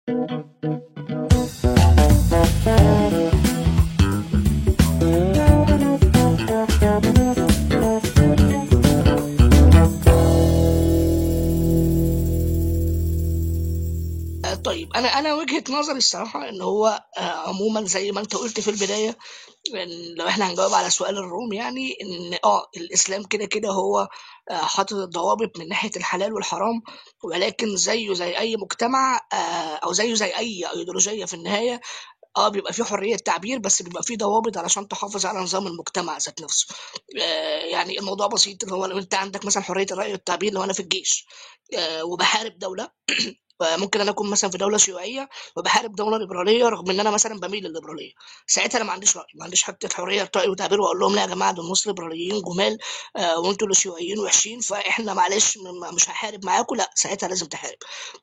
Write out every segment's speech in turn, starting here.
طيب أنا وجهة نظري الصراحة إن هو عمومًا زي ما أنت قُلت في البداية، إن لو إحنا هنجاوب على سؤال الروم يعني إن الإسلام كده هو حاطط الضوابط من ناحية الحلال والحرام، ولكن زيه زي أي مجتمع أو زيه زي أي أيديولوجية في النهاية بيبقى في حرية تعبير، بس بيبقى في ضوابط علشان تحافظ على نظام المجتمع ذات نفسه. يعني الموضوع بسيط، اللي هو لو أنت عندك مثلًا حرية الرأي والتعبير، لو أنا في الجيش وباحارب دولة فممكن أنا أكون مثلًا في دولة شيوعية وباحارب دولة ليبرالية رغم إن أنا مثلًا باميل للليبرالية، ساعتها أنا ما عنديش رأي، ما عنديش حتة حرية رأي وتعبير وأقول لهم لا يا جماعة دول ناس ليبراليين جُمال وأنتم اللي شيوعيين وحشين، فإحنا معلش مش هاحارب معاكم، لأ ساعتها لازم تحارب.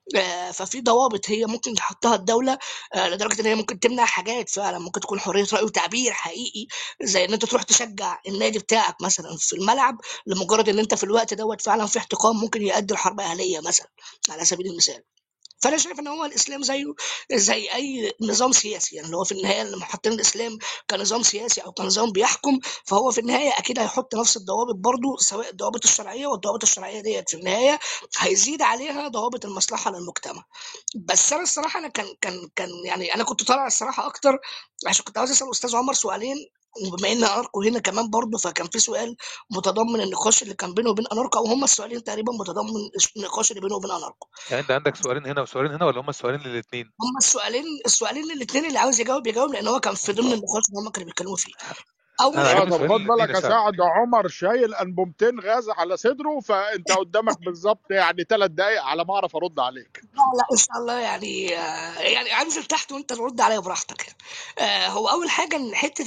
ففي ضوابط هي ممكن تحطها الدولة لدرجة إن هي ممكن تمنع حاجات فعلًا ممكن تكون حرية رأي وتعبير حقيقي، زي إن أنت تروح تشجع النادي بتاعك مثلًا في الملعب لمجرد إن أنت في الوقت دوّة فعلًا في احتقان ممكن يؤدي لحرب أهلية مثلًا، على سبيل المثال. فأنا شايف إن هو الإسلام زيه زي أي نظام سياسي، يعني اللي هو في النهاية لمّا حاطين الإسلام كنظام سياسي أو كنظام بيحكم، فهو في النهاية أكيد هيحط نفس الضوابط برضه، سواء الضوابط الشرعية والضوابط الشرعية ديّة في النهاية هيزيد عليها ضوابط المصلحة للمجتمع. بس أنا الصراحة أنا كان يعني أنا كنت طالع الصراحة أكتر عشان كنت عاوز أسأل أستاذ عمر سؤالين، وبما إن أناركو هنا كمان برضه، فكان في سؤال متضمن النقاش اللي كان بينه وبين أناركو، أو هُم السؤالين تقريبًا متضمن النقاش اللي بينه وبين أناركو. يعني انت عندك سؤالين هنا وسؤالين هنا، ولا هم السؤالين الاثنين؟ هُم السؤالين الاتنين اللي عاوز يجاوب، لإن هو كان في ضمن النقاش اللي هُم كانوا بيتكلموا فيه. أول انا حاجة عاجبني طب سؤال خد الاثنين بالك يا يا سعد. سعد، عمر شايل انبوبتين غاز على صدره، فانت قدامك بالظبط يعني 3 دقايق على ما اعرف ارد عليك. لا، لأ، إن شاء الله يعني يعني أنزل تحت وأنت ترُد عليّا براحتك يعني. هو أول حاجة إن حتّة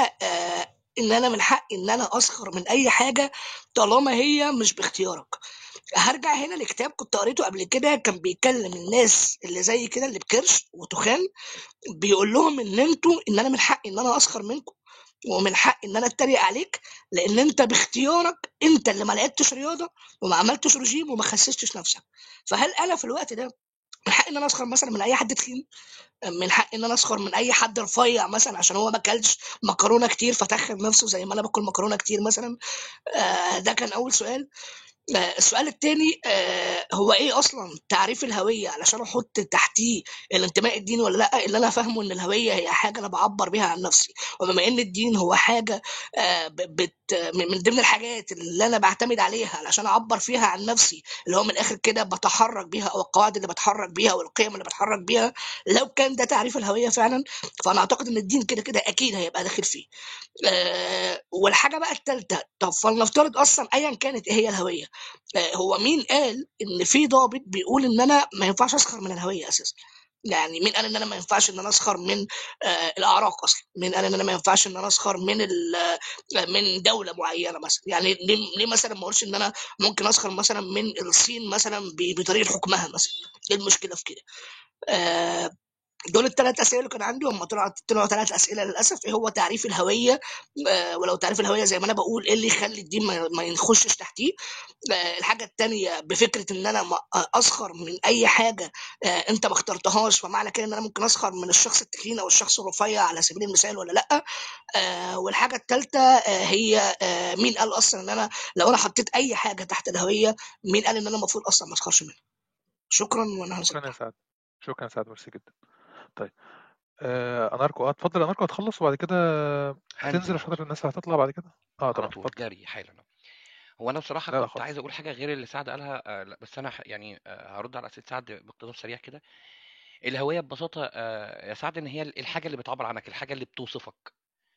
إن أنا من حقّي إن أنا أسخر من أي حاجة طالما هي مش باختيارك. هارجع هنا لكتاب كنت قريته قبل كده، كان بيكلّم الناس اللي زي كده اللي بكِرش وتُخان، بيقول لهم إن أنا من حقّي إن أنا أسخر منكم، ومن حقّي إن أنا أتريق عليك، لإن أنت باختيارك أنت اللي ما لعبتش رياضة وما عملتش رجيم وما خسستش نَفْسك. فهل أنا في الوقت ده من حقي إن أنا أسخر مثلًا من أي حد تخين؟ من حقي إن أنا أسخر من أي حد رفيّع مثلًا عشان هو ما كلش مكرونة كتير فتخّن نَفْسه زي ما أنا باكل مكرونة كتير مثلًا؟ ده كان أول سؤال. السؤال التاني هو إيه أصلًا تعريف الهوية علشان أحُط تحتيه الانتماء الديني والّا لأ؟ اللي أنا فاهمه إن الهوية هي حاجة أنا باعبّر بيها عن نَفْسي، وبما إن الدين هو حاجة ب بت من ضمن الحاجات اللي أنا باعتمد عليها علشان أعبّر فيها عن نَفْسي، اللي هو من الآخر كده باتحرّك بيها أو القواعد اللي باتحرّك بيها أو القِيَم اللي باتحرّك بيها، لو كان ده تعريف الهوية فعلًا، فأنا أعتقد إن الدين كده أكيد هيبقى داخل فيه. والحاجة بقى التالتة، طب فلنفترض أصلًا أيًا كانت إيه هي الهوية، هو مين قال إن في ضابط بيقول إن أنا ما ينفعش أسخر من الهوية أساسًا؟ يعني مين قال إن أنا ما ينفعش إن أنا أسخر من الأعراق أصلًا؟ مين قال إن أنا ما ينفعش إن أنا أسخر من دولة معيّنة مثلًا؟ يعني ليه مثلًا ما أقولش إن أنا ممكن أسخر مثلًا من الصين مثلًا بطريقة حكمها مثلًا، إيه المشكلة في كده؟ آآ دول ال3 أسئلة اللي كان عندي، هم طلعوا 3 أسئلة للأسف. إيه هو تعريف الهوية؟ ولو تعريف الهوية زي ما أنا باقول، إيه اللي يخلّي الدين ما يخشش تحتيه؟ الحاجة التانية بفكرة إن أنا ما أسخر من أي حاجة أنت ما اخترتهاش، فمعنى كده إن أنا ممكن أسخر من الشخص التخين أو الشخص الرفيع على سبيل المثال والّا لأ؟ والحاجة التالتة هي مين قال أصلًا إن أنا لو أنا حطيت أي حاجة تحت الهوية، مين قال إن أنا المفروض أصلًا ما أسخرش منها؟ شكرًا وأنا هانزل شكرا يا تحت. سعد. شكرا يا سعد، ميرسي جدا. طيب اناركو، اتفضل اناركو، هتخلص وبعد كده هتنزل هانزل عشان على خاطر طول، الناس اللي هتطلع بعد كده. على تمام، طول اتفضل. جري حالا. هو انا بصراحه لا لا كنت عايز خالص. اقول حاجه غير اللي سعد قالها، لا، بس انا يعني هرد على اسئله سعد باقتضاب سريع كده. الهويه ببساطه يا سعد ان هي الحاجه اللي بتعبر عنك، الحاجه اللي بتوصفك،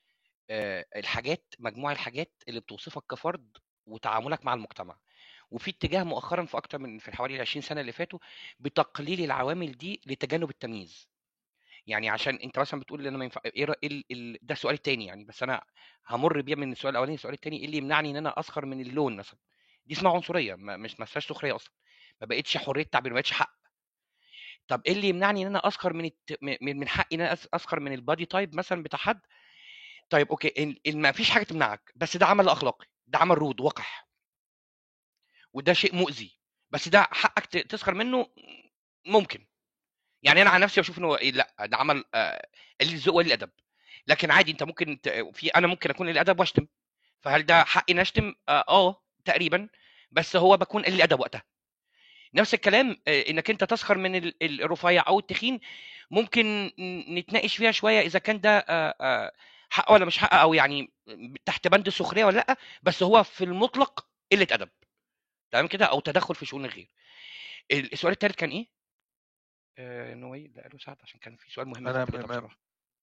الحاجات، مجموع الحاجات اللي بتوصفك كفرد وتعاملك مع المجتمع. وفي اتجاه مؤخرا في اكتر من في حوالي 20 سنه اللي فاتوا بتقليل العوامل دي لتجنب التمييز. يعني عشان انت مثلا بتقول ان انا ما ينفع ايه ده السؤال التاني يعني، بس انا همر بيه من السؤال الاولاني. السؤال التاني، ايه اللي يمنعني ان انا اسخر من اللون مثلا؟ دي اسمها عنصريه، مش ما فيهاش سخريه اصلا، ما بقتش حريه تعبير، ما بقتش حق. طب ايه اللي يمنعني ان انا اسخر من حقي ان انا اسخر من البادي تايب مثلا بتاع حد؟ طيب اوكي، ما فيش حاجه تمنعك، بس ده عمل اخلاقي، ده عمل رود وقح، وده شيء مؤذي، بس ده حقك تسخر منه. ممكن يعني انا على نفسي بشوف انه لا ده عمل قليل الذوق وقليل الادب. لكن عادي انت ممكن انا ممكن اكون قليل الادب واشتم، فهل ده حقي اني اشتم؟ تقريبا، بس هو بكون قليل الادب وقتها. نفس الكلام انك انت تسخر من الرفيع او التخين، ممكن نتناقش فيها شويه اذا كان ده حق ولا مش حق، او يعني تحت بند السخريه ولا لا، بس هو في المطلق قله ادب، تمام كده، او تدخل في شؤون الغير. السؤال الثالث كان ايه؟ نوي لا قالوا سعد، عشان كان في سؤال مهم انا فوق كده بصراحه.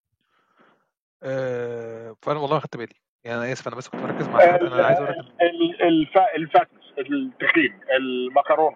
فانا والله ما خدت بالي، يعني انا اسف، انا بس كنت مركز مع سعد. انا عايز اقول لك الفاتس، التخين، المكرونه.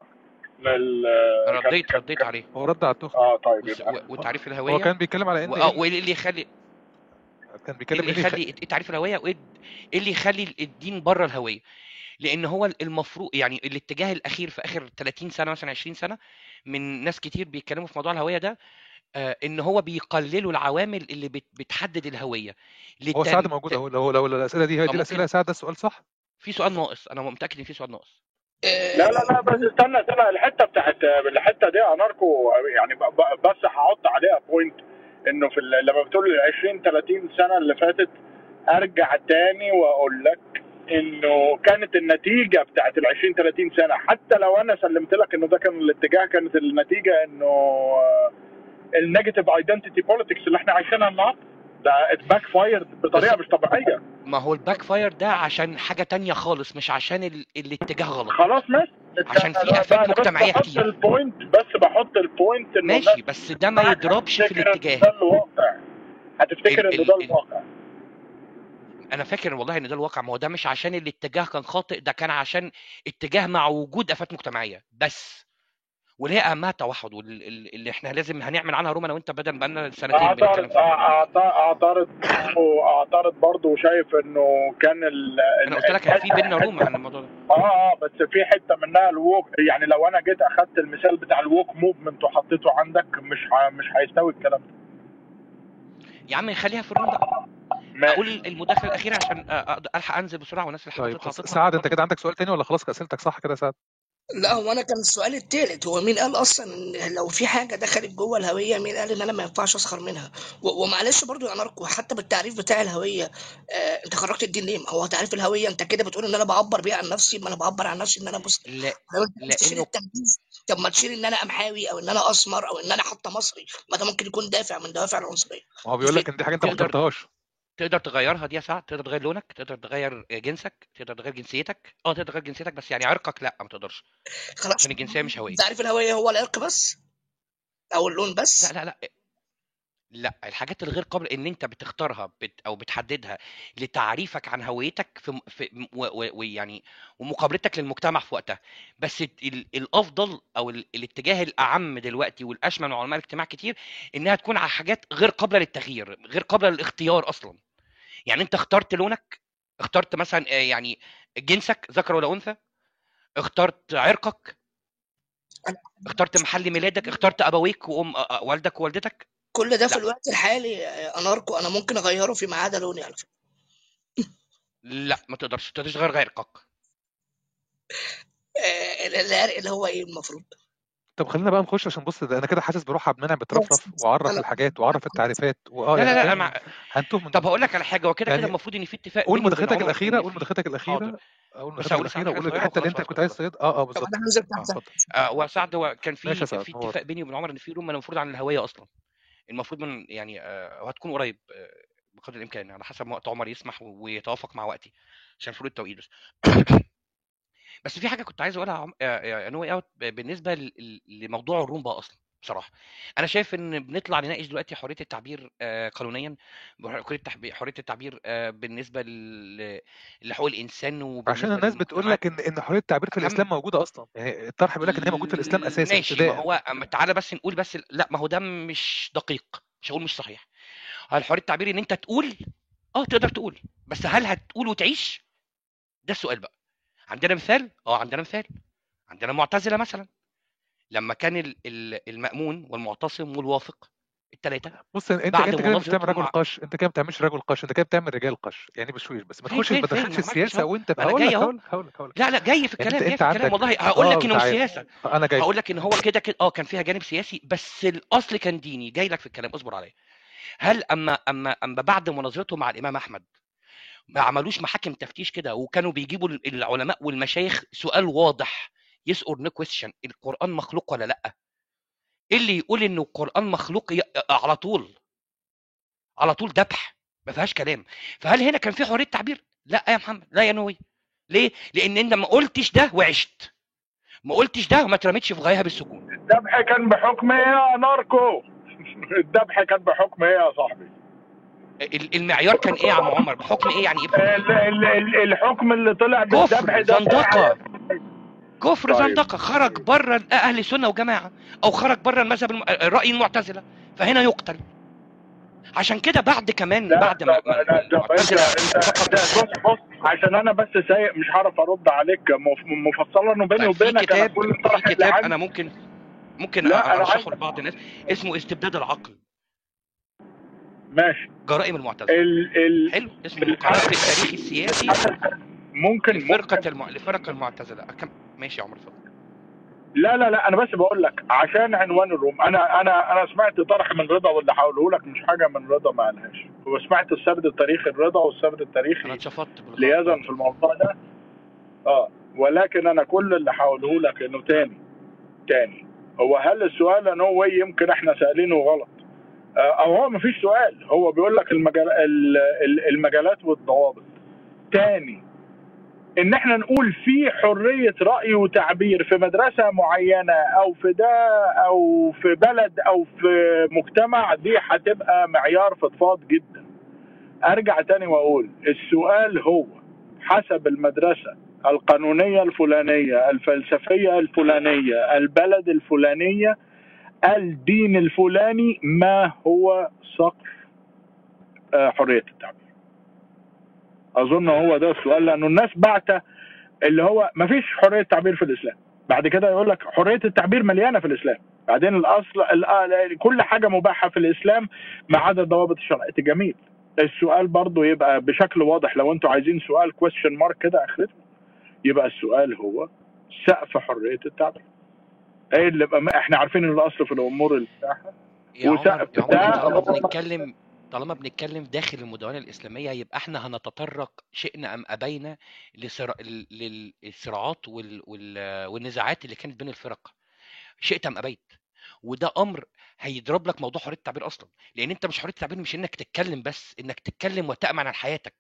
رديت عليه. هو رد على التخن. طيب يبقى وتعريف هو الهويه، كان بيتكلم على ان وايه اللي يخلي كان ايه بيتكلم اللي يخلي ايه تعريف الهويه، وايه اللي يخلي الدين بره الهويه. لان هو المفروض يعني الاتجاه الاخير في اخر 30 سنه مثلا 20 سنه من ناس كتير بيتكلموا في موضوع الهويه ده، ان هو بيقللوا العوامل اللي بتحدد الهويه. هو سعد موجود اهو. لو الاسئله دي هي دي الاسئله يا سعد، ده السؤال صح. في سؤال ناقص، انا متاكد ان في سؤال ناقص. لا بس استنى الحته دي يا ناركو، يعني بس هحط عليها بوينت، انه لما بتقول ال 20 30 سنه اللي فاتت، ارجع تاني واقول لك انه كانت النتيجه بتاعت ال 20 30 سنه، حتى لو انا سلمت لك انه ده كان الاتجاه، كانت النتيجه انه النيجاتيف ايدنتيتي بوليتكس اللي احنا عايشينها النهارده، ده اتباك فايرد بطريقه مش طبيعيه. ما هو الباك فاير ده عشان حاجه تانية خالص، مش عشان الاتجاه غلط. خلاص ماشي، عشان في افات مجتمعيه كتير. بس بحط البوينت انه ماشي، بس ده ما يضربش في الاتجاه. ده الواقع، هتفتكر انه ده الواقع. انا فاكر والله ان ده الواقع. ما هو ده مش عشان الاتجاه كان خاطئ، ده كان عشان اتجاه مع وجود افات مجتمعيه بس، واللي هي اهمها التوحد، واللي احنا لازم هنعمل عنها روما انا وانت بدل بقالنا سنتين بنتكلم فيها. اعترض برضه، وشايف انه كان انا قلت لك كان في بينا روما عن الموضوع ده. بس في حته منها الووك، يعني لو انا جيت اخدت المثال بتاع الووك موفمنت وحطيته عندك، مش هيستوي الكلام ده يا عم خليها في الروم بقى. اقول المداخله الاخيره عشان الحق انزل بسرعه، والناس اللي حابه تطلع. سعد انت كده عندك سؤال تاني ولا خلاص اسئلتك صح كده يا سعد؟ لا، هو انا كان السؤال التالت، هو مين قال اصلا ان لو في حاجه دخلت جوه الهويه، مين قال ان انا ما ينفعش اسخر منها؟ ومعلش برضو يا ناركو، حتى بالتعريف بتاع الهويه، انت خرجت الدين ليه؟ ما هو تعريف الهويه انت كده بتقول ان انا بعبر بيه عن نفسي، ما انا بعبر عن نفسي ان انا مسلم. لا، لو انت عايز تشيل لانه التمييز، طب ما تشيل ان انا امحاوي، او ان انا اسمر، او ان انا حتى مصري، ما ده ممكن يكون دافع من دوافع العنصريه. هو بيقول لك ان دي حاجه انت ما اخترتهاش. تقدر تغيرها دي يا سعد، تقدر تغير لونك، تقدر تغير جنسك، تقدر تغير جنسيتك. تقدر تغير جنسيتك، بس يعني عرقك لا، ما تقدرش، خلاص، عشان الجنسيه مش هويه. تعريف الهويه هو العرق بس او اللون بس؟ لا، الحاجات الغير قابله ان انت بتختارها او بتحددها لتعريفك عن هويتك ويعني ومقابلتك للمجتمع في وقتها. بس الافضل او الاتجاه الاعم دلوقتي والاشمل من علماء الاجتماع كتير، انها تكون على حاجات غير قابله للتغيير، غير قابله للاختيار اصلا. يعني انت اخترت لونك، اخترت مثلا يعني جنسك ذكر ولا انثى، اخترت عرقك، اخترت محل ميلادك، اخترت ابويك والدك ووالدتك. كل ده في الوقت الحالي اناركو انا ممكن اغيره فيما عدا لوني على فكره. لا، ما تقدرش تغير عرقك. العرق اللي هو ايه المفروض؟ طب خلينا بقى نخش، عشان بص ده انا كده حاسس بروح عبد المنعم بترفرف واعرف الحاجات واعرف التعريفات لا هنتوه من طب هقول لك على حاجه، وكده يعني كده المفروض ان في اتفاق قول بيني وبين مداخلتك عمر الاخيره، إن قول مداخلتك الاخيره، قول حاضر. الحته اللي انت كنت عايز بالظبط. هننزل تحت. وسعد، هو كان ماشي في يا سعد، اتفاق بيني وبين عمر ان في روم المفروض عن الهويه اصلا، المفروض من يعني وهتكون قريب بقدر الامكان، على حسب وقت عمر يسمح ويتوافق مع وقتي عشان فروق التوقيت بس. بس في حاجه كنت عايز اقولها بالنسبه لموضوع الروم بقى اصلا. بصراحه انا شايف ان بنطلع نناقش دلوقتي حريه التعبير قانونيا، حريه التعبير بالنسبه لحقوق الانسان، وبالنسبه عشان الناس بتقول لك ان حريه التعبير في الاسلام موجوده اصلا، يعني الطرح بيقول لك ان هي موجوده في الاسلام اساسا ماشي، ابتداء. ما هو تعالى بس نقول، بس لا، ما هو ده مش دقيق، مش هقول مش صحيح. هل حريه التعبير ان انت تقول تقدر تقول، بس هل هتقول وتعيش؟ ده السؤال بقى. عندنا مثال، عندنا معتزله مثلا، لما كان المأمون والمعتصم والواثق الثلاثه بص انت بعد كده مش بتعمل مناظرتهم رجل مع قش، انت كده ما بتعملش رجل قش، انت كده بتعمل رجال قش يعني بشويش. بس ما فين تخشش، ما فين فين تدخلش انا ما عملتش السياسه اهو، وانت ما انا جاي اهو. هقول لك. لا جاي في الكلام، جاي انت في الكلام عندك والله. هقول لك انه مش تعال، سياسه، انا جاي هقول لك ان هو كده كان فيها جانب سياسي، بس الاصل كان ديني. جاي لك في الكلام، اصبر عليا. هل اما بعد مناظرته مع الامام احمد ما عملوش محاكم تفتيش كده، وكانوا بيجيبوا العلماء والمشايخ سؤال واضح يسأل نو كويستشن: القرآن مخلوق ولا لا؟ ايه اللي يقول انه القرآن مخلوق على طول ذبح، ما فيهاش كلام. فهل هنا كان في حرية تعبير؟ لا يا محمد، لا يا نوي. ليه؟ لان انت ما قلتش ده وعشت، ما قلتش ده وما اترميتش في غايها بالسكون. الذبح كان بحكم ايه يا ناركو؟ الذبح كان بحكم ايه يا صاحبي؟ المعيار كان ايه يا عم عمر؟ بحكم ايه يعني؟ ايه بحكم إيه؟ الحكم اللي طلع بالذبح كفر، ده زندقة، كفر، طيب. زندقة. خرج بره اهل السنه وجماعه، او خرج بره المذهب الراي المعتزله، فهنا يقتل. عشان كده بعد كمان لا بعد ما انت بص عشان انا بس سايق مش هعرف ارد عليك مفصلا وبيني طيب وبينك انا كل في كتاب اللي انا عندي. ممكن لا، أنا ارشحه لبعض الناس، اسمه استبداد العقل. ماشي. جرائم المعتزله. حلو، اسمه مقارنه التاريخ السياسي ممكن لفرق المعتزله. ماشي يا عمر، اتفضل. لا انا بس بقول لك عشان عنوان الروم. انا سمعت طرح من رضا، واللي هقوله لك مش حاجه من رضا ما قالهاش، وسمعت السرد التاريخي الرضا والسرد التاريخي انا اتشفطت ليزن في الموضوع ده. ولكن انا كل اللي هقوله لك انه تاني هو هل السؤال نو واي يمكن احنا سالينه غلط، او هو مفيش سؤال، هو بيقول لك المجالات والضوابط. تاني ان احنا نقول في حرية رأي وتعبير في مدرسة معينة او في ده او في بلد او في مجتمع، دي هتبقى معيار فضفاض جدا. ارجع تاني واقول السؤال هو حسب المدرسة القانونية الفلانية، الفلسفية الفلانية، البلد الفلانية، الدين الفلاني، ما هو سقف حرية التعبير؟ اظن هو ده السؤال، لانه الناس بعته اللي هو ما فيش حريه تعبير في الاسلام، بعد كده يقول لك حريه التعبير مليانه في الاسلام، بعدين الاصل كل حاجه مباحه في الاسلام ما عدا الضوابط الشرعيه. جميل. السؤال برضو يبقى بشكل واضح، لو انتوا عايزين سؤال كويستشن مارك كده اخرته، يبقى السؤال هو سقف حريه التعبير. ايه اللي احنا عارفين ان الاصل في الامور المباحه وسقف ده. طالما بنتكلم داخل المدونة الإسلامية، يبقى احنا هنتطرق شئنا أم أبينا للصراعات والنزاعات اللي كانت بين الفرق، شئت أم أبيت. وده أمر هيضرب لك موضوع حرية التعبير أصلا، لأن أنت مش حرية التعبير مش إنك تتكلم بس، إنك تتكلم وتأمن عن حياتك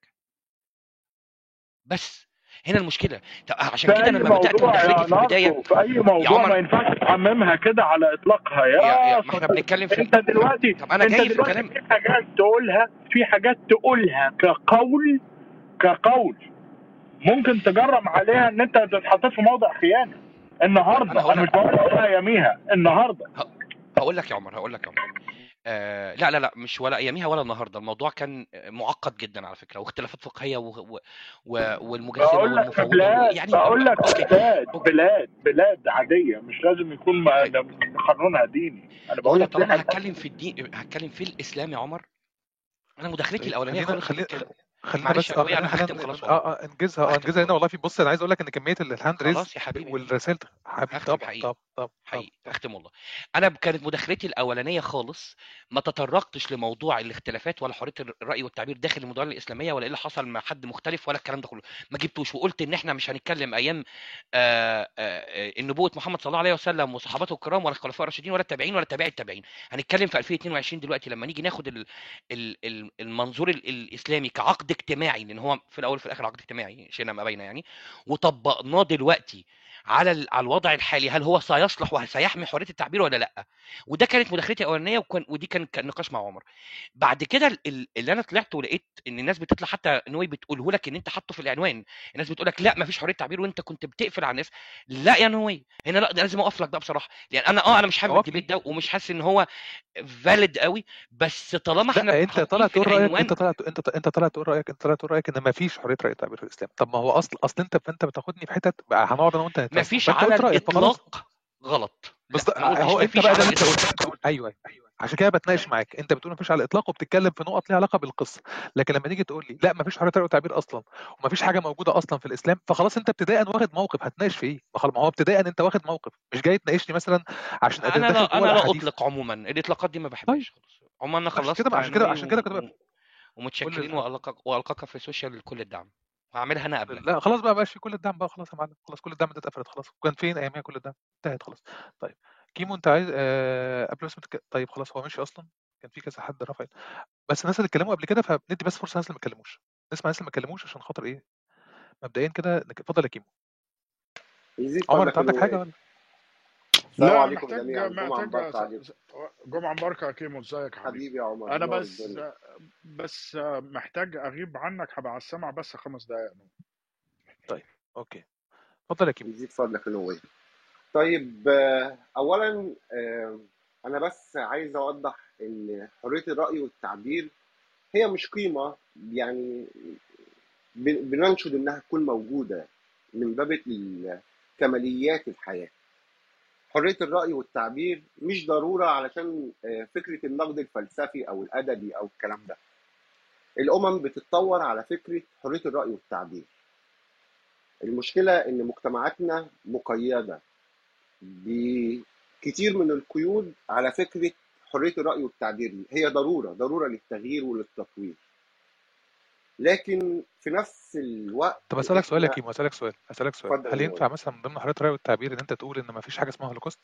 بس. هنا المشكله. عشان كده لما بدات مداخلتي في البدايه في اي موضوع ما ينفعش تعممها كده على اطلاقها يا ما احنا بنتكلم في انت دلوقتي. طب انا جاي في الكلام. في حاجات تقولها كقول ممكن تجرم عليها ان انت تتحط في موضع خيانه. النهارده انا مش بقول اياميها، النهارده هقول لك يا عمر لا مش ولا اياميها ولا النهارده. الموضوع كان معقد جدا على فكره، واختلافات فقهيه والمجسمه والمفوضه يعني بقول لك بلاد عاديه مش لازم يكون قانونها ديني. انا بقول لك طالما هتكلم في الدين، هتكلم في الاسلام يا عمر. انا مداخلتي الاولانيه خالص خلينا بس انجزها هنا. والله في بص انا عايز اقول لك ان كميه الهاند ريز والرسائل طب اختم والله. انا كانت مداخلتي الاولانيه خالص ما تطرقتش لموضوع الاختلافات ولا حريه الراي والتعبير داخل المدونه الاسلاميه، ولا ايه اللي حصل مع حد مختلف ولا الكلام ده كله، ما جبتوش. وقلت ان احنا مش هنتكلم ايام النبوه محمد صلى الله عليه وسلم وصحابته الكرام ولا الخلفاء الراشدين ولا التابعين ولا تابعي التابعين. هنتكلم في 2022 دلوقتي لما نيجي ناخد المنظور الاسلامي كعقد اجتماعي، لان هو في الاول وفي الاخر عقد اجتماعي شئنا ما بينا يعني، وطبقناه دلوقتي على الوضع الحالي، هل هو سيصلح وسيحمي حريه التعبير ولا لا؟ وده كانت مداخلتي الاولانيه، ودي كان نقاش مع عمر. بعد كده اللي انا طلعت ولقيت ان الناس بتطلع، حتى نوي بتقوله لك ان انت حاطه في العنوان، الناس بتقول لك لا مفيش حريه تعبير وانت كنت بتقفل على الناس. لا يا نوي، هنا لا، لازم اقف لك بقى بصراحه، لان انا مش حابب الديبيت ده ومش حاسس ان هو فاليد قوي. بس طالما احنا انت طالع تقول رايك، انت طالع تقول رايك ان ما فيش حريه راي تعبير في الاسلام. طب ما هو اصل انت بتاخدني في حتت هنقعد انا وانت ما فيش على الاطلاق غلط. بس لا، ما هو قلتش انت مفيش بقى ده على اللي انت الاطلاق. قلت. ايوه عشان كده بتناقش معاك. انت بتقول مفيش على الاطلاق وبتتكلم في نقط ليها علاقه بالقصه، لكن لما تيجي تقول لي لا مفيش حريه رأي وتعبير اصلا ومفيش حاجه موجوده اصلا في الاسلام، فخلاص انت ابتداء واخد موقف. هتناقش في ايه؟ ما هو ابتداء انت واخد موقف، مش جاي تناقشني مثلا عشان انا ادخل لا جوه انا لا الاحاديث. اطلق عموما، الاطلاقات دي ما طيب بحبهاش خالص عموما. انا عشان كده خلصت عشان كده نوي عشان كده كنت بقى كل ومتشكرين، والقاك في السوشيال كل الدعم، وهعملها انا قبلك. لا خلاص بقى في كل الدعم بقى، خلاص يا معلم، خلاص كل الدعم ده اتقفلت خلاص. وكان فين ايامها كل الدعم؟ انتهت خلاص. طيب كيمو انت عايز قبل بس طيب خلاص هو مشي اصلا. كان في كذا حد رفع، بس الناس اللي اتكلموا قبل كده فبندي بس فرصه الناس اللي ما اتكلموش، نسمع الناس اللي ما اتكلموش عشان خاطر ايه مبدئيا كده. اتفضل يا كيمو. يزيد عمر انت فضلك عندك انه حاجه ايه؟ ولا؟ السلام لا، عليكم محتاج جميعا، جمعه محتاج مباركه عليكم. جمعة مباركة يا كيمو، ازيك يا حبيبي؟ حبيبي يا عمر، انا منور بس الدنيا. بس محتاج اغيب عنك، هبقى على السمع بس 5 دقايق. طيب اوكي اتفضل يا كيمو. يزيد فضلك انه ايه؟ طيب اولا انا بس عايز اوضح ان حريه الراي والتعبير هي مش قيمه، يعني بننشد انها تكون موجوده من باب كماليات الحياه. حريه الراي والتعبير مش ضروره علشان فكره النقد الفلسفي او الادبي او الكلام ده. الامم بتتطور على فكره حريه الراي والتعبير. المشكله ان مجتمعاتنا مقيده بكتير من القيود على فكره حريه الراي والتعبير دي. هي ضروره للتغيير وللتطوير، لكن في نفس الوقت طب اسالك سؤال يا احنا. كيمو، اسالك سؤال اتفضل هل يا ينفع نور. مثلا من ضمن حريه الراي والتعبير ان انت تقول ان ما فيش حاجه اسمها هولوكوست؟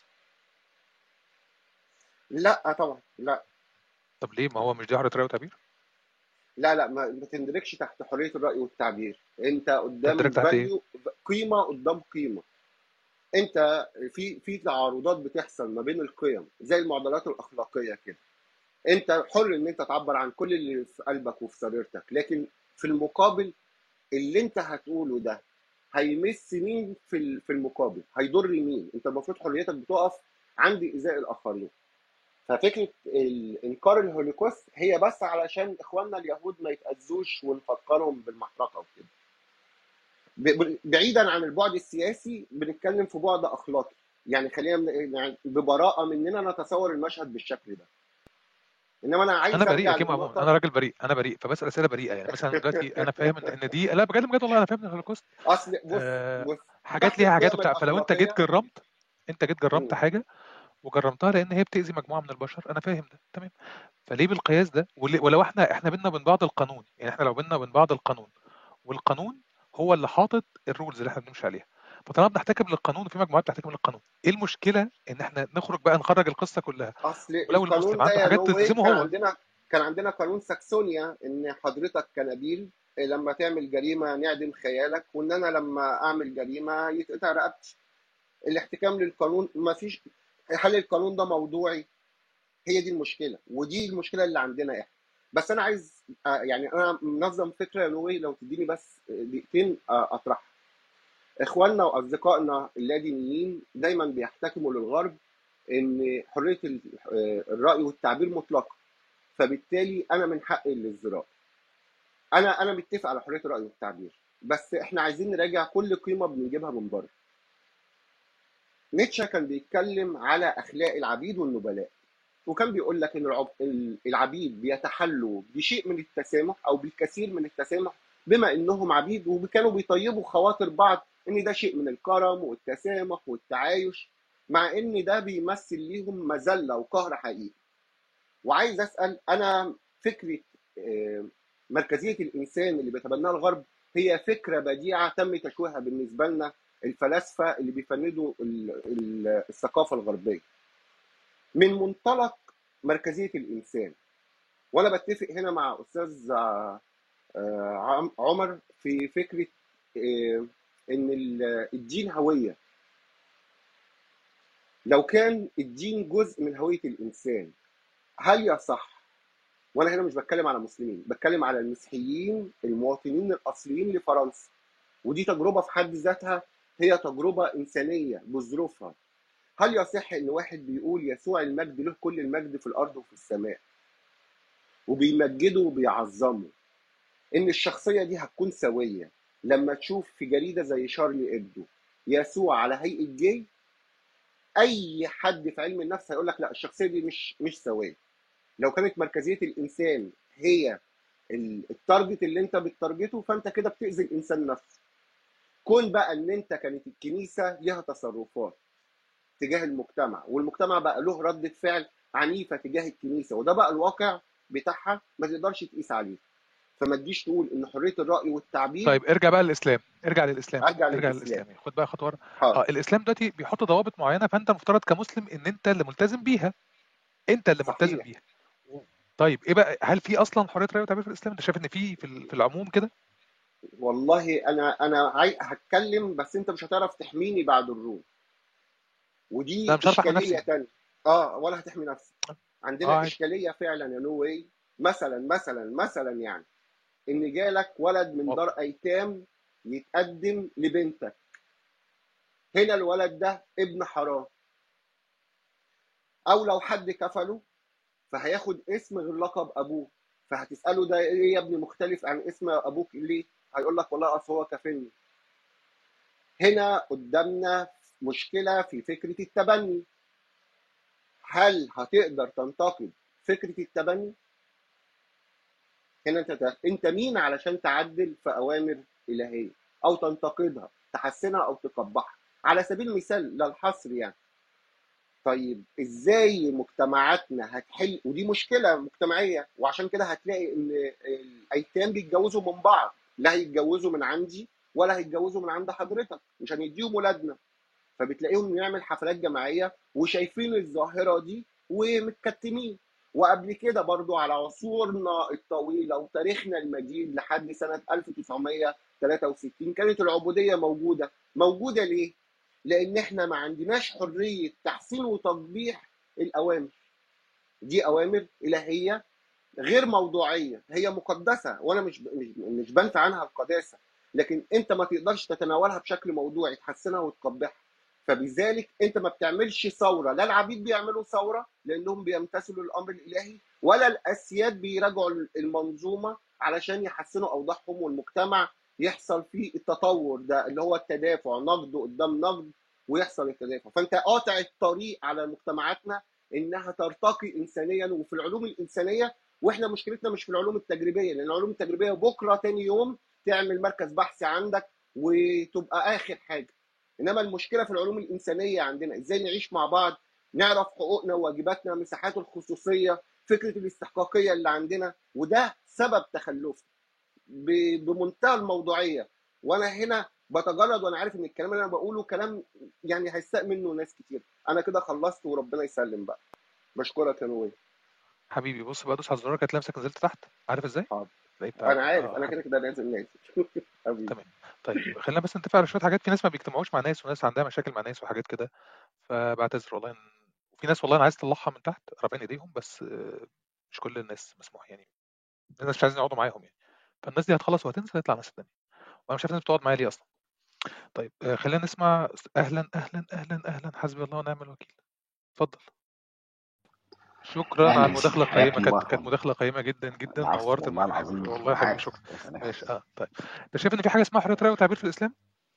لا طبعا لا. طب ليه؟ ما هو مش دي حريه راي وتعبير؟ لا ما تندركش تحت حريه الراي والتعبير. انت قدام تندرج تحت ايه؟ فاليو، قيمه قدام قيمه. انت في تعارضات بتحصل ما بين القيم زي المعضلات الاخلاقيه كده. انت حر ان انت تعبر عن كل اللي في قلبك وفي سريرتك، لكن في المقابل اللي انت هتقوله ده هيمس مين في المقابل؟ هيضر مين؟ انت المفروض حريتك بتقف عند ايذاء الاخرين. ففكره انكار الهولوكوست هي بس علشان اخواننا اليهود ما يتاذوش ونفكرهم بالمحرقه وكده. بعيدا عن البعد السياسي بنتكلم في بعد اخلاقي. يعني خلينا يعني ببراءه مننا نتصور المشهد بالشكل ده. انما انا عايز انا بريء يا ارجع كيمو عموما، للنقطه. انا راجل بريء، انا بريء، فبسال اسئله بريئه. يعني مثلا دلوقتي انا فاهم ان دي، لا بجد بجد والله انا فاهم ان الهولوكوست اصل بص حاجات تحت ليها حاجات القيم وبتاع. فلو انت جيت الاخلاقيه. جرمت، انت جيت جرمت مم. حاجه وجرمتها لان هي بتاذي مجموعه من البشر، انا فاهم ده تمام. فليه بالقياس ده؟ ولو احنا بينا وبين بعض القانون، يعني احنا لو بينا وبين بعض القانون والقانون هو اللي حاطط الرولز اللي احنا بنمشي عليها، فطالما بنحتكم للقانون وفي مجموعات بتحتكم للقانون، ايه المشكله ان احنا نخرج بقى نخرج القصه كلها؟ اصل ولو المسلم القانون ده عنده يا حاجات نووي تلزمه هو. كان عندنا قانون ساكسونيا ان حضرتك كنبيل لما تعمل جريمه نعدم خيالك، وان انا لما اعمل جريمه يتقطع رقبتي. الاحتكام للقانون ما فيش. هل القانون ده موضوعي؟ هي دي المشكله، ودي المشكله اللي عندنا احنا. بس انا عايز يعني انا منظم فكره يا نووي، لو تديني بس دقيقتين اطرحها. اخواننا واصدقائنا اللادينيين دايما بيحتكموا للغرب ان حريه الراي والتعبير مطلقه، فبالتالي انا من حقي الازدراء. انا متفق على حريه الراي والتعبير، بس احنا عايزين نراجع كل قيمه بنجيبها من بره. نيتشه كان بيتكلم على اخلاق العبيد والنبلاء، وكان بيقول لك ان العبيد بيتحلوا بشيء من التسامح او بالكثير من التسامح بما انهم عبيد، وكانوا بيطيبوا خواطر بعض ان ده شيء من الكرم والتسامح والتعايش، مع ان ده بيمثل ليهم مذله وقهر حقيقي. وعايز اسال انا، فكره مركزيه الانسان اللي بيتبناها الغرب هي فكره بديعه تم تشويهها بالنسبه لنا الفلاسفه اللي بيفندوا الثقافه الغربيه من منطلق مركزيه الانسان. وانا بتفق هنا مع استاذ عمر في فكره ان الدين هويه. لو كان الدين جزء من هويه الانسان هل يصح؟ وانا هنا مش بتكلم على مسلمين، بتكلم على المسيحيين المواطنين الاصليين لفرنسا، ودي تجربه في حد ذاتها هي تجربه انسانيه بظروفها. هل يصح ان واحد بيقول يسوع المجد له كل المجد في الارض وفي السماء وبيمجده وبيعظمه، ان الشخصيه دي هتكون سويه لما تشوف في جريده زي شارلي ابدو يسوع على هيئه جاي؟ اي حد في علم النفس هيقول لك لا، الشخصيه دي مش سويه. لو كانت مركزيه الانسان هي التارجت اللي انت بتتارجته، فانت كده بتاذي الانسان نفسه. كون بقى ان انت كانت الكنيسه ليها تصرفات تجاه المجتمع، والمجتمع بقى له ردة فعل عنيفه تجاه الكنيسه، وده بقى الواقع بتاعها، ما تقدرش تقيس عليه. فما تجيش تقول ان حريه الراي والتعبير. طيب ارجع بقى للاسلام، ارجع للاسلام، ارجع ارجع للاسلام. للاسلام، خد بقى خطوه ورا. حاضر. الاسلام دلوقتي بيحط ضوابط معينه، فانت المفترض كمسلم ان انت اللي ملتزم بيها، انت اللي ملتزم صحيح. بيها. طيب ايه بقى، هل في اصلا حريه راي وتعبير في الاسلام؟ انت شايف ان في العموم كده؟ والله انا هتكلم، بس انت مش هتعرف تحميني بعد الروم، لا ودي مش عارف احمي اشكاليه نفسي. تانية. ولا هتحمي نفسك. عندنا عادي. اشكاليه فعلا يا نو واي. مثلا يعني ان جالك ولد من دار ايتام يتقدم لبنتك، هنا الولد ده ابن حرام، او لو حد كفله فهياخد اسم غير لقب ابوه، فهتساله ده ايه يا ابني مختلف عن اسم ابوك ليه؟ هيقول لك والله اصل هو كفلني. هنا قدامنا مشكله في فكره التبني. هل هتقدر تنتقد فكره التبني؟ هنا انت مين علشان تعدل في اوامر الهيه، او تنتقدها، تحسنها او تقبحها؟ على سبيل المثال لا الحصر يعني. طيب ازاي مجتمعاتنا هتحل؟ ودي مشكله مجتمعيه، وعشان كده هتلاقي ان الايتام بيتجوزوا من بعض، لا هيتجوزوا من عندي ولا هيتجوزوا من عند حضرتك، مش هنديهم ولادنا. فبتلاقيهم نعمل حفلات جماعيه وشايفين الظاهره دي ومتكتمين. وقبل كده برضو على عصورنا الطويله وتاريخنا المجيد لحد سنه 1963 كانت العبوديه موجوده ليه؟ لان احنا ما عندناش حريه تحسين وتطبيق الاوامر. دي اوامر الهيه غير موضوعيه، هي مقدسه، وانا مش بنفي عنها القداسه، لكن انت ما تقدرش تتناولها بشكل موضوعي تحسنها وتقبحها. فبذلك انت ما بتعملش ثوره، لا العبيد بيعملوا ثوره لانهم بيمتثلوا الامر الالهي، ولا الاسياد بيراجعوا المنظومه علشان يحسنوا اوضاعهم، والمجتمع يحصل فيه التطور ده اللي هو التدافع، نقد قدام نقد، ويحصل التدافع. فانت قاطع الطريق على مجتمعاتنا انها ترتقي انسانيا وفي العلوم الانسانيه. واحنا مشكلتنا مش في العلوم التجريبيه، لان العلوم التجريبيه بكره تاني يوم تعمل مركز بحث عندك وتبقى اخر حاجه. انما المشكله في العلوم الانسانيه عندنا، ازاي نعيش مع بعض، نعرف حقوقنا وواجباتنا، مساحات الخصوصيه، فكره الاستحقاقيه اللي عندنا، وده سبب تخلفنا بمنتهى الموضوعيه. وانا هنا بتجرد وانا عارف ان الكلام اللي انا بقوله كلام يعني هيستاء منه ناس كتير. انا كده خلصت وربنا يسلم بقى. بشكرك يا نوي. حبيبي بص بقى، دوس على الزرار هتلاقي نفسك نزلت تحت، عارف ازاي؟ حاضر. تلاقيه بتاع انا عارف، انا كده حبيبي. كده نازل حبيبي. تمام. طيب خلينا بس نتفق على شويه حاجات. في ناس ما بيجتمعوش مع ناس، وناس عندها مشاكل مع ناس وحاجات كده، فبعتذر والله وفي ناس والله انا عايز اطلعها من تحت رافعين ايديهم، بس مش كل الناس مسموح يعني، الناس مش عايزين يقعدوا معاهم يعني، فالناس دي هتخلص وهتنزل يطلع ناس تانية، وانا مش عارف الناس بتقعد معايا ليه اصلا. طيب خلينا نسمع. اهلا اهلا اهلا اهلا، حسبي الله ونعم الوكيل. اتفضل. شكرا على اهلا يا سيدي، المداخله القيمه، حياك الله. كانت مداخله قيمه جدا جدا، العفو نورت والله العظيم، والله يا انا حبيبي عارف شكرا. يا سلام. ماشي طيب، انت شايف ان في حاجه اسمها حريه راي وتعبير في الاسلام؟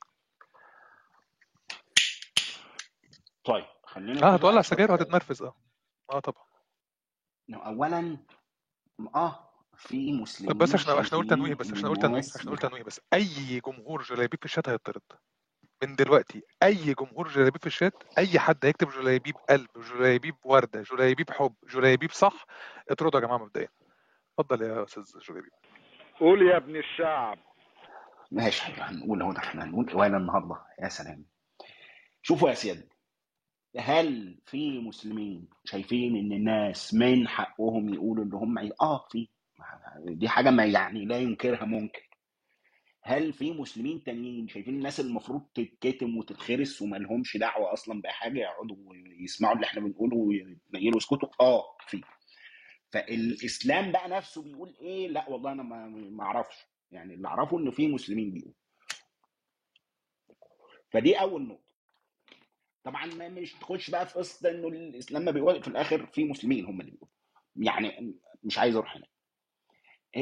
طيب خلينا نتفق هتولع على شويه سجاير حاجات. وهتتنرفز. طبعا. اولا في طب بس مسلمين عشان اقول تنويه، شايفين بس ان عشان اقول تنويه، الناس بس اي جمهور جلابيب في الشات هيطرد من دلوقتي. اي جمهور جلابيب في الشات، اي حد هيكتب جلابيب قلب، جلابيب ورده، جلابيب حب، جلابيب صح، اطردوا يا جماعه مبدئيا. اتفضل يا استاذ جلابيب. قول يا ابن الشعب. ماشي، هنقول اهو، احنا هنقول وانا النهارده يا سلام. شوفوا يا سيادة، هل في مسلمين شايفين ان الناس من حقهم يقولوا اللي هم في دي حاجه ما يعني لا ينكرها منكر. هل في مسلمين تانيين شايفين الناس المفروض تتكتم وتتخرس وما لهمش دعوه اصلا بحاجه، يقعدوا يسمعوا اللي احنا بنقوله ويتنيلوا يسكتوا؟ في. فالاسلام بقى نفسه بيقول ايه؟ لا والله انا ما اعرفش، يعني اللي اعرفه انه في مسلمين بيقولوا. فدي اول نقطه. طبعا مش تخش بقى في قصه انه الاسلام ما بيقول في الاخر في مسلمين هم اللي بيقولوا، يعني مش عايز اروح هنا.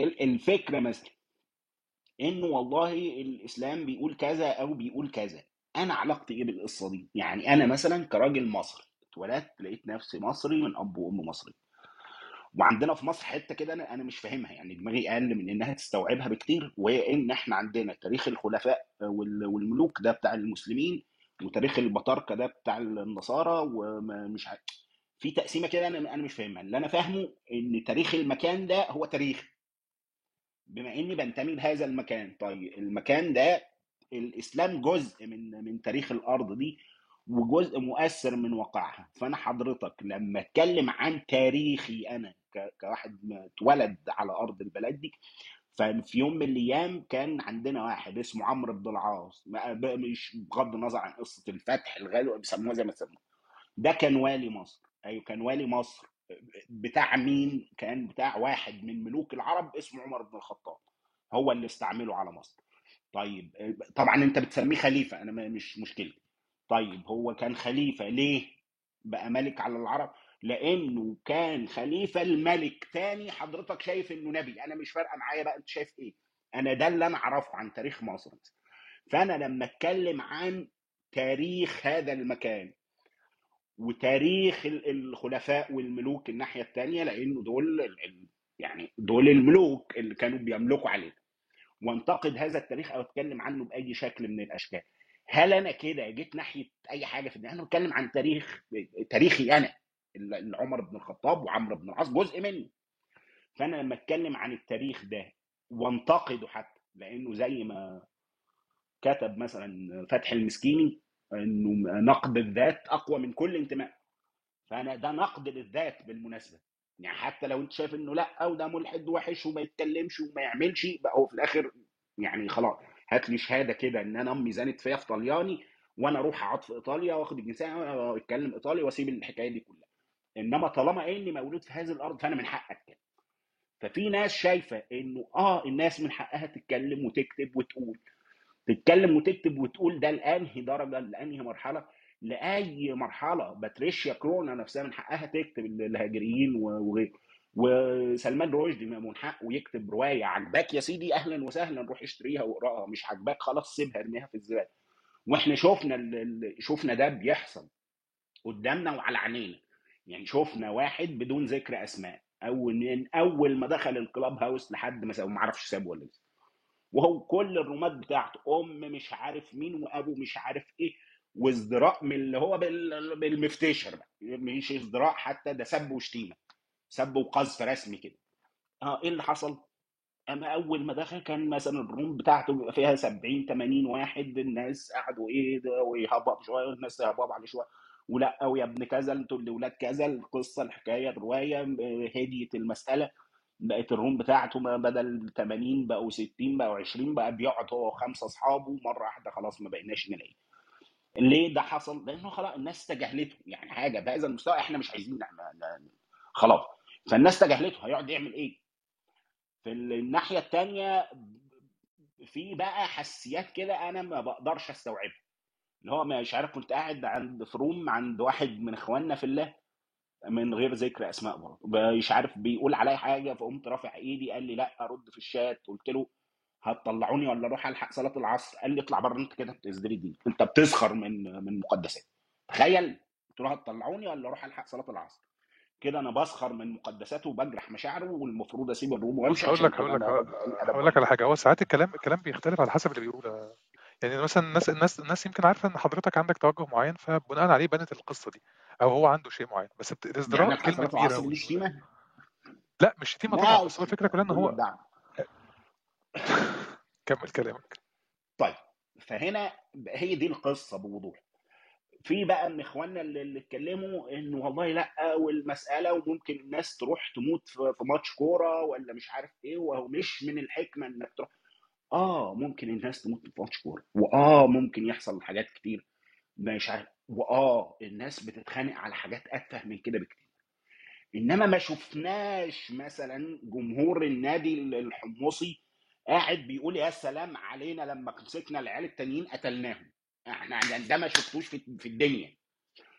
الفكره مثلا انه والله الاسلام بيقول كذا او بيقول كذا، انا علاقتي ايه بالقصه دي؟ يعني انا مثلا كراجل مصري اتولدت لقيت نفسي مصري من اب وام مصري، وعندنا في مصر حته كده انا مش فاهمها، يعني دماغي اقل من انها تستوعبها بكتير، وهي ان احنا عندنا تاريخ الخلفاء والملوك ده بتاع المسلمين، وتاريخ البطاركه ده بتاع النصارى، ومش عارف في تقسيمه كده انا مش فاهمها. اللي انا فاهمه ان تاريخ المكان ده هو تاريخ، بما اني بنتمي لهذا المكان. طيب المكان ده الاسلام جزء من تاريخ الارض دي، وجزء مؤثر من واقعها. فانا حضرتك لما اتكلم عن تاريخي انا كواحد اتولد على ارض البلد دي، ففي يوم من الايام كان عندنا واحد اسمه عمرو بن العاص، مش بغض النظر عن قصه الفتح الغالي بيسموها زي ما تسموها، ده كان والي مصر. ايوه كان والي مصر. بتاع مين؟ كان بتاع واحد من ملوك العرب اسمه عمر بن الخطاب، هو اللي استعمله على مصر. طيب طبعا انت بتسميه خليفه، انا مش مشكله. طيب هو كان خليفه ليه بقى ملك على العرب؟ لانه كان خليفه الملك تاني حضرتك شايف انه نبي. انا مش فارقه معايا بقى انت شايف ايه، انا ده اللي انا اعرفه عن تاريخ مصر. فانا لما اتكلم عن تاريخ هذا المكان وتاريخ الخلفاء والملوك الناحيه الثانيه، لانه دول يعني دول الملوك اللي كانوا بيملكوا عليه، وانتقد هذا التاريخ او اتكلم عنه باي شكل من الاشكال، هل انا كده جيت ناحيه اي حاجه في الدنيا؟ انا بتكلم عن تاريخي انا، اللي عمر بن الخطاب وعمرو بن العاص جزء منه. فانا لما اتكلم عن التاريخ ده وانتقده، حتى لانه زي ما كتب مثلا فتح المسكيني انه نقد الذات اقوى من كل انتماء، فانا ده نقد للذات بالمناسبه. يعني حتى لو انت شايف انه لا او ده ملحد وحش وما يتكلمش وما يعملش، بقى هو في الاخر يعني خلاص هات لي شهاده كده ان انا امي زانت فيا في طلياني وانا اروح اقعد في ايطاليا واخد الجنسيه واتكلم ايطالي واسيب الحكايه دي كلها. انما طالما اني مولود في هذه الارض فانا من حقي اتكلم. ففي ناس شايفه انه الناس من حقها تتكلم وتكتب وتقول، تتكلم وتكتب وتقول ده لانهي درجه، لانهي مرحله، لاي مرحله. باتريشيا كرونا نفسها من حقها تكتب الهاجريين وغيره، وسلمان رشدي من حقه يكتب روايه. عجباك يا سيدي اهلا وسهلا، روح اشتريها واقراها، مش عجباك خلاص سيبها ارميها في الزباله. واحنا شفنا ده بيحصل قدامنا وعلى عينينا. يعني شفنا واحد بدون ذكر اسماء، اول ما دخل الكلاب هاوس لحد ما اعرفش سابه ولا لسه، وهو كل الرومات بتاعته مش عارف مين وابو مش عارف ايه، وازدراء من اللي هو بالمفتشر بقى، مش ازدراء حتى، ده سب وشتيمه، سب وقذف رسمي كده. ايه اللي حصل؟ اما اول ما دخل كان مثلا الروم بتاعته بيبقى فيها 70 80 واحد، الناس قعدوا ايه ده ويهبط شويه والناس تهبط عليه شويه، ولا ويا ابن كذا انتوا اللي ولاد كذا، القصه الحكايه الروايه هديت المساله. بقت الروم بتاعته بدل 80 بقوا 60 بقوا 20، بقى بيقعد هو وخمسه اصحابه مره واحده خلاص ما بقيناش نلاقيه. ليه ده حصل؟ لانه خلاص الناس تجاهلته، يعني حاجه بهذا المستوى احنا مش عايزين خلاص. فالناس تجاهلته، هيقعد يعمل ايه؟ في الناحيه الثانيه في بقى حساسيات كده انا ما بقدرش استوعبها، اللي هو مش عارف، كنت قاعد في روم عند واحد من اخواننا في الله من غير ذكر اسماء برضه، مش عارف بيقول عليا حاجه، فقمت رافع ايدي قال لي لا ارد في الشات، قلت له هتطلعوني ولا اروح الحق صلاه العصر؟ قال لي اطلع بره انت كده بتزدري دي، انت بتسخر من مقدسات. تخيل، قلت له هتطلعوني ولا اروح الحق صلاه العصر؟ كده انا بسخر من مقدساته وبجرح مشاعره، والمفروض اسيب الروم بص وامشي هقول عشان لك انا راجل قليل ادب هقول لك على وحترم. حاجه. هو ساعات الكلام بيختلف على حسب اللي بيقوله. يعني مثلا الناس يمكن عارفه ان حضرتك عندك توجه معين، فبناء عليه بنت القصه دي، او هو عنده شيء معين. بس يعني الازدراء الحق كلمه صلاه كبيره العصر قوي. دي شتيمه؟ لا مش شتيمه طبعا، بس هو ماشي الفكره كلها ان كله هو بدعم. كمل كلامك. طيب فهنا هي دي القصه بوضوح. في بقى من اخواننا اللي اتكلموا انه والله لا والمساله وممكن الناس تروح تموت في ماتش كوره ولا مش عارف ايه، وهو مش من الحكمه انك تروح. ممكن الناس تموت في ماتش كوره، ممكن يحصل حاجات كتير مش عارف، الناس بتتخانق على حاجات اتفه من كده بكتير. انما ما شفناش مثلا جمهور النادي الحمصي قاعد بيقول يا سلام علينا لما مسكنا العيال التانيين قتلناهم. احنا ده ما شفتوش في الدنيا.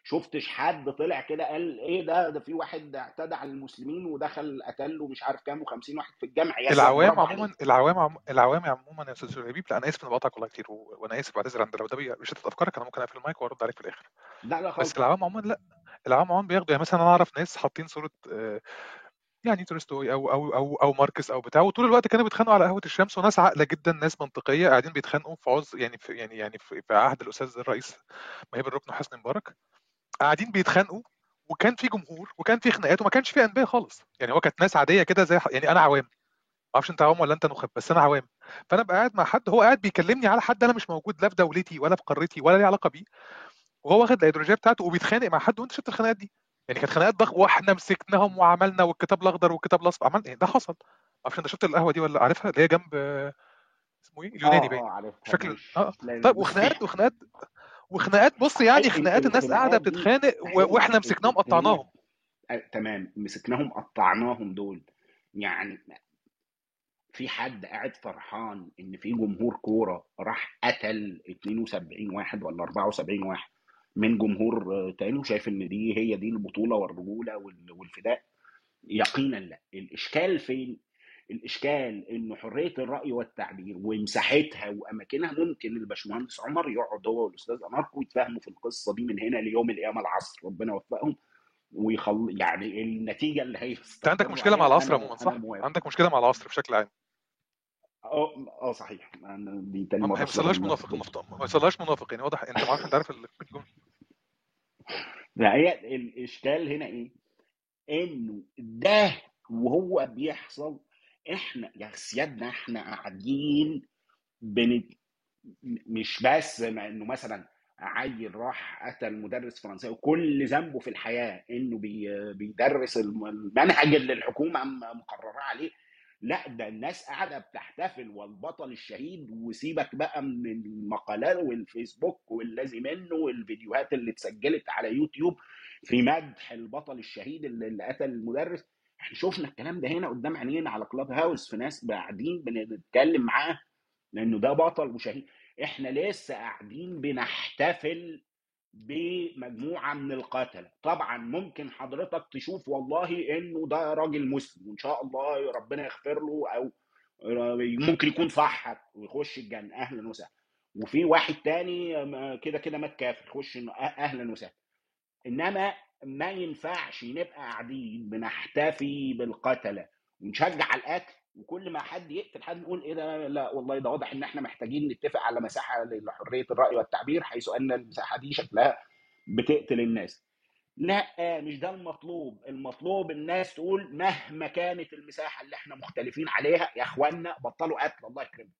شفتش حد طلع كده قال ايه ده في واحد اعتدى على المسلمين ودخل قتل له مش عارف كام و50 واحد في الجامع. يا سياد العوام برافو عليك. عموما العوام عموما يا استاذ شبيب، لا انا اسف اني بقطعك والله كتير، وانا اسف بعتذر عند لو ده بيشتت افكارك، انا ممكن اقفل المايك وارد عليك في الاخر. لا بس خالص. العوام عموما لا، العوام عموما بياخدوا، يعني مثلا انا اعرف ناس حاطين صوره يعني تولستوي او ماركس او بتاع، وطول الوقت كانوا بيتخانقوا على قهوه الشمس، وناس عاقله جدا، ناس منطقيه، قاعدين بيتخانقوا في عز في عهد الاستاذ الرئيس مهيب الركن وحسني مبارك، قاعدين بيتخانقوا، وكان في جمهور وكان في خناقات وما كانش في انبياء خالص، يعني هو كانت ناس عاديه كده زي يعني انا عوام، ما اعرفش انت عوام ولا انت نخب، بس انا عوام، فانا بقى قاعد مع حد هو قاعد بيكلمني على حد انا مش موجود لا في دولتي ولا في قارتي ولا ليه علاقه بيه، وهو واخد الايديولوجيه بتاعته وبيتخانق مع حد، وانت شفت الخناقات دي، يعني كانت خناقات ضخمه، واحنا مسكناهم وعملنا والكتاب الاخضر والكتاب الاصفر عملنا ايه، ده حصل. ما اعرفش انت شفت القهوه دي ولا عارفها، اللي هي جنب اسمه ايه اليوناني باين، مش عارفها فاكر ماشي. طيب بس وخناقات بص، يعني خناقات الناس قاعده الخناقات دي بتتخانق هنا واحنا مسكناهم قطعناهم. تمام، مسكناهم قطعناهم دول. يعني في حد قاعد فرحان ان في جمهور كوره راح قتل 72 واحد ولا 74 واحد من جمهور تاني، وشايف ان هي دي البطوله والرجوله والفداء؟ يقينا لا. الاشكال فين؟ الاشكال انه حريه الراي والتعبير ومساحتها واماكنها ممكن الباشمهندس عمر يقعد هو والاستاذ اناركو يتفاهموا في القصه دي من هنا ليوم القيامه العصر، ربنا يوفقهم يعني النتيجه اللي انت عندك هيستقروا مشكله مع عليها العصر عموما انا صح؟ موافق. عندك مشكله مع العصر بشكل عام. صحيح. دي تاني ما مره ما اطلبها يوصلهاش منك. منافق، ما يوصلهاش منافق، يعني واضح انت ما اعرفش، انت عارف الجمله. لا، هي الاشكال هنا ايه؟ انه ده وهو بيحصل احنا يا سيادنا احنا قاعدين مش بس انه مثلا عيل راح قتل مدرس فرنساوي وكل ذنبه في الحياه انه بيدرس المنهج اللي الحكومه مقرره عليه. لا، ده الناس قاعده بتحتفل والبطل الشهيد، وسيبك بقى من المقالات والفيسبوك والذي منه والفيديوهات اللي اتسجلت على يوتيوب في مدح البطل الشهيد اللي قتل المدرس. احنا شفنا الكلام ده هنا قدام عينينا على كلاب هاوس، في ناس قاعدين بنتكلم معاه لانه ده بطل وشهيد. احنا لسه قاعدين بنحتفل بمجموعه من القتله. طبعا ممكن حضرتك تشوف والله انه ده راجل مسلم وان شاء الله ربنا يغفر له، او ممكن يكون صح ويخش الجنه، اهلا وسهلا. وفي واحد تاني كده كده مات كافر، يخش اهلا وسهلا. انما ما ينفعش نبقى قاعدين بنحتفي بالقتله ونشجع القتل، وكل ما حد يقتل حد نقول ايه ده، لا والله ده واضح ان احنا محتاجين نتفق على مساحه لحريه الراي والتعبير، حيث ان المساحه دي شكلها بتقتل الناس. لا، مش ده المطلوب. المطلوب الناس تقول مهما كانت المساحه اللي احنا مختلفين عليها يا اخوانا بطلوا قتل الله يكرمكم.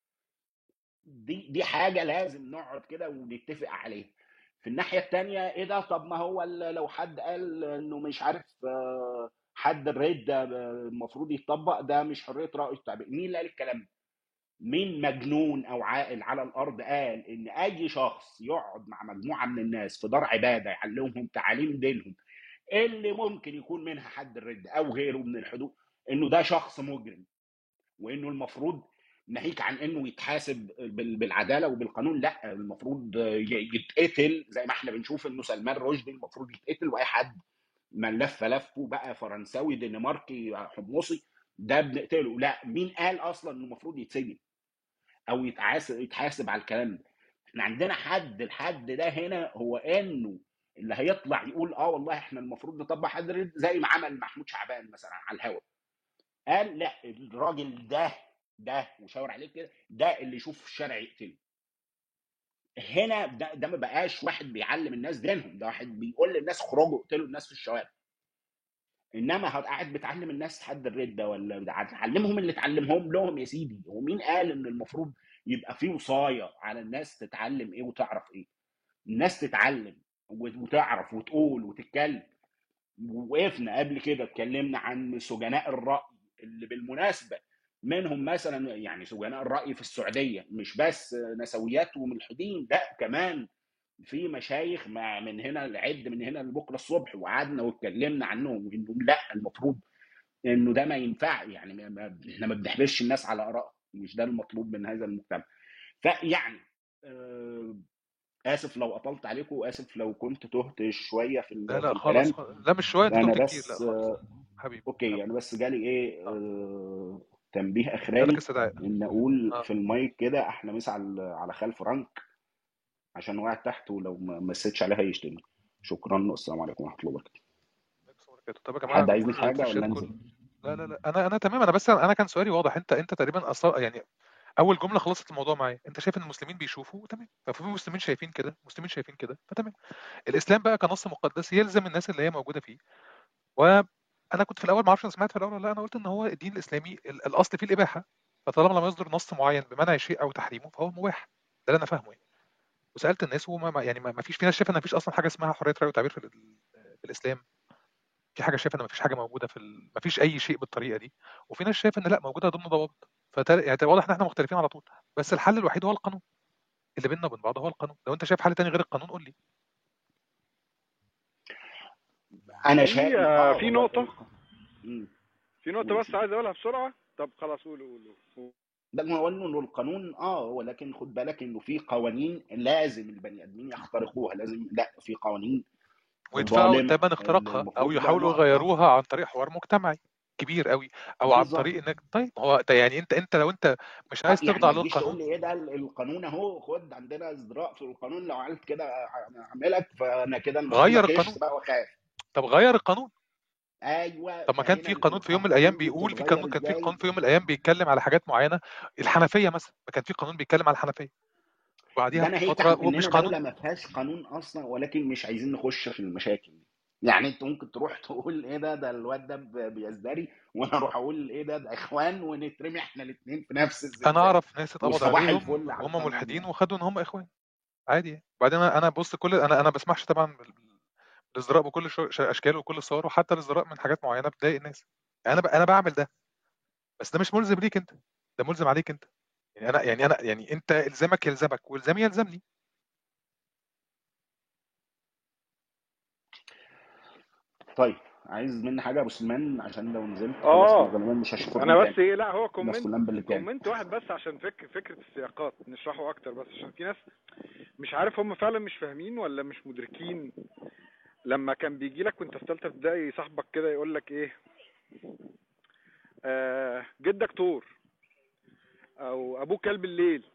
دي حاجه لازم نقعد كده ونتفق عليها. في الناحيه الثانيه ايه ده، طب ما هو لو حد قال انه مش عارف حد الريد ده المفروض يتطبق، ده مش حريه راي والتعبير. مين اللي قال الكلام ده؟ مين مجنون او عاقل على الارض قال ان اي شخص يقعد مع مجموعه من الناس في دار عباده يعلمهم تعاليم دينهم اللي ممكن يكون منها حد الرد او غيره من الحدود، انه ده شخص مجرم وانه المفروض ناهيك عن انه يتحاسب بالعداله وبالقانون، لا المفروض يتقتل زي ما احنا بنشوف انه سلمان رشدي المفروض يتقتل، واي حد من لف لفه بقى فرنساوي دنماركي حمصي ده بنقتله. لا، مين قال اصلا انه المفروض يتسجن او يتحاسب على الكلام ده؟ احنا عندنا الحد ده هنا هو انه اللي هيطلع يقول والله احنا المفروض نطبق حد الرد، زي ما عمل محمود شعبان مثلا على الهوا، قال لا الراجل ده وشاور عليه كده، ده اللي يشوف في الشارع يقتله. هنا ده ما بقاش واحد بيعلم الناس دينهم، ده واحد بيقول للناس اخرجوا اقتلوا الناس في الشوارع. انما قاعد بتعلم الناس حد الرده ولا تعلمهم اللي تعلمهم لهم يا سيدي. ومين قال ان المفروض يبقى في وصايه على الناس تتعلم ايه وتعرف ايه؟ الناس تتعلم وتعرف وتقول وتتكلم. وقفنا قبل كده اتكلمنا عن سجناء الرأي اللي بالمناسبة منهم مثلا يعني سجناء الرأي في السعودية مش بس نسويات وملحدين، لا كمان في مشايخ من هنا العد من هنا لبكره الصبح، وقعدنا واتكلمنا عنهم وانهم لا المفروض انه ده ما ينفع. يعني احنا ما بنحبسش الناس على آراء، مش ده المطلوب من هذا المجتمع. فيعني اسف لو قطلت عليكم، واسف لو كنت تهت شويه في لا في لا خالص الكلام. لا مش شويه، انت انا دمت كتير، لا بس خالص حبيبي. اوكي، انا بس جالي ايه تنبيه جالك اخراني استدعاء. ان اقول اه في المايك كده احلى مسا على خال فرانك، عشان وقعت تحت ولو ما مسيتش عليها يشتمني. شكرا، والسلام عليكم ورحمه الله وبركاته. طب يا جماعه حد عايزني في نقول في حاجه ولا الشات انزل؟ كله. لا لا لا انا تمام. انا بس انا كان سؤالي واضح. انت تقريبا يعني اول جمله خلصت الموضوع معايا. انت شايف ان المسلمين بيشوفوا تمام، ففي مسلمين شايفين كده، مسلمين شايفين كده، فتمام. الاسلام بقى كنص مقدس يلزم الناس اللي هي موجوده فيه. وانا كنت في الاول ما اعرفش، انا سمعت في الاول ولا لا، انا قلت ان هو الدين الاسلامي الاصل فيه الاباحه. فطالما لم يصدر نص معين بمنع شيء او تحريمه فهو مباح. ده اللي انا فاهمه يعني. وسالت الناس يعني ما فيش، في ناس شايفه ان ما فيش اصلا حاجه اسمها حريه راي وتعبير في الاسلام. في حاجه شايفه ان ما فيش حاجه موجوده ما فيش اي شيء بالطريقه دي. وفي ناس شايفه ان لا، موجوده ضمن ضوابط. يعني واضح ان احنا مختلفين على طول. بس الحل الوحيد هو القانون. اللي بيننا وبين بعض هو القانون. لو انت شايف حل تاني غير القانون قول لي. انا في شايف في هو نقطة مم. في نقطة قول يا بس سيدي. عايز اقولها بسرعة. طب خلاص قول. ده ما هو انه القانون ولكن خد بالك انه في قوانين لازم البني ادمين يخترقوها، لازم، لا، في قوانين ويدفعوا ظالمه ثمن اختراقها او المفروض لا يحاولوا نقف. يغيروها عن طريق حوار مجتمعي كبير قوي، او عن بالظبط. طريق انك طيب هو ده يعني انت لو انت مش عايز يعني تخضع ما تجيش تقول للقانون لي ايه ده القانون اهو، خد عندنا ازدراء في القانون، لو عملت كده هعملك، فانا كده المفروض غير اخش القانون. بقى واخاف. طب غير القانون. ايوه، طب ما كان فهنا في قانون في يوم من الايام القوانين بيقول، بتتغير كان في ازاي؟ قانون في يوم من الايام بيتكلم على حاجات معينه. الحنفيه مثلا، ما كان في قانون بيتكلم على الحنفيه وبعديها ده ناهيك بفتره عن ومش اننا قانون. دوله ما فيهاش قانون اصلا، ولكن مش عايزين نخش في المشاكل دي. يعني انت ممكن تروح تقول ايه ده الواد ده بيزدري، وانا اروح اقول ايه ده اخوان، ونترمي احنا الاثنين في نفس انا الزنزانه، اعرف ناس اتقبض وصباح عليهم الفل على وهم القانون ملحدين يعني. وخدوا ان هم اخوان عادي يعني. وبعدين انا بص، انا بسمحش طبعا الازدراء بكل اشكاله وكل صوره، وحتى الازدراء من حاجات معينه بتضايق الناس. انا بعمل ده. بس ده مش ملزم ليك انت، ده ملزم عليك انت. يعني انت الزامك يلزمك والزامي يلزمني. طيب، عايز مني حاجه يا ابو سليمان؟ عشان لو نزلت خلاص كده غالبا مش انا هشوفكم بس تاني. ايه، لا هو ده سلام باللي كان. كومنت واحد بس عشان فكرة السياقات نشرحه اكتر، بس عشان في ناس مش عارف هم فعلا مش فاهمين ولا مش مدركين. لما كان بيجي لك وانت في ثالثه ابتدائي صاحبك كده يقول لك ايه، جدك طور او ابوك كلب الليل،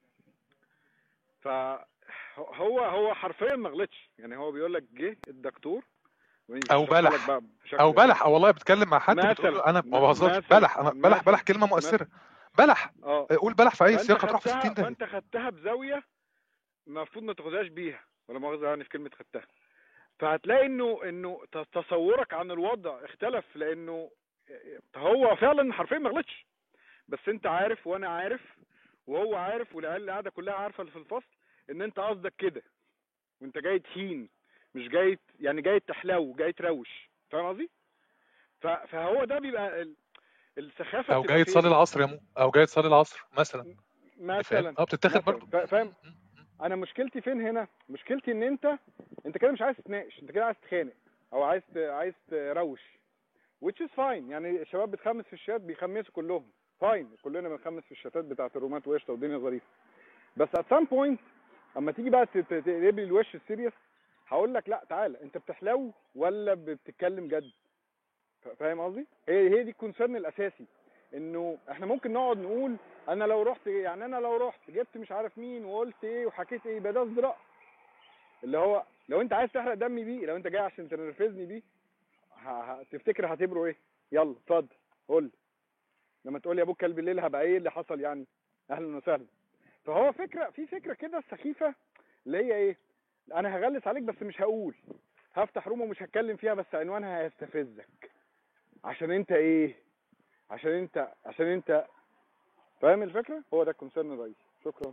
فهو حرفيا ما غلطش. يعني هو بيقول لك جه الدكتور او ويشرحها لك بلح بقى او بشكل بلح او والله بتكلم مع حد بتقول مثلا له انا ما بهزرش مثلا بلح. انا بلح مثلا كلمه مثلا مؤثره. بلح. اه قول بلح في اي فانت سياق هتروح في خدتها 60 داهيه. فانت خدتها بزاويه المفروض ما تاخدهاش بيها، ولا مؤاخذه يعني في كلمه خدتها. فهتلاقي انه تصورك عن الوضع اختلف، لانه هو فعلا حرفيا ما غلطش، بس انت عارف وانا عارف وهو عارف والعيال اللي قاعده كلها عارفه اللي في الفصل ان انت قصدك كده، وانت جاي تهين، مش جاي يعني جاي تحلو، جاي تروش. فاهم قصدي؟ فهو ده بيبقى السخافه او بتبقى جاي تصلي فين العصر يا مو، او جاي تصلي العصر مثلا. يعني فاهم، مثلا. بتتاخد برضه. فاهم. انا مشكلتي فين هنا؟ مشكلتي ان انت كده مش عايز تتناقش، انت كده عايز تخانق او عايز تروش، which is fine. يعني الشباب بتخمس في الشات بيخمسوا كلهم فاين، كلنا بنخمس في الشاتات بتاعت الرومات وقشطه والدنيا ظريفه. بس at some point اما تيجي بقى تقلب لي الوش السيريس، هقول لك لا تعالى، انت بتحلو ولا بتتكلم جد؟ فاهم قصدي؟ هي دي الكونسيرن الاساسي. انه احنا ممكن نقعد نقول انا لو رحت جبت مش عارف مين وقلت ايه وحكيت ايه، يبقى ده ازدراء. اللي هو لو انت عايز تحرق دمي بيه، لو انت جاي عشان تنرفزني بيه، تفتكر هعتبره ايه؟ يلا اتفضل قول. لما تقول لي ابوك كلب الليل هبقى ايه اللي حصل يعني؟ اهلا وسهلا. فهو فكره كده سخيفه، اللي هي ايه، انا هغلس عليك بس مش هقول، هفتح روم ومش هتكلم فيها، بس عنوانها هيستفزك عشان انت ايه، عشان انت فاهم الفكره. هو ده الكونسيرن الرئيسي. شكرا.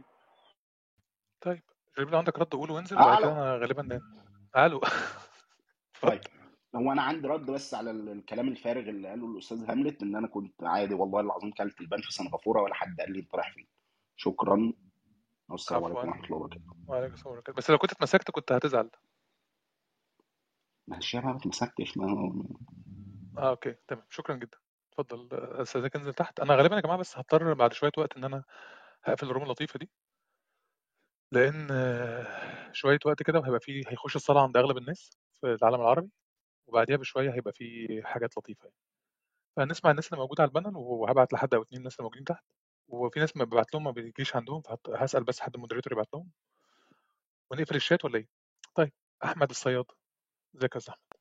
طيب جيب لي عندك رد قوله وانزل، وبعد كده الو. انا غالبا نام. الو. اتفضل. طيب، هو انا عندي رد بس على الكلام الفارغ اللي قاله الاستاذ هاملت، ان انا كنت عادي والله العظيم كلت البان في سنغافوره ولا حد قال لي انت رايح فين. شكرا، والسلام عليكم عفوا. ورحمه الله وبركاته. وعليكم السلام ورحمة الله. بس لو كنت اتمسكت كنت هتزعل. ماشي، انا ما اتمسكتش. اوكي تمام، شكرا جدا. اتفضل استاذك انزل تحت. انا غالبا يا جماعه بس هضطر بعد شويه وقت ان انا هقفل الروم اللطيفه دي. لان شويه وقت كده وهيبقى فيه هيخش الصلاه عند اغلب الناس في العالم العربي، وبعديها بشويه هيبقى فيه حاجات لطيفه يعني. فهنسمع الناس اللي موجوده على البانل، وهبعت لحد او اتنين الناس اللي موجودين تحت، وفي ناس ما ببعت لهم ما بيجيش عندهم، فهسال بس حد مودريتور يبعت لهم، ونقفل الشات ولا ايه؟ طيب، احمد الصياد، ازيك يا أستاذ احمد؟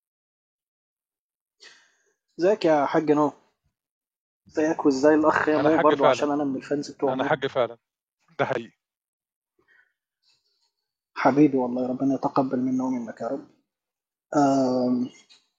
ازيك يا حاج نو؟ ازيك وازاي الاخ انا مو حاج برضو فعلا، عشان انا من الفانز بتوع انا مو. حاج فعلا، ده حقيقي. حبيبي والله ربنا يتقبل منا ومنك يا رب. آم،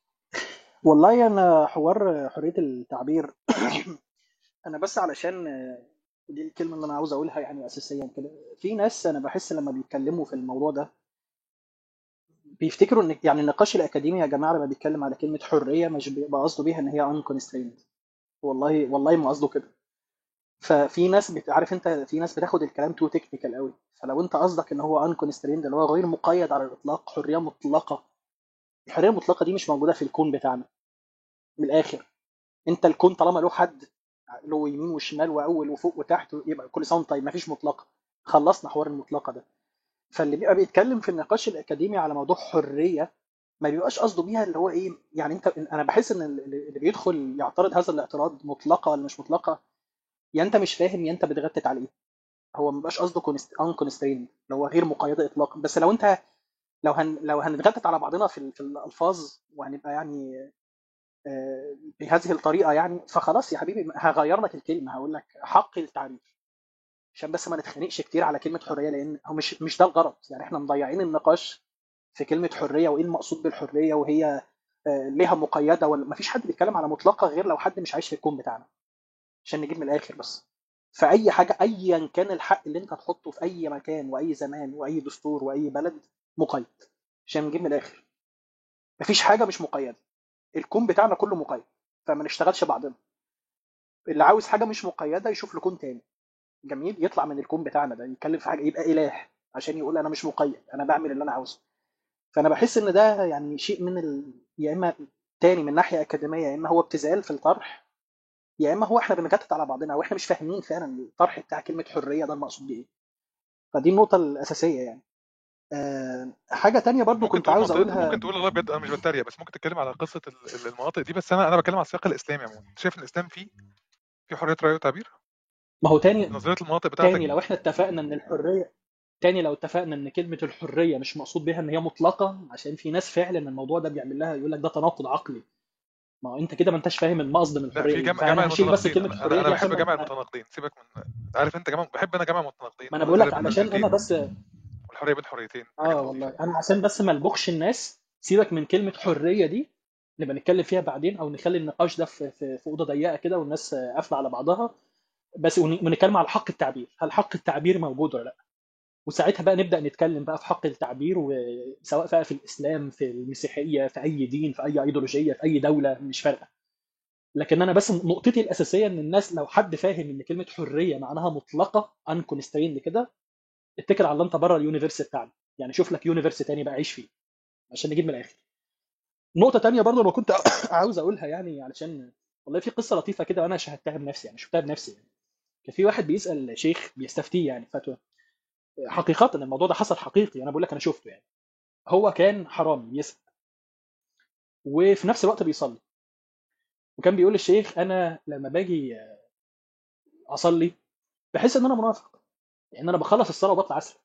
والله انا حوار حرية التعبير انا بس علشان دي الكلمة اللي انا عاوز اقولها يعني اساسيا كده. في ناس انا بحس لما بيتكلموا في الموضوع ده بيفتكروا ان يعني النقاش الاكاديمي يا جماعة لما بيتكلم على كلمة حرية مش بيبقى قصده بيها ان هي unconstrained. والله ما قصده كده. ففي ناس عارف انت في ناس بتاخد الكلام تو تكنيكال قوي. فلو انت قصدك ان هو انكونستريند اللي هو غير مقيد على الاطلاق حريه مطلقه، الحريه المطلقه دي مش موجوده في الكون بتاعنا. من الاخر انت الكون طالما له حد، له يمين وشمال واول وفوق وتحت، يبقى كل سنه وانت طيب مفيش مطلقه. خلصنا حوار المطلقه ده. فاللي بيبقى بيتكلم في النقاش الاكاديمي على موضوع حريه ما بيبقاش قصده بيها اللي هو ايه يعني. انا بحس ان اللي بيدخل يعترض هذا الاعتراض مطلقه ولا مش مطلقه، يا انت مش فاهم يا انت بتغتت عليه. هو ما بيبقاش قصده ان كونسترين اللي هو غير مقيده اطلاقا. بس لو انت لو هنتغتت على بعضنا في الالفاظ وهنبقى يعني بهذه الطريقه يعني، فخلاص يا حبيبي هغير لك الكلمه هقول لك حق التعبير عشان بس ما نتخانقش كتير على كلمه حريه، لان هو مش ده الغرض. يعني احنا مضيعين النقاش في كلمه حريه وايه المقصود بالحريه، وهي ليها مقيده ولا ما فيش. حد بيتكلم على مطلقه غير لو حد مش عايش في الكون بتاعنا، عشان نجيب من الاخر بس. فاي حاجه ايا كان الحق اللي انت تحطه في اي مكان واي زمان واي دستور واي بلد مقيد. عشان نجيب من الاخر مفيش حاجه مش مقيده. الكون بتاعنا كله مقيد، فما نشتغلش بعضنا. اللي عاوز حاجه مش مقيده يشوف له كون تاني جميل، يطلع من الكون بتاعنا ده يتكلم في حاجه يبقى اله عشان يقول انا مش مقيد انا بعمل اللي انا عاوزه. فانا بحس ان ده يعني شيء من يا اما تاني من ناحيه اكاديميه، يا اما هو ابتذال في الطرح، يا اما هو احنا بنجتت على بعضنا واحنا مش فاهمين فعلا الطرح بتاع كلمه حريه ده المقصود بيه ايه. فدي النقطه الاساسيه يعني. حاجه تانية برضو ممكن كنت تقول عاوز منطقة، اقولها. ممكن تقول والله بجد انا مش بتريق، بس ممكن تتكلم على قصة المناطق دي. بس انا بتكلم على السياق الاسلامي عموما. انت شايف ان الاسلام فيه حرية رأي وتعبير؟ ما هو تاني نظرية المناطق بتاعتك لو دي؟ احنا اتفقنا ان الحريه، تاني لو اتفقنا ان كلمه الحريه مش مقصود بيها ان هي مطلقه، عشان في ناس فعلا الموضوع ده بيعمل لها يقول لك ده تناقض عقلي. ما هو انت كده ما انتش فاهم المقصد من لا، الحريه في ايه. جمع فانا هشيل بس المتناقضين. كلمه انا الحريه انا دي عشان بحب جمع المتناقضين. سيبك من، عارف انت بحب انا جمع المتناقضين. ما انا بقول الفرق لك بين علشان انا نظريتين بس. والحرية بين حريتين، حاجات لطيفة والله يعني. انا عشان بس ما البخش الناس. سيبك من كلمه حريه دي، نبقى نتكلم فيها بعدين او نخلي النقاش ده في اوضه ضيقه كده والناس قافله على بعضها. بس ونتكلم على حق التعبير، هل حق التعبير موجود ولا لا. وساعتها بقى نبدا نتكلم بقى في حق التعبير، وسواء بقى في الاسلام في المسيحيه في اي دين في اي ايديولوجيه في اي دوله مش فارقه. لكن انا بس نقطتي الاساسيه ان الناس لو حد فاهم ان كلمه حريه معناها مطلقه انكونستريند كده، اتكل على الله انت بره اليونيفرس بتاعنا. يعني شوف لك يونيفرس تاني بقى عيش فيه عشان نجيب من الاخر. نقطه تانية برضه لو كنت عاوز اقولها يعني علشان والله في قصه لطيفه كده وانا شاهدتها بنفسي يعني شفتها بنفسي يعني. كان في واحد بيسال شيخ بيستفتيه يعني فتوى. حقيقه الموضوع ده حصل حقيقي انا بقول لك انا شفته يعني. هو كان حرامي بيسرق وفي نفس الوقت بيصلي. وكان بيقول للشيخ انا لما باجي اصلي بحس ان انا منافق، لان انا بخلص الصلاه وبطلع اسرق.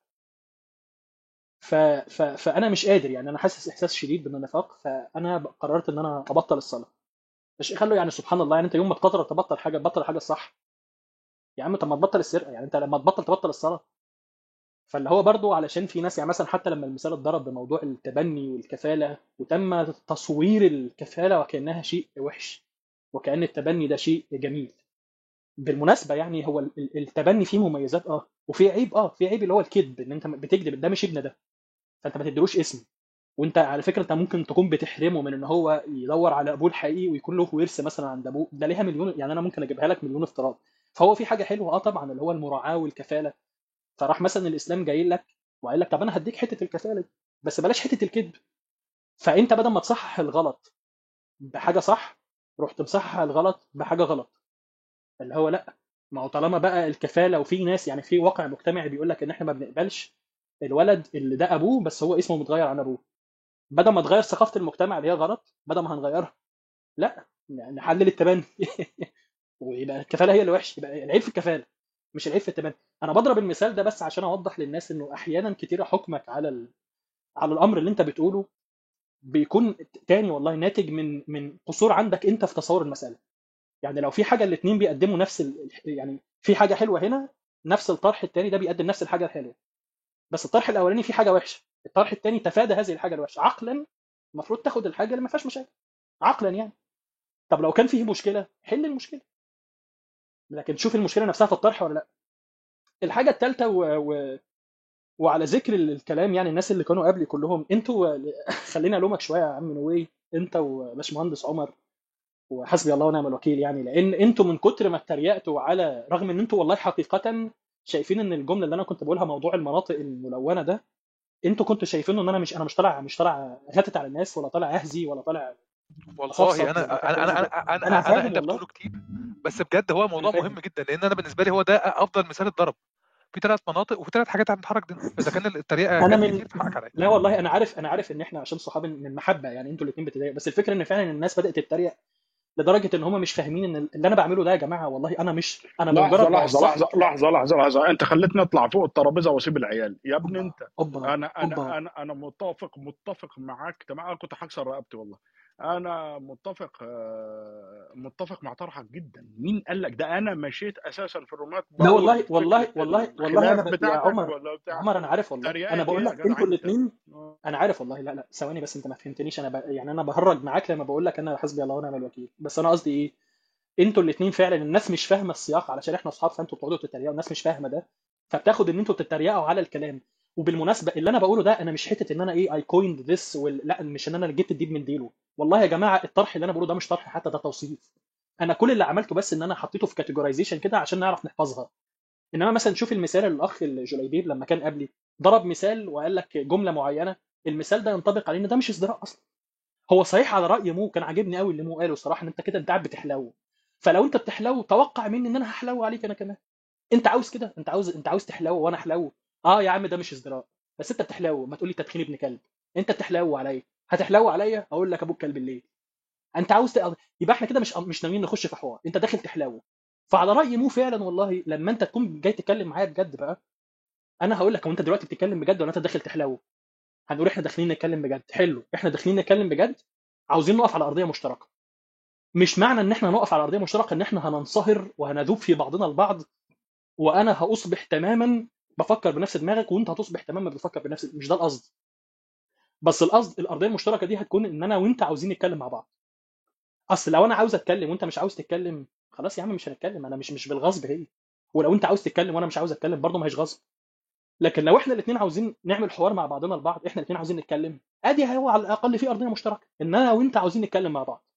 فانا مش قادر يعني انا حاسس احساس شديد بالنفاق، فانا قررت ان انا ابطل الصلاه. الشيخ قال له يعني سبحان الله يعني انت يوم ما تقرر تبطل حاجه تبطل حاجه الصح. يا عم طب ما تبطل السرقه يعني انت لما تبطل الصلاه. فاللي هو برضو علشان في ناس يعني مثلا حتى لما المثال اتضرب بموضوع التبني والكفاله وتم تصوير الكفاله وكانها شيء وحش وكأن التبني ده شيء جميل. بالمناسبه يعني هو التبني فيه مميزات وفيه عيب في عيب اللي هو الكذب ان انت بتكذب ده مش ابن ده، فانت ما تديلوش اسم. وانت على فكره انت ممكن تكون بتحرمه من ان هو يدور على ابوه الحقيقي ويكون له ورث مثلا عند ابوه ده ليها مليون يعني انا ممكن اجيبها لك مليون افتراض. فهو في حاجه حلوه طبعا اللي هو المراعاه والكفاله. فراح مثلا الاسلام جاي لك وقال لك طب انا هديك حته الكفاله دي بس بلاش حته الكذب. فانت بدل ما تصحح الغلط بحاجه صح رحت مصحح الغلط بحاجه غلط. اللي هو لا، ما هو طالما بقى الكفاله، وفي ناس يعني في واقع مجتمعي بيقول لك ان احنا ما بنقبلش الولد اللي ده ابوه بس هو اسمه متغير عن ابوه، بدل ما تغير ثقافه المجتمع اللي هي غلط، بدل ما هنغيرها لا نحلل التبني ويبقى الكفاله هي اللي وحش، يبقى العيب في الكفاله مش العيب في التبني. انا بضرب المثال ده بس عشان اوضح للناس انه احيانا كتيره حكمك على على الامر اللي انت بتقوله بيكون تاني والله ناتج من قصور عندك انت في تصور المساله. يعني لو في حاجه الاثنين بيقدموا نفس يعني في حاجه حلوه هنا، نفس الطرح الثاني ده بيقدم نفس الحاجه الحلوه، بس الطرح الاولاني فيه حاجه وحشه، الطرح الثاني تفادى هذه الحاجه الوحشه. عقلا المفروض تاخد الحاجه اللي ما فيهاش مشاكل عقلا يعني. طب لو كان فيه مشكله حل المشكله، لكن شوف المشكله نفسها في الطرح ولا لا. الحاجه الثالثه وعلى ذكر الكلام يعني الناس اللي كانوا قبلي كلهم انتوا خلينا الومك شويه يا عم نوي، انت وباشمهندس عمر وحسبي الله ونعم الوكيل، يعني لان انتوا من كتر ما اتريقتوا على، رغم ان انتوا والله حقيقه شايفين ان الجمله اللي انا كنت بقولها موضوع المناطق الملونه ده، انتوا كنتوا شايفينه ان انا مش طالع غتت على الناس ولا طالع اهزي ولا طالع والله افصفص انا ولا انا كلام زي انا كده. انا انا انا فاهم انت والله، بتقوله كتير، بس بجد هو انا موضوع فاهم. مهم جدا، لان انا بالنسبه لي هو ده افضل مثال اتضرب في 3 مناطق وفي 3 حاجات هنتحرك دي، فاذا كان الطريقه انا كانت من كتير فحقك عليا. لا والله انا عارف ان احنا عشان صحاب من محبه يعني انتوا الاثنين بتتضايقوا، بس الفكره ان فعلا الناس بدات تتريق لدرجه ان هم مش فاهمين ان اللي انا بعمله ده يا جماعه والله انا لحظه بمجرد لحظه بوضح لحظه لك. لحظه لحظه لحظه، انت خليتني اطلع فوق الترابيزه واسيب العيال يا ابني اوبا انت. اوبا اوبا. انا متفق معاك تمام. انا كنت هكسر رقبتي والله. انا متفق مع طرحك جدا. مين قال لك ده؟ انا مشيت اساسا في الرومات لا بقول والله فكره والله الخلاف يا بتاعتك عمر، ولا بتاع. عمر انا عارف والله، انا تريقات ايه بقول يا لك جدع انتوا انت؟ الاثنين. انا عارف والله، لا ثواني بس انت ما فهمتنيش، يعني انا بهرج معاك لما بقول لك انا حسبي الله ونعم الوكيل، بس انا قصدي ايه، انتوا الاثنين فعلا الناس مش فاهمه السياق علشان احنا اصحاب، فانتوا بتقعدوا تتريقوا، الناس مش فاهمه ده، فبتاخد ان انتوا تتريقوا على الكلام. وبالمناسبه اللي انا بقوله ده انا مش حته ان انا ايه اي كويند ذس، لا مش ان انا جبت الديب من ديله، والله يا جماعه الطرح اللي انا بقوله ده مش طرح حتى، ده توصيف. انا كل اللي عملته بس ان انا حطيته في كاتيجورايزيشن كده عشان نعرف نحفظها. انما مثلا شوف المثال اللي الاخ الجليبيب لما كان قبلي ضرب مثال وقال لك جمله معينه، المثال ده ينطبق عليه ان ده مش ازدراء اصلا. هو صحيح على راي مو، كان عاجبني قوي اللي مو قاله صراحه، ان انت كده انت قاعد بتحلو، فلو انت بتحلو توقع مني ان انا هحلو عليك انا كمان. انت عاوز كده، انت عاوز تحلو وانا احلو. اه يا عم ده مش ازدراء، بس انت بتحلو، ما تقول لي تدخين ابن كلب. انت بتحلو عليا، هتحلو عليا اقول لك ابوك كلب الليل. انت عاوز يبقى احنا كده مش ناويين نخش في حوار، انت داخل تحلو. فعلى راي مو فعلا والله لما انت تكون جاي تتكلم معايا بجد بقى، انا هقول لك هو انت دلوقتي بتتكلم بجد ولا انت داخل تحلو؟ هنقول احنا داخلين نتكلم بجد، حلو احنا داخلين نتكلم بجد، عاوزين نقف على ارضيه مشتركه. مش معنى ان احنا نقف على ارضيه مشتركه ان احنا هننصهر وهنذوب في بعضنا البعض، وانا هاصبح تماما بفكر بنفس دماغك وانت هتصبح تماما بتفكر بنفس، مش ده القصد. بس القصد الارضيه المشتركه دي هتكون ان انا وانت عاوزين نتكلم مع بعض. اصل لو انا عاوز اتكلم وانت مش عاوز تتكلم، خلاص يا عم مش هنتكلم، انا مش بالغصب هي. ولو انت عاوز تتكلم وانا مش عاوز اتكلم برضه ما هيش غصب. لكن لو احنا الاثنين عاوزين نعمل حوار مع بعضنا البعض، احنا الاثنين عاوزين نتكلم، ادي هو على الاقل في ارضيه مشتركه ان انا وانت عاوزين نتكلم مع بعض.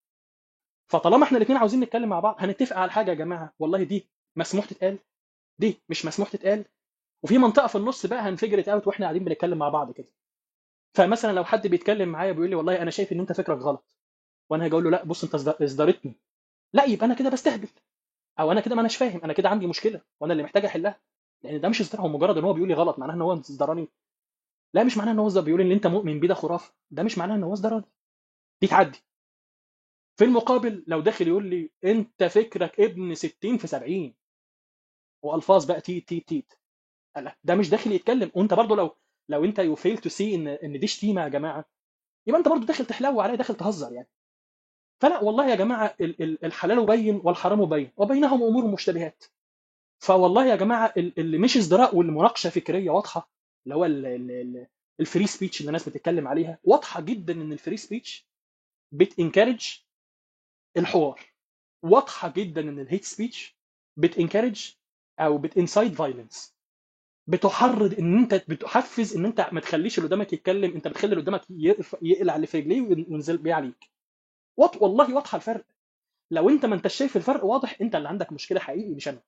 فطالما احنا الاثنين عاوزين نتكلم مع بعض هنتفق على حاجه يا جماعه، والله دي مسموح تتقال، دي مش مسموح تتقال، وفي منطقه في النص بقى هنفجر اوت واحنا قاعدين بنتكلم مع بعض كده. فمثلا لو حد بيتكلم معايا بيقول لي والله انا شايف ان انت فكرك غلط، وانا هاجي اقول له لا بص انت اصدرتني، لا يبقى انا كده بستهبل، او انا كده ما اناش فاهم، انا كده عندي مشكله وانا اللي محتاج احلها. لان ده مش اصدار، هو مجرد ان هو بيقول لي غلط معناه ان هو اصدراني؟ لا مش معناه ان هو بيقول ان انت مؤمن بيه ده خرافه، ده مش معناه ان هو اصدراني، دي تعدي. في المقابل لو داخل يقول لي انت فكرك ابن 60 في 70 والفاظ بقى تيت تيت تيت، لا ده مش داخل يتكلم، وانت برضو لو انت يو فيل تو سي ان دي شتيمه يا جماعه، يبقى انت برضو داخل تحلو عليا، داخل تهزر يعني. فلا والله يا جماعه الحلال بين والحرام بين وبينهم امور مشتبهات. فوالله يا جماعه اللي مش ازدراء واللي مناقشه فكريه واضحه، اللي هو الفري سبيتش اللي الناس بتتكلم عليها، واضحه جدا ان الفري سبيتش بتنكرج الحوار، واضحه جدا ان الهيت سبيتش بتنكرج او بتنسايد فايلنس، بتحرض ان انت بتحفز ان انت ما تخليش اللي قدامك يتكلم، انت بتخلي اللي قدامك يقلع اللي في رجليه وينزل بيه عليك. والله واضحه الفرق. لو انت ما انتش شايف الفرق واضح، انت اللي عندك مشكله حقيقي مش انا.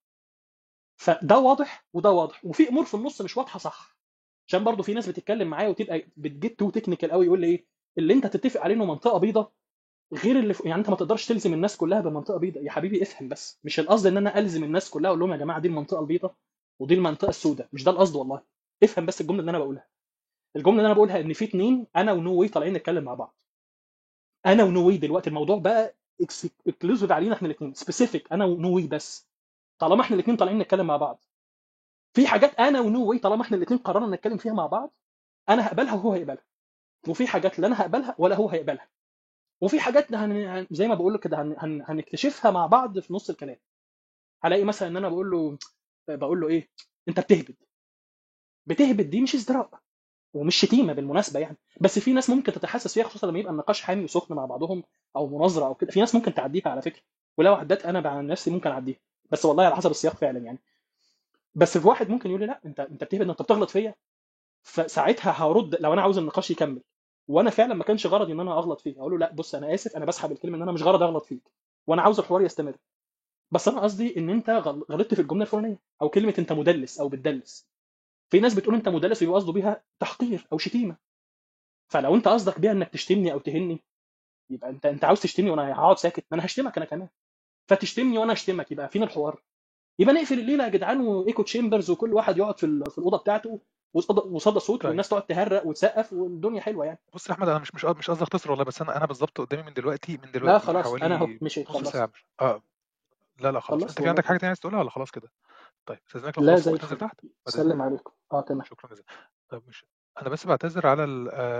فده واضح وده واضح، وفي امور في النص مش واضحه صح، عشان برضو في ناس بتتكلم معايا وتبقى بتجيت تو تكنيكال قوي، يقول لي ايه اللي انت تتفق عليه انه منطقه بيضاء، غير اللي يعني انت ما تقدرش تلزم الناس كلها بمنطقه بيضاء يا حبيبي، افهم بس. مش القصد ان انا الزم الناس كلها اقول لهم يا جماعه دي المنطقه البيضاء ودي المنطقه السوداء، مش ده القصد والله. افهم بس الجمله اللي انا بقولها. الجمله اللي انا بقولها ان في اتنين انا ونو واي طالعين نتكلم مع بعض. انا ونو واي دلوقتي الموضوع بقى اكلوزيف علينا احنا الاثنين، سبيسيفيك انا ونو واي بس. طالما احنا الاثنين طالعين نتكلم مع بعض في حاجات انا ونو واي طالما احنا الاثنين قررنا نتكلم فيها مع بعض، انا هقبلها وهو هيقبلها. وفي حاجات لا انا هقبلها ولا هو هيقبلها. وفي حاجات زي ما بقول له كده هنكتشفها مع بعض في نص الكلام. هلاقي مثلا ان انا بقول له ايه، انت بتهبد دي مش ازدراء ومش شتيمه بالمناسبه يعني، بس في ناس ممكن تتحسس فيها خصوصا لما يبقى النقاش حامي وسخن مع بعضهم او مناظره او كده. في ناس ممكن تعديها على فكره، ولو عدت انا عن نفسي ممكن اعديها، بس والله على حسب السياق فعلا يعني. بس في واحد ممكن يقول لي لا انت بتهبد، انت بتغلط فيا. فساعتها هرد لو انا عاوز النقاش يكمل وانا فعلا ما كانش غرضي ان انا اغلط فيه، اقول له لا بص انا اسف، انا بسحب الكلمه ان انا مش غرض اغلط فيك وانا عاوز الحوار يستمر. بس انا قصدي ان انت غلطت في الجمله الفلانيه، او كلمه انت مدلس او بتدلس. في ناس بتقول انت مدلس ويبقى قصده بيها تحقير او شتيمه. فلو انت قصدك بيها انك تشتمني او تهني، يبقى انت عاوز تشتمني وانا هقعد ساكت، ما انا هشتمك انا كمان. فتشتمني وانا اشتمك، يبقى فين الحوار؟ يبقى نقفل الليله يا جدعان وايكو تشامبرز وكل واحد يقعد في الاوضه بتاعته وصدى صوت طيب والناس تقعد تهرق وتسقف والدنيا حلوه يعني. بص يا احمد، انا مش قصدي اختصر والله، بس انا بالظبط قدامي من دلوقتي لا خلاص انا اهو حوالي مشي، نص ساعه. خلصت لا خلاص، خلصت انت في والله عندك حاجه خلاص. تانية عايز تقولها ولا خلاص كده؟ طيب استاذنك لو لا خلاص زي ممكن تنزل الفل. تحت بعد سلم اذنك. عليكم. تمام. شكرا جزيلا. طب مش انا بس بعتذر على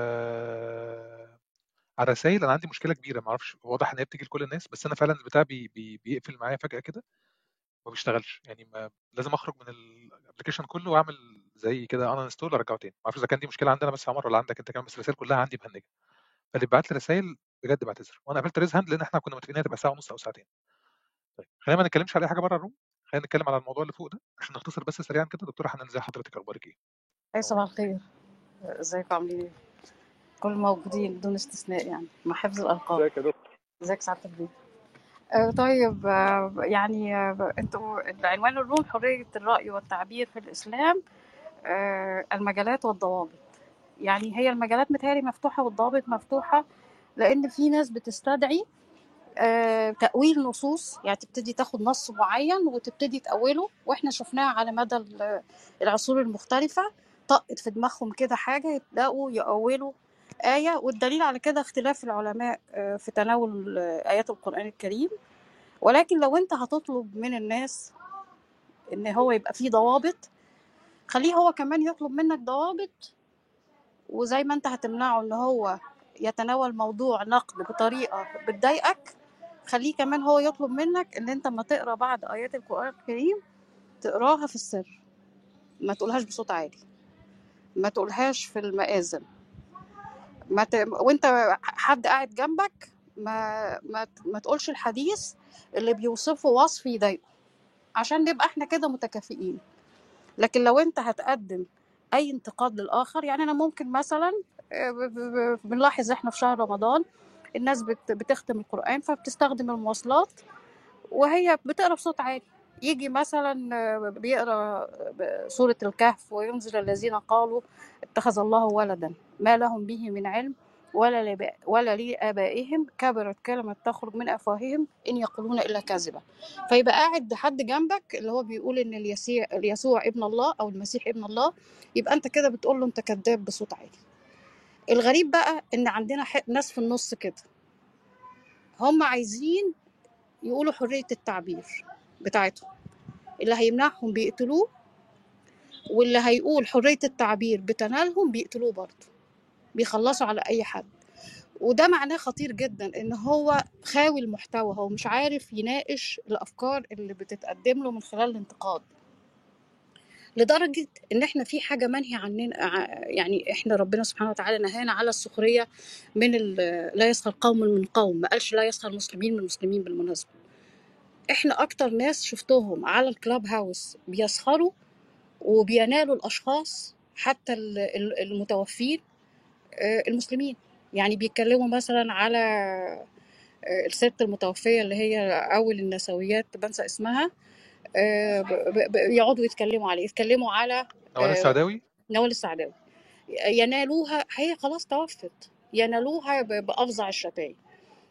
على الرسايل. انا عندي مشكله كبيره، ما اعرفش، واضح ان هي بتيجي لكل الناس، بس انا فعلا البتاع بيقفل معايا فجاه كده، ما بيشتغلش يعني. لازم اخرج من الابلكيشن كله واعمل زي كده انا انستول وارجعه تاني. ما اعرفش اذا كان دي مشكله عندنا بس يا عمر ولا عندك انت كمان، بس الرسائل كلها عندي مهنجه. فاللي بعت لي رسائل بجد بعتذر، وانا قفلت ريز هاند لان احنا كنا متفقين هتبقى ساعه ونص او ساعتين. طيب خلينا ما نتكلمش على اي حاجه بره الروم، خلينا نتكلم على الموضوع اللي فوق ده عشان نختصر بس سريعا كده. دكتوره حنان، ازي حضرتك؟ اخبارك ايه؟ أي صباح الخير. ازيكم عاملين ايه؟ كل الموجودين بدون استثناء يعني مع حفظ الألقاب. ازيك يا دكتور؟ ازيك سعادة البيه؟ طيب يعني انتوا العنوان الروم حرية الرأي والتعبير في الإسلام، المجالات والضوابط. يعني هي المجالات متهيألي مفتوحة والضوابط مفتوحة، لأن في ناس بتستدعي تأويل نصوص، يعني تبتدي تاخد نص معين وتبتدي تأوله، واحنا شفناها على مدى العصور المختلفة. طقت في دماغهم كده حاجة يبدأوا يأولوا آية، والدليل على كده اختلاف العلماء في تناول آيات القرآن الكريم. ولكن لو انت هتطلب من الناس ان هو يبقى فيه ضوابط، خليه هو كمان يطلب منك ضوابط. وزي ما انت هتمنعه ان هو يتناول موضوع نقد بطريقة بتضايقك، خليه كمان هو يطلب منك ان انت ما تقرا بعض ايات القرآن الكريم تقراها في السر، ما تقولهاش بصوت عالي، ما تقولهاش في المآذن، وانت حد قاعد جنبك ما تقولش الحديث اللي بيوصفه وصف يضايقه، عشان نبقى احنا كده متكافئين. لكن لو انت هتقدم اي انتقاد للاخر، يعني انا ممكن مثلا بنلاحظ احنا في شهر رمضان الناس بتختم القرآن فبتستخدم المواصلات وهي بتقرا بصوت عالي. يجي مثلا بيقرا سورة الكهف، وينذر الذين قالوا اتخذ الله ولدا ما لهم به من علم ولا لآبائهم كبرت كلمة تخرج من أفواههم إن يقولون إلا كذبا. فيبقى قاعد حد جنبك اللي هو بيقول إن يسوع ابن الله أو المسيح ابن الله، يبقى أنت كده بتقول له أنت كذاب بصوت عالي. الغريب بقى إن عندنا ناس في النص كده، هم عايزين يقولوا حرية التعبير بتاعتهم، اللي هيمنعهم بيقتلوه، واللي هيقول حرية التعبير بتنالهم بيقتلوه برضه، بيخلصوا على أي حد. وده معناه خطير جدا، إن هو خاوي المحتوى، هو مش عارف يناقش الأفكار اللي بتتقدم له من خلال الانتقاد، لدرجة إن إحنا في حاجة منهي عننا. يعني إحنا ربنا سبحانه وتعالى نهانا على السخرية من لا يسخر قوم من قوم، ما قالش لا يسخر مسلمين من مسلمين. بالمناسبة إحنا أكتر ناس شفتهم على الكلاب هاوس بيسخروا وبينالوا الأشخاص حتى المتوفين المسلمين. يعني بيتكلموا مثلا على الست المتوفية اللي هي أول النسويات بنسى اسمها، يقعدوا يتكلموا على نوال السعداوي. نوال السعداوي، ينالوها، هي خلاص توفت، ينالوها بأفظع الشتائم.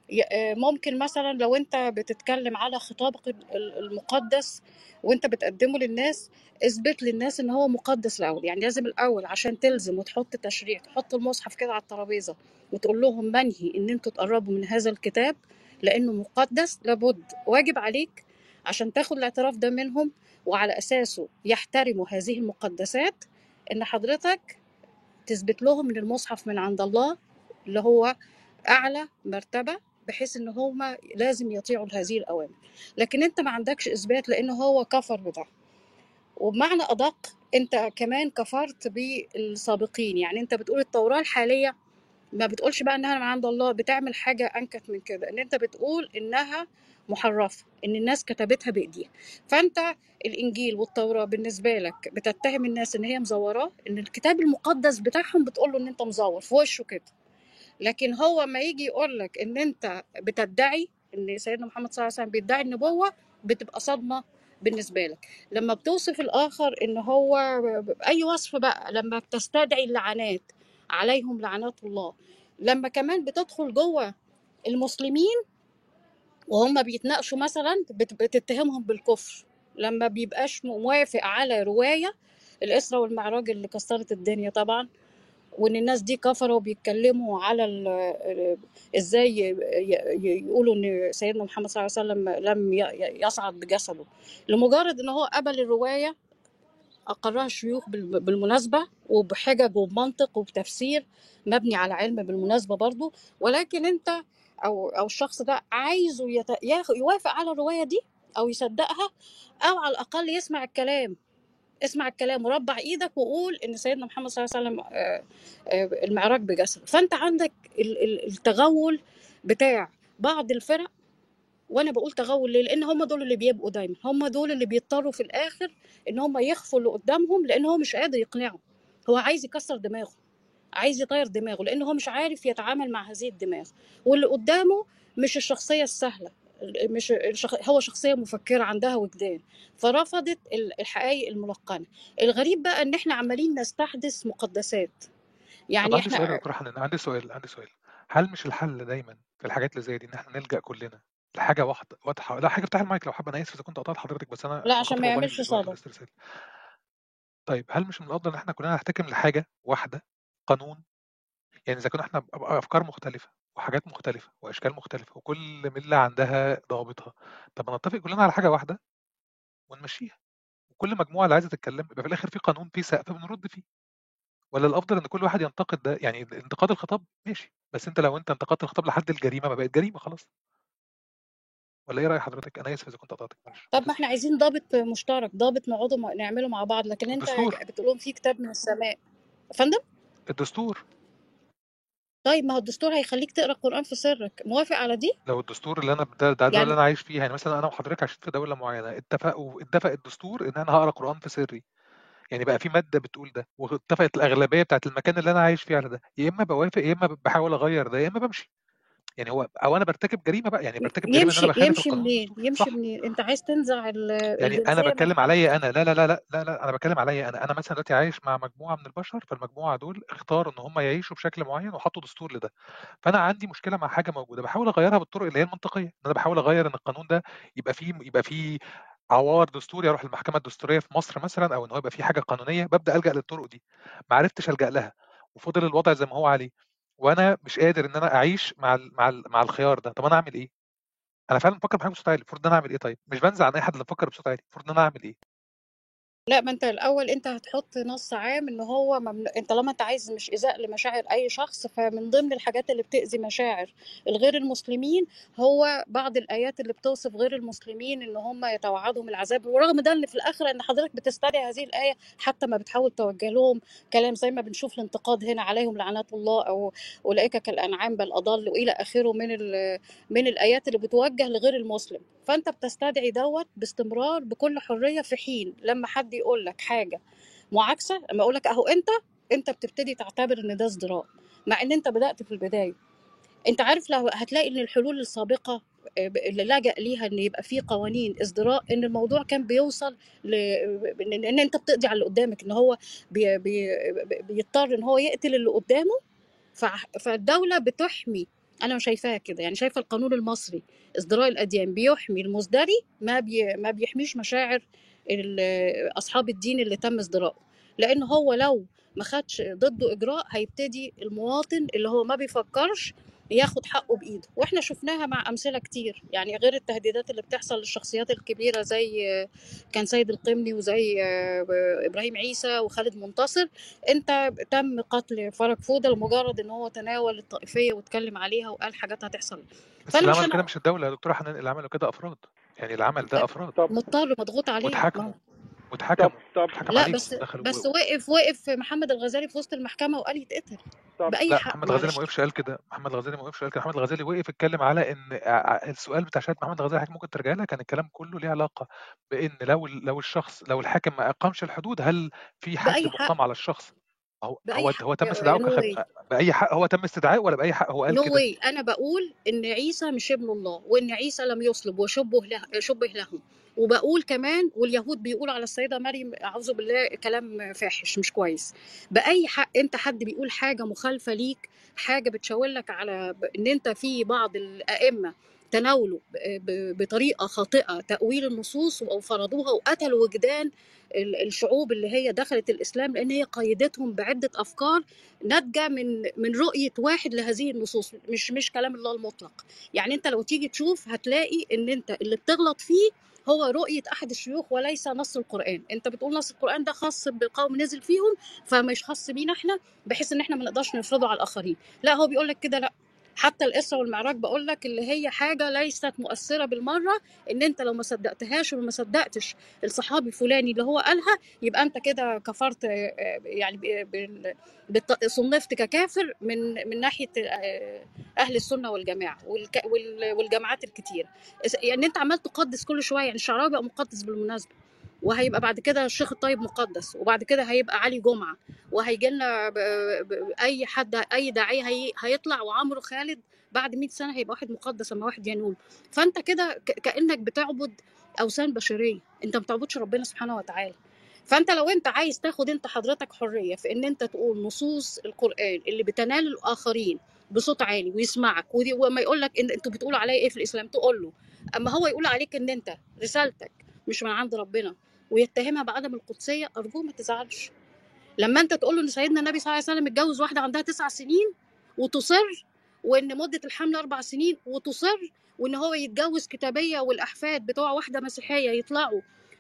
ممكن مثلا لو انت بتتكلم على خطابك المقدس وانت بتقدمه للناس، اثبت للناس ان هو مقدس الاول. يعني لازم الاول عشان تلزم وتحط تشريع، تحط المصحف كده على الترابيزه وتقول لهم منهي ان انتوا تقربوا من هذا الكتاب لانه مقدس. لابد واجب عليك عشان تاخد الاعتراف ده منهم وعلى اساسه يحترموا هذه المقدسات، ان حضرتك تثبت لهم ان المصحف من عند الله اللي هو اعلى مرتبه، بحيث ان هم لازم يطيعوا هذه الاوامر. لكن انت ما عندكش اثبات لان هو كفر بده. وبمعنى ادق انت كمان كفرت بالسابقين. يعني انت بتقول التوراه الحاليه، ما بتقولش بقى انها من عند الله، بتعمل حاجه انكت من كده، ان انت بتقول انها محرفه، ان الناس كتبتها بايديها. فانت الانجيل والتوراه بالنسبه لك بتتهم الناس ان هي مزوراه، ان الكتاب المقدس بتاعهم بتقول له ان انت مزور في وشه كده. لكن هو ما يجي يقول لك ان انت بتدعي ان سيدنا محمد صلى الله عليه وسلم بيدعي النبوه، بتبقى صدمه بالنسبه لك. لما بتوصف الاخر ان هو اي وصف بقى، لما بتستدعي اللعنات عليهم لعنات الله، لما كمان بتدخل جوه المسلمين وهم بيتناقشوا مثلا بتتهمهم بالكفر، لما بيبقاش موافق على روايه الإسراء والمعراج اللي كسرت الدنيا طبعا، وان الناس دي كفروا وبيتكلموا على ازاي يقولوا ان سيدنا محمد صلى الله عليه وسلم لم يصعد بجسده، لمجرد ان هو قبل الروايه اقرها الشيوخ بالمناسبه وبحجج وبمنطق وبتفسير مبني على علم بالمناسبه برضو. ولكن انت او الشخص ده عايزه يوافق على الروايه دي او يصدقها، او على الاقل يسمع الكلام. اسمع الكلام وربع ايدك وقول ان سيدنا محمد صلى الله عليه وسلم المعراج بجسد. فانت عندك التغول بتاع بعض الفرق. وانا بقول تغول ليه؟ لان هم دول اللي بيبقوا دايما، هم دول اللي بيضطروا في الاخر ان هم يخفوا اللي قدامهم، لان هو مش قادر يقنعه، هو عايز يكسر دماغه، عايز يطير دماغه، لان هو مش عارف يتعامل مع هذه الدماغ. واللي قدامه مش الشخصيه السهله، مش هو شخصيه مفكره عندها وجدان، فرفضت الحقائق الملقنه. الغريب بقى ان احنا عمالين نستحدث مقدسات. طب يعني عندي سؤال يا احنا دكتور حنان، عندي سؤال. هل مش الحل دايما في الحاجات اللي زي دي ان احنا نلجأ كلنا لحاجه واحده واضحه؟ لا حاجه، افتح المايك لو حابه، انا اسف اذا كنت قطعت حضرتك، بس انا لا، عشان عشان خاطر ما والله يعملش الوقت صدى. والاسترسال. طيب هل مش من الافضل ان احنا كلنا نحتكم لحاجه واحده، قانون؟ يعني اذا كنا احنا افكار مختلفه وحاجات مختلفه واشكال مختلفه وكل مله عندها ضوابطها، طب ما نتفق كلنا على حاجه واحده ونمشيها، وكل مجموعه اللي عايزه تتكلم يبقى في الاخر في قانون، في سقف بنرد فيه. ولا الافضل ان كل واحد ينتقد ده؟ يعني انتقاد الخطاب ماشي، بس انت لو انتقدت الخطاب لحد الجريمه ما بقت جريمه خلاص. ولا ايه راي حضرتك؟ انا اسف اذا كنت قطعتك، معلش. طب ما احنا عايزين ضابط مشترك، ضابط نقعدوا نعمله مع بعض. لكن انت الدستور. بتقولهم في كتاب من السماء. يا فندم، الدستور. طيب ما هو الدستور هيخليك تقرا القرآن في سرك، موافق على دي؟ لو الدستور اللي انا ده اللي يعني انا عايش فيها، يعني مثلا انا وحضرتك عايشين في دوله معينه، اتفق الدستور ان انا هقرا قران في سري، يعني بقى في ماده بتقول ده، واتفقت الاغلبيه بتاعت المكان اللي انا عايش فيه على ده، يا اما بوافق يا اما بحاول اغير ده، يا اما بمشي. يعني هو او انا برتكب جريمه بقى، يعني برتكب جريمه ان انا بخالف يمشي القانون منين؟ والدستور، صح؟ انت عايز تنزع يعني انا الجنسية من بتكلم حد؟ عليا انا، لا لا لا لا لا لا، انا بتكلم عليا انا مثلا دلوقتي عايش مع مجموعه من البشر، فالمجموعه دول اختاروا ان هم يعيشوا بشكل معين وحطوا دستور لده، فانا عندي مشكله مع حاجه موجوده، بحاول اغيرها بالطرق اللي هي المنطقيه، ان انا بحاول اغير ان القانون ده يبقى فيه عوار دستوري، اروح المحكمه الدستوريه في مصر مثلا، او ان هو يبقى فيه حاجه قانونيه، ببدا الجا للطرق دي، ما عرفتش الجا لها وفضل الوضع زي ما هو عليه، وانا مش قادر ان انا اعيش مع الخيار ده. طب انا اعمل ايه؟ انا فعلا بفكر بحاجه بصوت عالي، المفروض ان انا اعمل ايه؟ طيب مش بنزع عن اي حد اللي بفكر بصوت عالي، المفروض ان انا اعمل ايه؟ لا، ما انت الاول انت هتحط نص عام ان هو انت طالما انت عايز مش ايذاء لمشاعر اي شخص، فمن ضمن الحاجات اللي بتأذي مشاعر الغير المسلمين هو بعض الايات اللي بتوصف غير المسلمين ان هم يتوعدهم العذاب. ورغم ده ان في الاخر ان حضرتك بتستدعي هذه الايه، حتى ما بتحاول توجه لهم كلام زي ما بنشوف الانتقاد هنا عليهم لعنات الله، او اولئك كالانعام بل اضل، والى اخره من الايات اللي بتوجه لغير المسلم. فانت بتستدعي دوت باستمرار بكل حريه، في حين لما حد يقول لك حاجه معاكسه، لما اقول لك اهو انت بتبتدي تعتبر ان ده ازدراء، مع ان انت بدات في البدايه. انت عارف لو هتلاقي ان الحلول السابقه اللي لجأ ليها ان يبقى في قوانين ازدراء، ان الموضوع كان بيوصل ان انت بتقضي على اللي قدامك، ان هو بيضطر ان هو يقتل اللي قدامه. فالدوله بتحمي انا مش شايفاها كده، يعني شايفه القانون المصري ازدراء الاديان بيحمي المزدري، ما بيحميش مشاعر اصحاب الدين اللي تم ازدراءه. لان هو لو ما خدش ضده اجراء هيبتدي المواطن اللي هو ما بيفكرش ياخد حقه بايده، واحنا شفناها مع امثله كتير، يعني غير التهديدات اللي بتحصل للشخصيات الكبيره زي كان سيد القمني وزي ابراهيم عيسى وخالد منتصر. انت تم قتل فرج فودة لمجرد ان هو تناول الطائفيه واتكلم عليها وقال حاجات هتحصل. بس فانا اللي مش عملوا كده انا مش الدولة يا دكتورة حنان، اللي عملوا كده أفراد، يعني اللي عمل ده أفراد طب مضطر مضغوط عليه. ما واتحاكموا هو واتحكموا طب اتحكم لا، عليهم بس دخلوا. وقف محمد الغزالي في وسط المحكمه وقال يتقتل طب باي لا، حق. محمد غزالي ما معلش، وقفش قال كده، محمد غزالي ما وقفش قال كده، محمد غزالي وقف اتكلم على ان السؤال بتاع شهاده محمد غزالي حضرتك ممكن ترجع لها، كان الكلام كله ليه علاقه بان لو الحاكم ما اقامش الحدود، هل في حد باي حق، مقام على الشخص؟ هو باي هو حق. هو تم استدعائه نو واي، باي حق هو تم استدعائه ولا باي حق هو قال نو كده؟ واي. انا بقول ان عيسى مش ابن الله، وان عيسى لم يصلب شبه لهم. وبقول كمان، واليهود بيقولوا على السيده مريم اعوذ بالله كلام فاحش مش كويس. باي حق انت حد بيقول حاجه مخالفه ليك، حاجه بتشاور لك على ان انت في بعض الائمه تناولوا بطريقه خاطئه تاويل النصوص وفرضوها وقتلوا وجدان الشعوب اللي هي دخلت الاسلام، لان هي قيدتهم بعده افكار ناتجه من رؤيه واحد لهذه النصوص، مش كلام الله المطلق. يعني انت لو تيجي تشوف هتلاقي ان انت اللي بتغلط فيه هو رؤيه احد الشيوخ وليس نص القران. انت بتقول نص القران ده خاص بقوم نزل فيهم فمش خاص بينا احنا، بحيث ان احنا ما نقدرش نفرضه على الاخرين. لا، هو بيقول لك كده لا. حتى الإسراء والمعراج بقول لك اللي هي حاجة ليست مؤثرة بالمرة، إن أنت لو ما صدقتهاش وما صدقتش الصحابي الفلاني اللي هو قالها يبقى أنت كده كفرت، يعني صنفت ككافر من ناحيه اهل السنه والجماعه والجماعات الكتير. يعني انت عمال تقدس كل شويه، يعني الشعراوي بقى مقدس بالمناسبه، وهيبقى بعد كده الشيخ الطيب مقدس، وبعد كده هيبقى علي جمعه، وهيجي لنا اي حد اي داعيه هيطلع، وعمرو خالد بعد 100 سنه هيبقى واحد مقدس اما واحد ينول. فانت كده كانك بتعبد اوثان بشريه، انت ما بتعبدش ربنا سبحانه وتعالى. فانت لو انت عايز تاخد انت حضرتك حريه في ان انت تقول نصوص القران اللي بتنال الاخرين بصوت عالي ويسمعك، وما يقول لك ان انتوا بتقولوا عليا ايه في الاسلام تقول له، اما هو يقول عليك ان انت رسالتك مش من عند ربنا ويتهمها بعدم القدسيه، ارجوه ما تزعلش. لما انت تقول له ان سيدنا النبي صلى الله عليه وسلم اتجوز واحده عندها 9 سنين وتصر، وان مده الحمل 4 سنين وتصر، وان هو يتجوز كتابيه والاحفاد بتوع واحده مسيحيه يطلعوا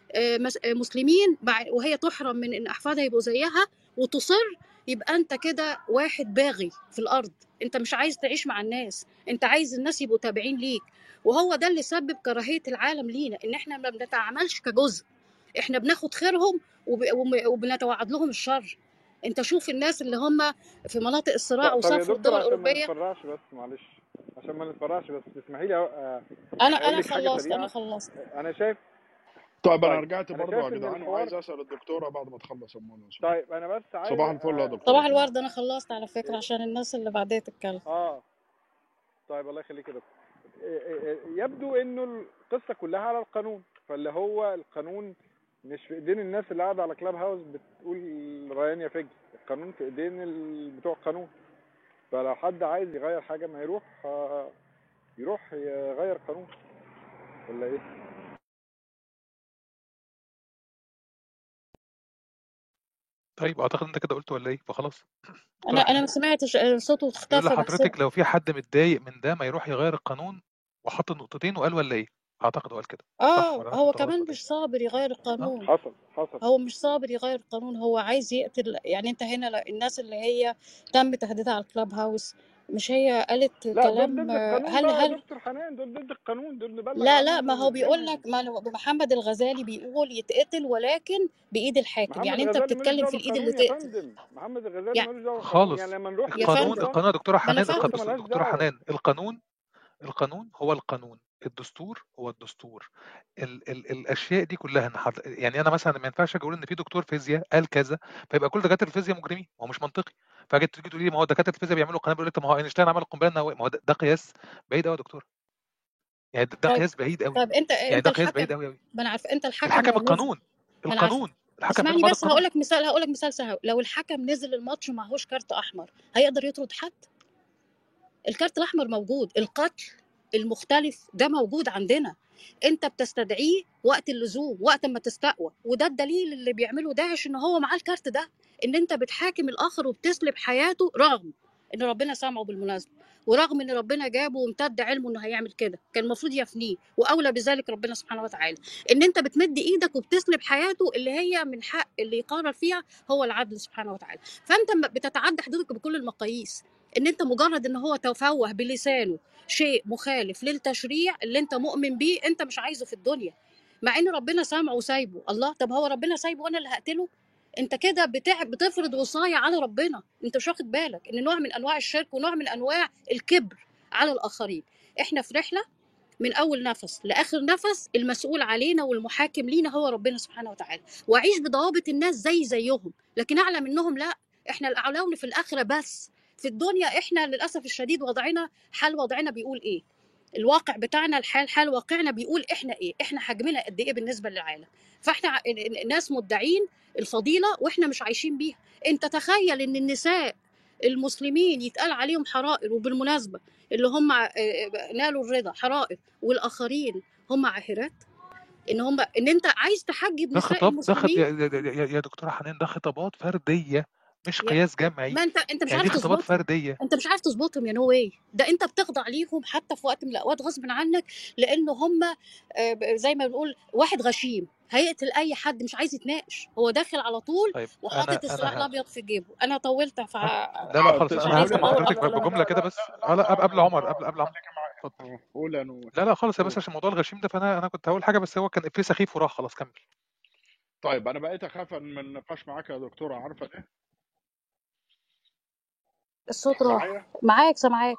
مسلمين وهي تحرم من ان احفادها يبقوا زيها وتصر، يبقى انت كده واحد باغي في الارض. انت مش عايز تعيش مع الناس، انت عايز الناس يبقوا تابعين ليك. وهو ده اللي سبب كراهيه العالم لينا، ان احنا ما بنتعاملش كجزء، احنا بناخد خيرهم وبنتوعد لهم الشر. انت شوف الناس اللي هم في مناطق الصراع طب يا وسافروا الدول دكتور عشان ما الاوروبيه. نتفرعش بس، معلش عشان ما نتفرعش بس تسمحي لي انا اقول لك حاجه خلصت، سريعه. خلصت. انا شايف طيب انا طيب رجعت انا برضه يا شايف ان جدعان، الحوار وعايز اسال الدكتوره بعد ما تخلص الموضوع. طيب انا بس عايز صباح الفل يا دكتوره صباح كمان. الورد. انا خلصت على فكره عشان الناس اللي بعدها تتكلم. طيب الله يخليك يا دكتور. يبدو انه القصه كلها على القانون، فاللي هو القانون مش في ايدين الناس اللي قاعده على كلاب هاوس بتقول ريان يا فجر، القانون في ايدين بتوع القانون. فلو حد عايز يغير حاجه ما يروح يغير قانون ولا ايه؟ طيب اعتقد انت كده قلت ولا ايه؟ فخلاص. انا ما سمعتش، صوته بيقول اختفى لحضرتك بحسب. لو في حد متضايق من ده ما يروح يغير القانون، وحط النقطتين وقال ولا ايه؟ اعتقد هو قال كده، صح ولا انا هو فهمت غلط كمان ولا ايه؟ مش صابر يغير القانون. حصل هو مش صابر يغير القانون، هو عايز يقتل. يعني انت هنا الناس اللي هي تم تهديدها على الكلاب هاوس، مش هي قالت لا، دول كلام؟ ضد القانون هل بقى يا هل دكتور حنان، دول ضد القانون، دول نبلغ لا، ما عنهم هو بيقول ونسجنهم. لك محمد الغزالي بيقول يتقتل ولكن بايد الحاكم. محمد يعني انت الغزالي ملوش بتتكلم دعوه في الايد اللي بالقانون يا تقتل. فندم، محمد الغزالي يعني ملوش دعوه بالقانون. يعني خالص. لما نروح يا القانون فندم، القانون يا دكتوره ما انا حنان، فاهم. القصه ملهاش دكتوره دعوه. حنان، القانون هو القانون، الدستور هو الدستور. ال الاشياء دي كلها يعني انا مثلا ما ينفعش اقول ان في دكتور فيزياء قال كذا فيبقى كل دكاتره الفيزياء مجرمين، هو مش منطقي. فاجي تيجي تقولي لي ما هو دكاتره الفيزياء بيعملوا قنابل، بيقول لك ما هو اينشتاين عمل القنبله النوويه، ما هو ده قياس بعيد قوي يا دكتور، يعني ده طيب، قياس بعيد قوي، طيب يعني انت ده قياس الحكم. بعيد قوي. ما انا عارفه انت الحكم الحكم لو نزل. القانون، ما انا عارفه. الحكم اسمعني منه بعد بس، هقول القانون. لك مثال سهل. لو الحكم نزل الماتش ومعهوش كارت احمر هيقدر يطرد حد؟ الكارت الاحمر موجود، القتل المختلف ده موجود عندنا، انت بتستدعيه وقت اللزوم، وقت ما تستقوى، وده الدليل اللي بيعمله داعش ان هو معاه الكارت ده، ان انت بتحاكم الاخر وبتسلب حياته، رغم ان ربنا سامعه بالمناسبه، ورغم ان ربنا جابه وامتد علمه انه هيعمل كده، كان المفروض يفنيه، واولى بذلك ربنا سبحانه وتعالى، ان انت بتمد ايدك وبتسلب حياته اللي هي من حق اللي يقرر فيها هو العدل سبحانه وتعالى. فانت بتتعدى حدودك بكل المقاييس، ان انت مجرد ان هو تفوه بلسانه شيء مخالف للتشريع اللي انت مؤمن بيه، انت مش عايزه في الدنيا، مع ان ربنا سامعه وسايبه. الله، طب هو ربنا سايبه وانا اللي هقتله؟ انت كده بتفرض وصاية على ربنا، انت مش واخد بالك ان نوع من انواع الشرك ونوع من انواع الكبر على الاخرين. احنا في رحلة من اول نفس لاخر نفس، المسؤول علينا والمحاكم لينا هو ربنا سبحانه وتعالى، واعيش بضوابط الناس زيهم، لكن اعلى منهم لا، احنا الاعلون في الاخره، بس في الدنيا احنا للاسف الشديد حال وضعنا بيقول ايه، الواقع بتاعنا، حال واقعنا بيقول احنا ايه، احنا حجمنا قد ايه بالنسبه للعالم. فاحنا ناس مدعين الفضيله واحنا مش عايشين بيها. انت تخيل ان النساء المسلمين يتقال عليهم حرائر، وبالمناسبه اللي هم نالوا الرضا حرائر، والاخرين هم عاهرات، ان انت عايز تحجب ده نساء خطاب، المسلمين. يا دكتورة حنان، ده خطابات فردية مش يا قياس جمعي. ما انت مش يعني عارف دي خطابات تظبطهم، فردية. انت مش عارف تظبطهم يا نو واي، ده انت بتخضع ليهم حتى في وقت من الاوقات غصب عنك، لانه هم زي ما بنقول واحد غشيم هيقتل اي حد، مش عايز يتناقش، هو داخل على طول طيب وحاطط السلاح الابيض في جيبه. انا طولت لا خالص، انا معلش هختم مع الله حضرتك الله. بجملة كده بس. لا قبل عمر، قبل عمر. اتفضل. قول يا نور. لا خالص، يا بس قول. عشان موضوع الغشيم ده، فانا كنت هقول حاجة، بس هو كان افيه سخيف وراح، خلاص كمل. طيب انا بقيت اخاف من النقاش معاك يا دكتوره، عارفه ليه؟ الصوت راح. معايا؟ معاك، سامعاك.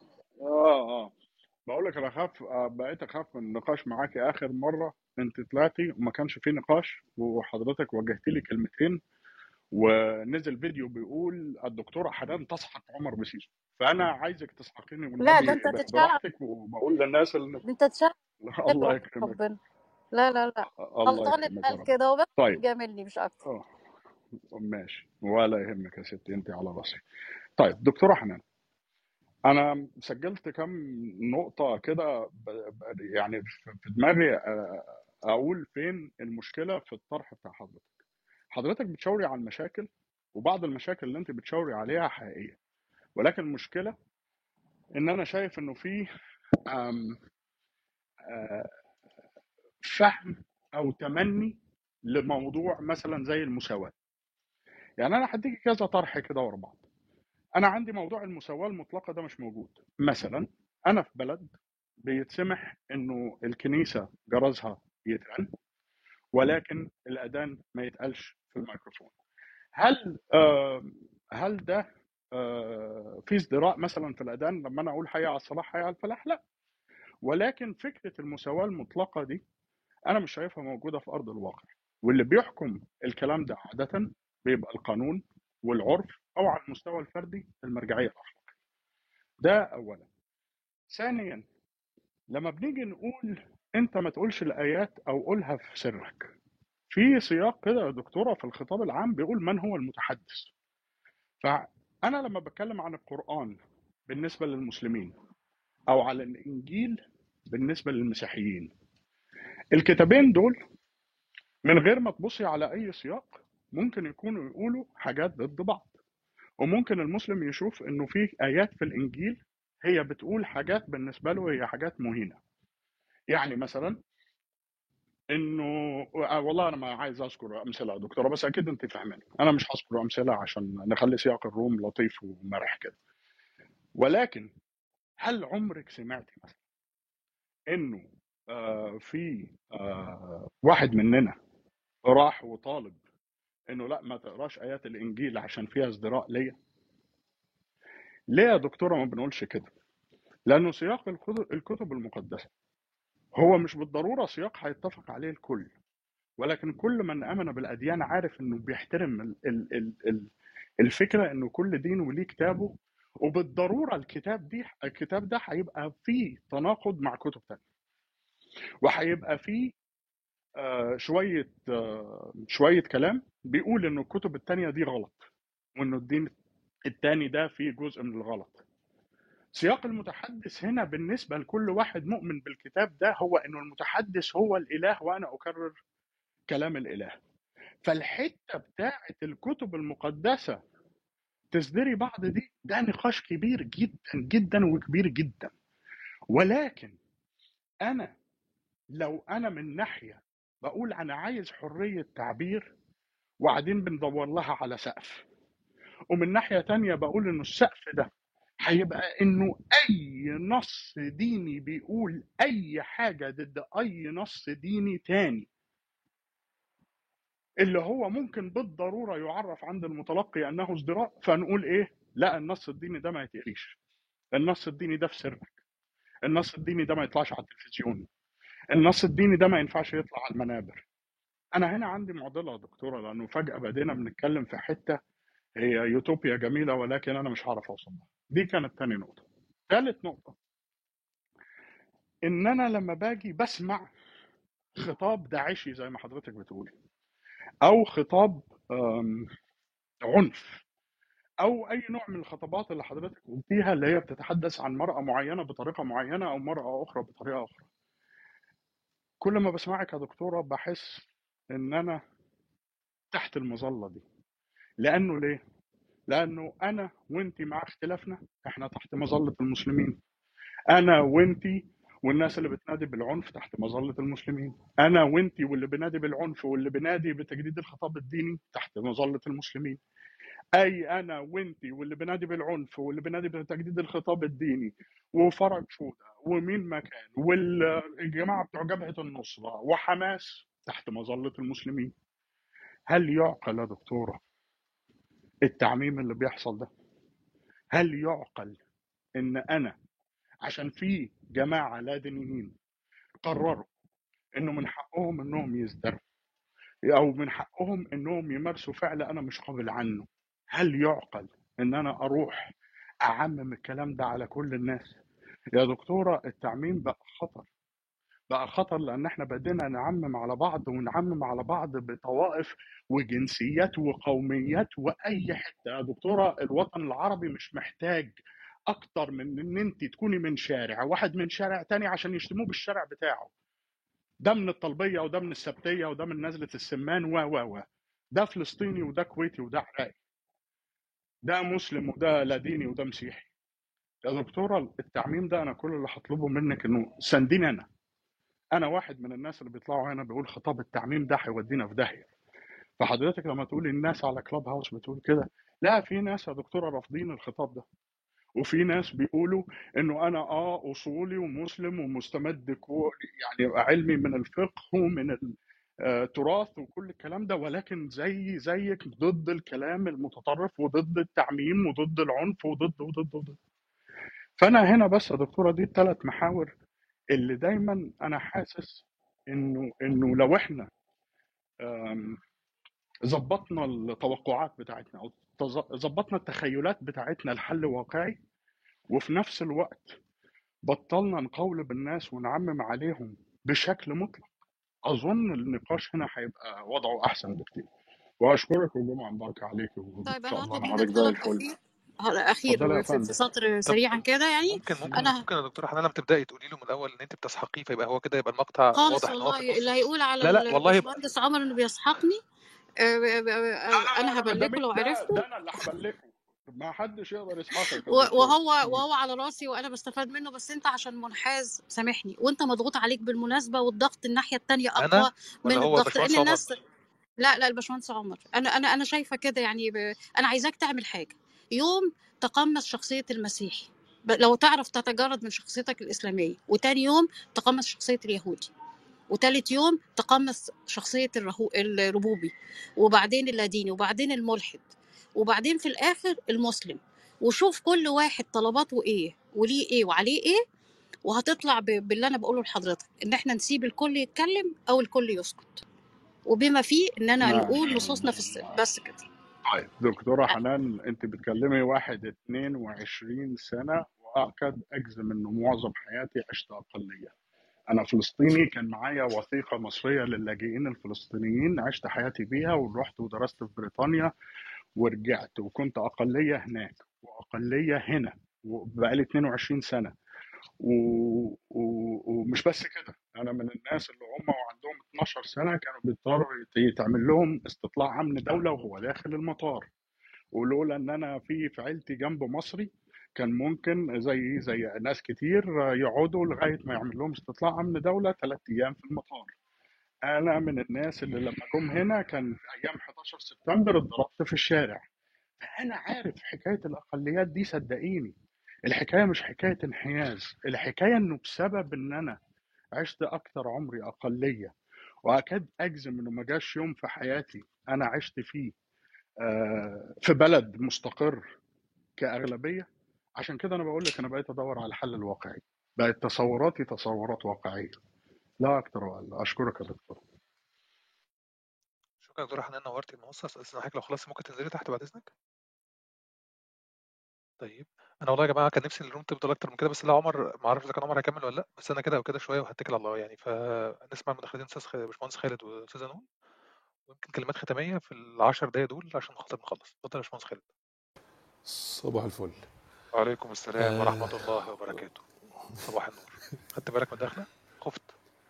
بقول لك انا بقيت اخاف من النقاش معاك. اخر مره انت طلعتي وما كانش فيه نقاش، وحضرتك وجهت لي كلمتين، ونزل فيديو بيقول الدكتوره حنان تسحق عمر بسيسو. فانا عايزك تسحقيني لا والنبي ده انت تتشال، براحتك، وبقول للناس ده انت تتشال الله يكرمك. ربنا. لا الله غلطان اللي يكرمك يا قال رب. كده، وبس طيب جاملني مش اكتر. اه ماشي، ولا يهمك يا ستي، انت على راسي. طيب دكتوره حنان، انا سجلت كم نقطه كده يعني في دماغي، اقول فين المشكله في الطرح بتاع حضرتك. حضرتك بتشاوري عن مشاكل، وبعض المشاكل اللي انت بتشاوري عليها حقيقيه، ولكن المشكله ان انا شايف انه في آم، آه، فهم او تمني لموضوع مثلا زي المساواه. يعني انا هديكي كذا طرح كده ورا بعض. انا عندي موضوع المساواه المطلقه ده مش موجود. مثلا انا في بلد بيتسمح انه الكنيسه جرسها يترن، ولكن الاذان ما يتقالش في الميكروفون. هل ده في ازدراء مثلا في الاذان لما انا اقول حي على الصلاه حي على الفلاح؟ لا. ولكن فكره المساواه المطلقه دي انا مش شايفها موجوده في ارض الواقع، واللي بيحكم الكلام ده عاده بيبقى القانون والعرف، او على المستوى الفردي المرجعيه الاخلاقيه. ده اولا. ثانيا، لما بنيجي نقول انت ما تقولش الايات او قولها في سرك، في سياق كده يا دكتوره في الخطاب العام بيقول من هو المتحدث. فانا لما بتكلم عن القران بالنسبه للمسلمين، او على الانجيل بالنسبه للمسيحيين، الكتابين دول من غير ما تبصي على اي سياق ممكن يكونوا يقولوا حاجات ضد بعض، وممكن المسلم يشوف انه في ايات في الانجيل هي بتقول حاجات بالنسبه له هي حاجات مهينه. يعني مثلا انه والله انا ما عايز اذكر امثله يا دكتوره، بس اكيد انت فاهماني، انا مش هذكر امثله عشان نخلي سياق الروم لطيف ومرح كده. ولكن هل عمرك سمعتي مثلا انه في واحد مننا راح وطالب انه لا ما تقراش ايات الانجيل عشان فيها ازدراء ليا؟ ليه يا دكتوره ما بنقولش كده؟ لانه سياق الكتب المقدسه هو مش بالضروره سياق هيتفق عليه الكل، ولكن كل من امن بالاديان عارف انه بيحترم الفكره انه كل دين وليه كتابه، وبالضروره الكتاب ده هيبقى فيه تناقض مع كتب تانية، وهيبقى فيه شويه كلام بيقول انه الكتب التانية دي غلط، وانه الدين التاني ده فيه جزء من الغلط. سياق المتحدث هنا بالنسبة لكل واحد مؤمن بالكتاب ده هو إنه المتحدث هو الإله، وأنا أكرر كلام الإله. فالحتة بتاعة الكتب المقدسة تزدري بعض دي، ده نقاش كبير جدا جدا وكبير جدا. ولكن أنا لو أنا من ناحية بقول أنا عايز حرية تعبير وبعدين بندور لها على سقف، ومن ناحية تانية بقول إنه السقف ده هيبقى إنه أي نص ديني بيقول أي حاجة ضد أي نص ديني تاني، اللي هو ممكن بالضرورة يعرف عند المتلقي أنه ازدراء، فنقول إيه؟ لا، النص الديني ده ما يتقريش، النص الديني ده في سرك، النص الديني ده ما يطلعش على التلفزيون، النص الديني ده ما ينفعش يطلع على المنابر. أنا هنا عندي معضلة يا دكتورة، لأنه فجأة بدينا بنتكلم في حتة هي يوتوبيا جميلة ولكن أنا مش هعرف أوصل لها. دي كانت تاني نقطة. ثالث نقطة، إن أنا لما باجي بسمع خطاب داعشي زي ما حضرتك بتقولي، أو خطاب عنف، أو أي نوع من الخطابات اللي حضرتك قلتيها اللي هي بتتحدث عن مرأة معينة بطريقة معينة أو مرأة أخرى بطريقة أخرى، كل ما بسمعك يا دكتورة بحس إن أنا تحت المظلة دي. لأنه ليه؟ لأنه أنا وإنتي مع اختلافنا إحنا تحت مظلة المسلمين. أنا وإنتي والناس اللي بتنادي بالعنف تحت مظلة المسلمين. أنا وإنتي واللي بنادي بالعنف واللي بنادي بتجديد الخطاب الديني تحت مظلة المسلمين. أي أنا وإنتي واللي بنادي بالعنف واللي بنادي بتجديد الخطاب الديني وفرج فودة ومين مكان والجماعة بتوع جبهة النصرة وحماس تحت مظلة المسلمين. هل يعقل يا دكتورة التعميم اللي بيحصل ده؟ هل يعقل إن أنا عشان في جماعة لا دينيين قرروا إنه من حقهم إنهم يزدروا أو من حقهم إنهم يمارسوا فعل أنا مش قابل عنه، هل يعقل إن أنا أروح أعمم الكلام ده على كل الناس؟ يا دكتورة التعميم بقى خطر، بقى خطر، لأن احنا بدينا نعمم على بعض ونعمم على بعض بطوائف وجنسيات وقوميات وأي حتة. يا دكتورة الوطن العربي مش محتاج أكتر من إن أنت تكوني من شارع واحد من شارع تاني عشان يشتموه بالشارع بتاعه. ده من الطلبية وده من السبتية وده من نزلة السمان و ده فلسطيني وده كويتي وده عراقي، ده مسلم وده لا ديني وده مسيحي. يا دكتورة التعميم ده أنا كل اللي هطلبه منك إنه سنديني أنا واحد من الناس اللي بيطلعوا هنا بيقول خطاب التعميم ده هيودينا في داهية. فحضرتك لما تقولي الناس على كلاب هاوس بتقول كده، لا، في ناس يا دكتورة رافضين الخطاب ده، وفي ناس بيقولوا انه انا اصولي ومسلم ومستمد يعني علمي من الفقه ومن التراث وكل الكلام ده، ولكن زيك ضد الكلام المتطرف وضد التعميم وضد العنف وضد. فانا هنا بس يا دكتورة دي الثلاث محاور اللي دايما انا حاسس انه لو احنا ظبطنا التوقعات بتاعتنا او ظبطنا التخيلات بتاعتنا لحل واقعي، وفي نفس الوقت بطلنا نقول بالناس ونعمم عليهم بشكل مطلق، اظن النقاش هنا هيبقى وضعه احسن بكتير. واشكرك وجمعة مباركة عليك، وان طيب شاء انا الله هطلب انا منك حضرتك زي طلب الفل. اخير اتفضلي يا في فندم. سطر طب سريعا كده يعني. ممكن انا يا دكتور حنان لما تبداي تقولي له من الاول ان انت بتسحقيه، فيبقى هو كده يبقى المقطع خالص واضح ان هو في والله، اللي النص. هيقول على لا والله يبقى الباشمهندس عمر انه بيسحقني انا لا، ده هبلكه مين لو ده عرفته. انا اللي هبلكه، ما حدش يقدر يسحقك يا دكتور. وهو على راسي وانا بستفاد منه، بس انت عشان منحاز سامحني، وانت مضغوط عليك بالمناسبه، والضغط الناحيه التانية انا اقوى من ولا هو الضغط، لان باشمهندس عمر؟ الناس. لا الباشمهندس عمر، انا شايفه كده يعني انا عايزاك تعمل حاجه. يوم تقمص شخصيه المسيحي، لو تعرف تتجرد من شخصيتك الاسلاميه، وتاني يوم تقمص شخصيه اليهودي، وتالت يوم تقمص شخصيه الربوبي، وبعدين اللاديني، وبعدين الملحد، وبعدين في الاخر المسلم. وشوف كل واحد طلباته ايه وليه ايه وعليه ايه، وهتطلع باللي انا بقوله لحضرتك، ان احنا نسيب الكل يتكلم او الكل يسكت، وبما فيه اننا نقول نصوصنا في السر بس كده. طيب دكتورة حنان، انت بتكلمي واحد 22 سنة، واكاد اجزم انه معظم حياتي عشت اقلية. انا فلسطيني، كان معايا وثيقة مصرية للاجئين الفلسطينيين، عشت حياتي بيها ورحت ودرست في بريطانيا ورجعت، وكنت اقلية هناك واقلية هنا. وبقالي 22 سنه ومش بس كده، انا من الناس اللي هم وعندهم 12 سنه كانوا بيضطروا يتعمل لهم استطلاع امن دوله وهو داخل المطار، ولولا ان انا في عيلتي جنب مصري كان ممكن زي ناس كتير يقعدوا لغايه ما يعمل لهم استطلاع امن دوله 3 ايام في المطار. انا من الناس اللي لما جم هنا كان في ايام 11 سبتمبر اتضربت في الشارع. فانا عارف حكايه الاقليات دي، صدقيني الحكايه مش حكايه انحياز، الحكايه انه بسبب ان انا عشت اكتر عمري اقليه، واكاد اجزم انه ما جاش يوم في حياتي انا عشت فيه في بلد مستقر كاغلبيه. عشان كده انا بقول لك انا بقيت ادور على الحل الواقعي، بقت تصوراتي تصورات واقعيه لا اكتر ولا. اشكرك يا دكتور. شكرا يا دكتور حنان، نورتي المنصه. استاذ حضرتك لو خلصتي ممكن تنزلي تحت بعد اذنك. طيب انا والله يا جماعه كان نفسي الروم تفضل اكتر من كده، بس لا عمر ما اعرفش اذا كان عمر هيكمل ولا لا، بس انا كده او كده شويه وهتكل على الله يعني. فنسمع المداخلين استاذ باشمهندس خالد واستاذه نون، ويمكن كلمات ختاميه في ال10 دقايق دول عشان خاطر نخلص. اتفضل يا باشمهندس خالد. صباح الفل. وعليكم السلام ورحمه الله وبركاته. صباح النور. خدت بالك من الدخله؟ خفت؟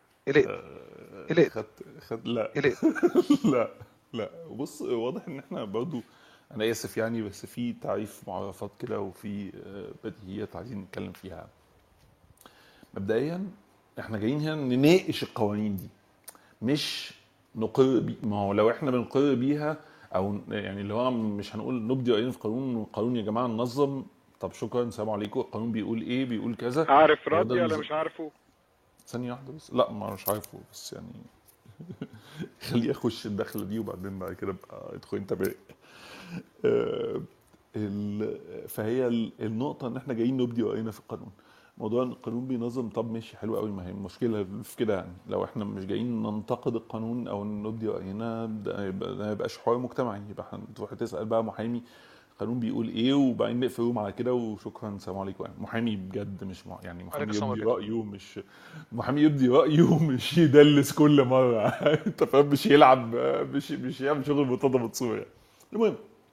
قلقت لا قلقت. لا لا، بص واضح ان احنا برضو، انا اسف يعني، بس في تعريف معرفات كده وفي بديهيات عايزين نتكلم فيها. مبدئيا احنا جايين هنا نناقش القوانين دي، مش نقر ما هو لو احنا بنقر بيها او يعني اللي هو مش هنقول نبدي راينا في قانون يا جماعه ننظم. طب شكرا، السلام عليكم، القانون بيقول ايه؟ بيقول كذا. عارف هو ده ردي ولا مش عارفه؟ ثانيه واحده بس، لا ما مش عارفه، بس يعني خليه اخش الدخله دي وبعدين بعد كده بقى ادخل انت بقى. فهي النقطه ان احنا جايين نبدي راينا في القانون. موضوع ان القانون بينظم، طب ماشي حلو قوي، ما هي المشكله في كده يعني. لو احنا مش جايين ننتقد القانون او نبدي راينا، ده ما يبقاش حوار مجتمعي، يبقى هتروح تسال بقى محامي القانون بيقول ايه وبعدين نقفل يوم على كده وشكرا السلام عليكم. يعني محامي بجد مش يعني محامي يبدي رايه، مش محامي يبدي رايه مش يدلس كل مره انت فاهم، مش يلعب، مش يعمل شغل مرتضى منصور يعني. المهم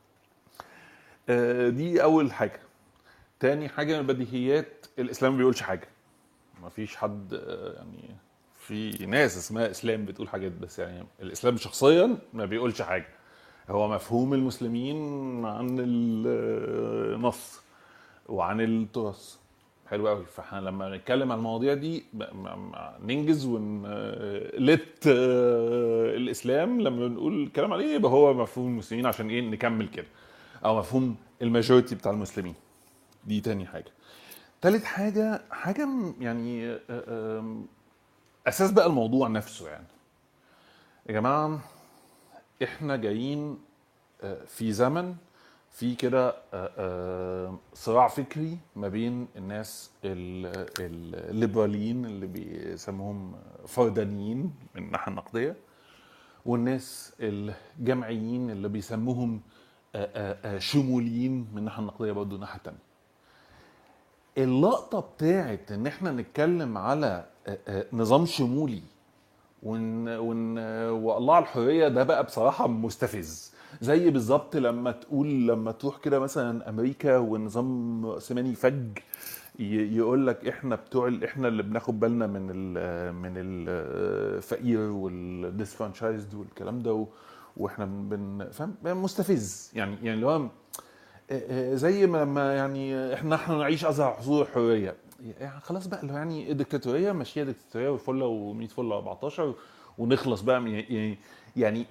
دي اول حاجه. تاني حاجه من البديهيات، الاسلام ما بيقولش حاجه. ما فيش حد يعني، في ناس اسمها اسلام بتقول حاجات، بس يعني الاسلام شخصيا ما بيقولش حاجه. هو مفهوم المسلمين عن النص وعن التراث. حلو قوي. فاحنا لما نتكلم عن المواضيع دي ننجز ونلت الاسلام لما بنقول الكلام عليه يبقى هو مفهوم المسلمين، عشان ايه نكمل كده، او مفهوم الماجوريتي بتاع المسلمين. دي تاني حاجه. تالت حاجه يعني اساس بقى الموضوع نفسه. يعني يا جماعه احنا جايين في زمن في كده صراع فكري ما بين الناس الليبراليين اللي بيسموهم فردانيين من الناحيه النقديه، والناس الجمعيين اللي بيسموهم شموليين من الناحيه النقديه برضه الناحيه الثانيه. اللقطه بتاعت ان احنا نتكلم على نظام شمولي والله على الحريه، ده بقى بصراحه مستفز. زي بالظبط لما تروح كده مثلا امريكا والنظام الرأسمالي فج يقول لك احنا احنا اللي بناخد بالنا من الفقير والديسفرانشايزد والكلام ده، واحنا فاهم، مستفز يعني اللي هو زي ما لما يعني احنا نعيش ازهر حصول الحريه. يعني خلاص بقى اللي هو يعني الدكتاتوريه ماشيه دكتاتوريه والفله و100 فله 14 ونخلص بقى. يعني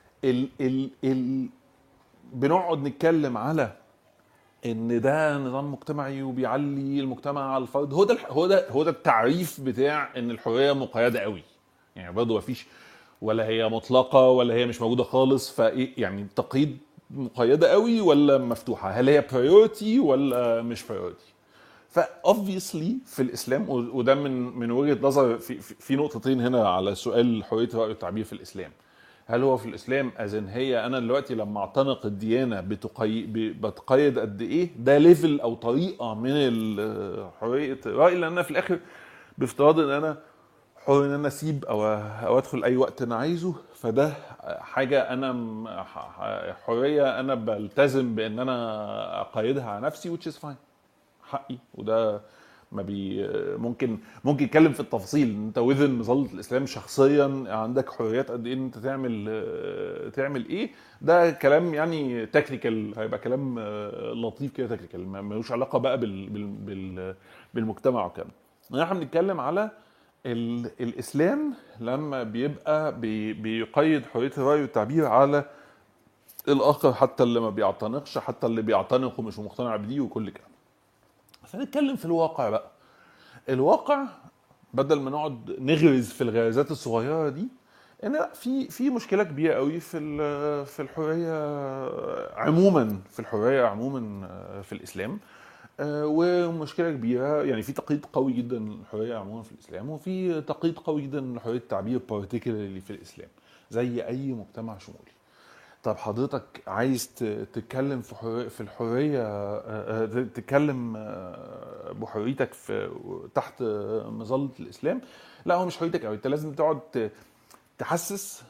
بنقعد نتكلم على ان ده نظام مجتمعي وبيعلي المجتمع على الفرد. هو ده التعريف بتاع ان الحريه مقيده قوي. يعني برضه مفيش، ولا هي مطلقه ولا هي مش موجوده خالص. فايه يعني التقييد؟ مقيده قوي ولا مفتوحه؟ هل هي برايورتي ولا مش برايورتي؟ فاوبفيسلي في الاسلام، وده من وجهه نظر في نقطتين هنا على سؤال حريه الراي والتعبير في الاسلام. هل هو في الاسلام اذن هي انا دلوقتي لما اعتنق الديانه بتقيد قد ايه؟ ده ليفل او طريقه من حريه الراي، لان انا في الاخر بافتراض ان انا حر ان انا اسيب او ادخل اي وقت انا عايزه، فده حاجه انا حريه انا بلتزم بان انا اقيدها على نفسي which is fine. حقي، وده ما ممكن يتكلم في التفاصيل. انت وذن مظله الاسلام شخصيا عندك حريات قد ايه ان انت تعمل ايه. ده كلام يعني تكنيكال، هيبقى كلام لطيف كده تكنيكال، ملوش علاقه بقى بالمجتمع وكده. احنا بنتكلم على الاسلام لما بيبقى بيقيد حريه الراي والتعبير على الاخر، حتى اللي ما بيعتنقش، حتى اللي بيعتنق ومش مقتنع بدي وكل كده. فنتكلم في الواقع بقى. الواقع بدل ما نقعد نغرز في الغرزات الصغيره دي، ان لا، في مشكله كبيره قوي في الحريه عموما، في الاسلام. ومشكله كبيره يعني في تقييد قوي جدا للحريه عموما في الاسلام، وفي تقييد قوي جدا لحريه التعبير بارتيكولارلي في الاسلام زي اي مجتمع شمولي. طب حضرتك عايز تتكلم في الحريه، تتكلم بحريتك تحت مظله الاسلام؟ لا، هو مش حريتك قوي. انت لازم تقعد تحسس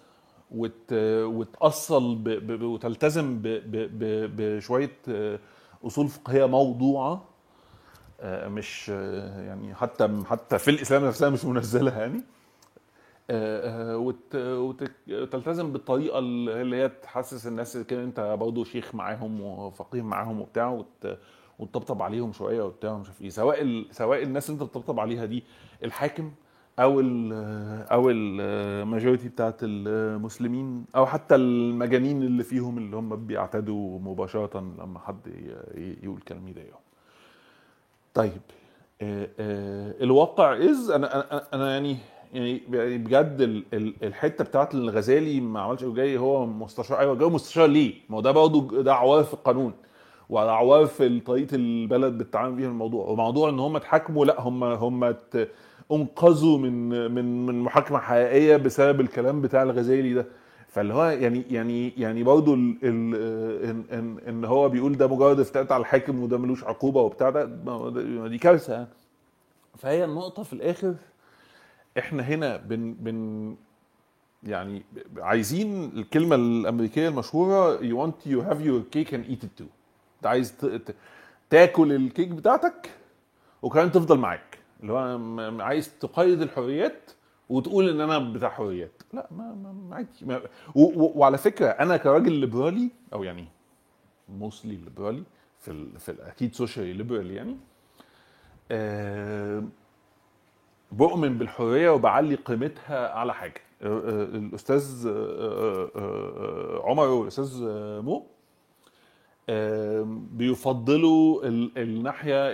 وتأصل وتلتزم بشويه اصول فقهيه موضوعه، مش يعني حتى في الاسلام نفسها مش منزله يعني، وتلتزم بالطريقه اللي هي تحسس الناس كده انت برضه شيخ معاهم وفقيه معاهم وبتاع، وتطبطب عليهم شويه وبتاع مش عارف ايه، سواء الناس اللي انت بتطبطب عليها دي الحاكم او الماجوريتي بتاعت المسلمين، او حتى المجانين اللي فيهم اللي هم بيعتدوا مباشره لما حد يقول كلام يضايقهم. طيب الواقع انا يعني بجد الحته بتاعت الغزالي ما عملش جاي هو مستشار. ايوه جاي مستشار ليه؟ ما هو ده برضه ده عوار في القانون وعوار في طريقه البلد بالتعامل بيها الموضوع، وموضوع ان هم اتحاكموا، لا هم انقذوا من محاكمه حقيقيه بسبب الكلام بتاع الغزالي ده. فاللي هو يعني برضه ان هو بيقول ده مجرد افتئات على الحاكم وده ملوش عقوبه وبتاع، دي كارثه يعني. فهي النقطه في الاخر، احنا هنا يعني عايزين الكلمه الامريكيه المشهوره you want to have your cake and eat it too. انت عايز تاكل الكيك بتاعتك وكمان تفضل معاك، اللي هو عايز تقيد الحريات وتقول ان انا بتاع حريات. لا، ما عادي. وعلى فكره انا كراجل ليبرالي، او يعني موستلي ليبرالي في اكيد سوشيالي ليبرالي يعني، بؤمن بالحريه وبعلي قيمتها على حاجه. الاستاذ عمر والاستاذ مو بيفضلوا الناحيه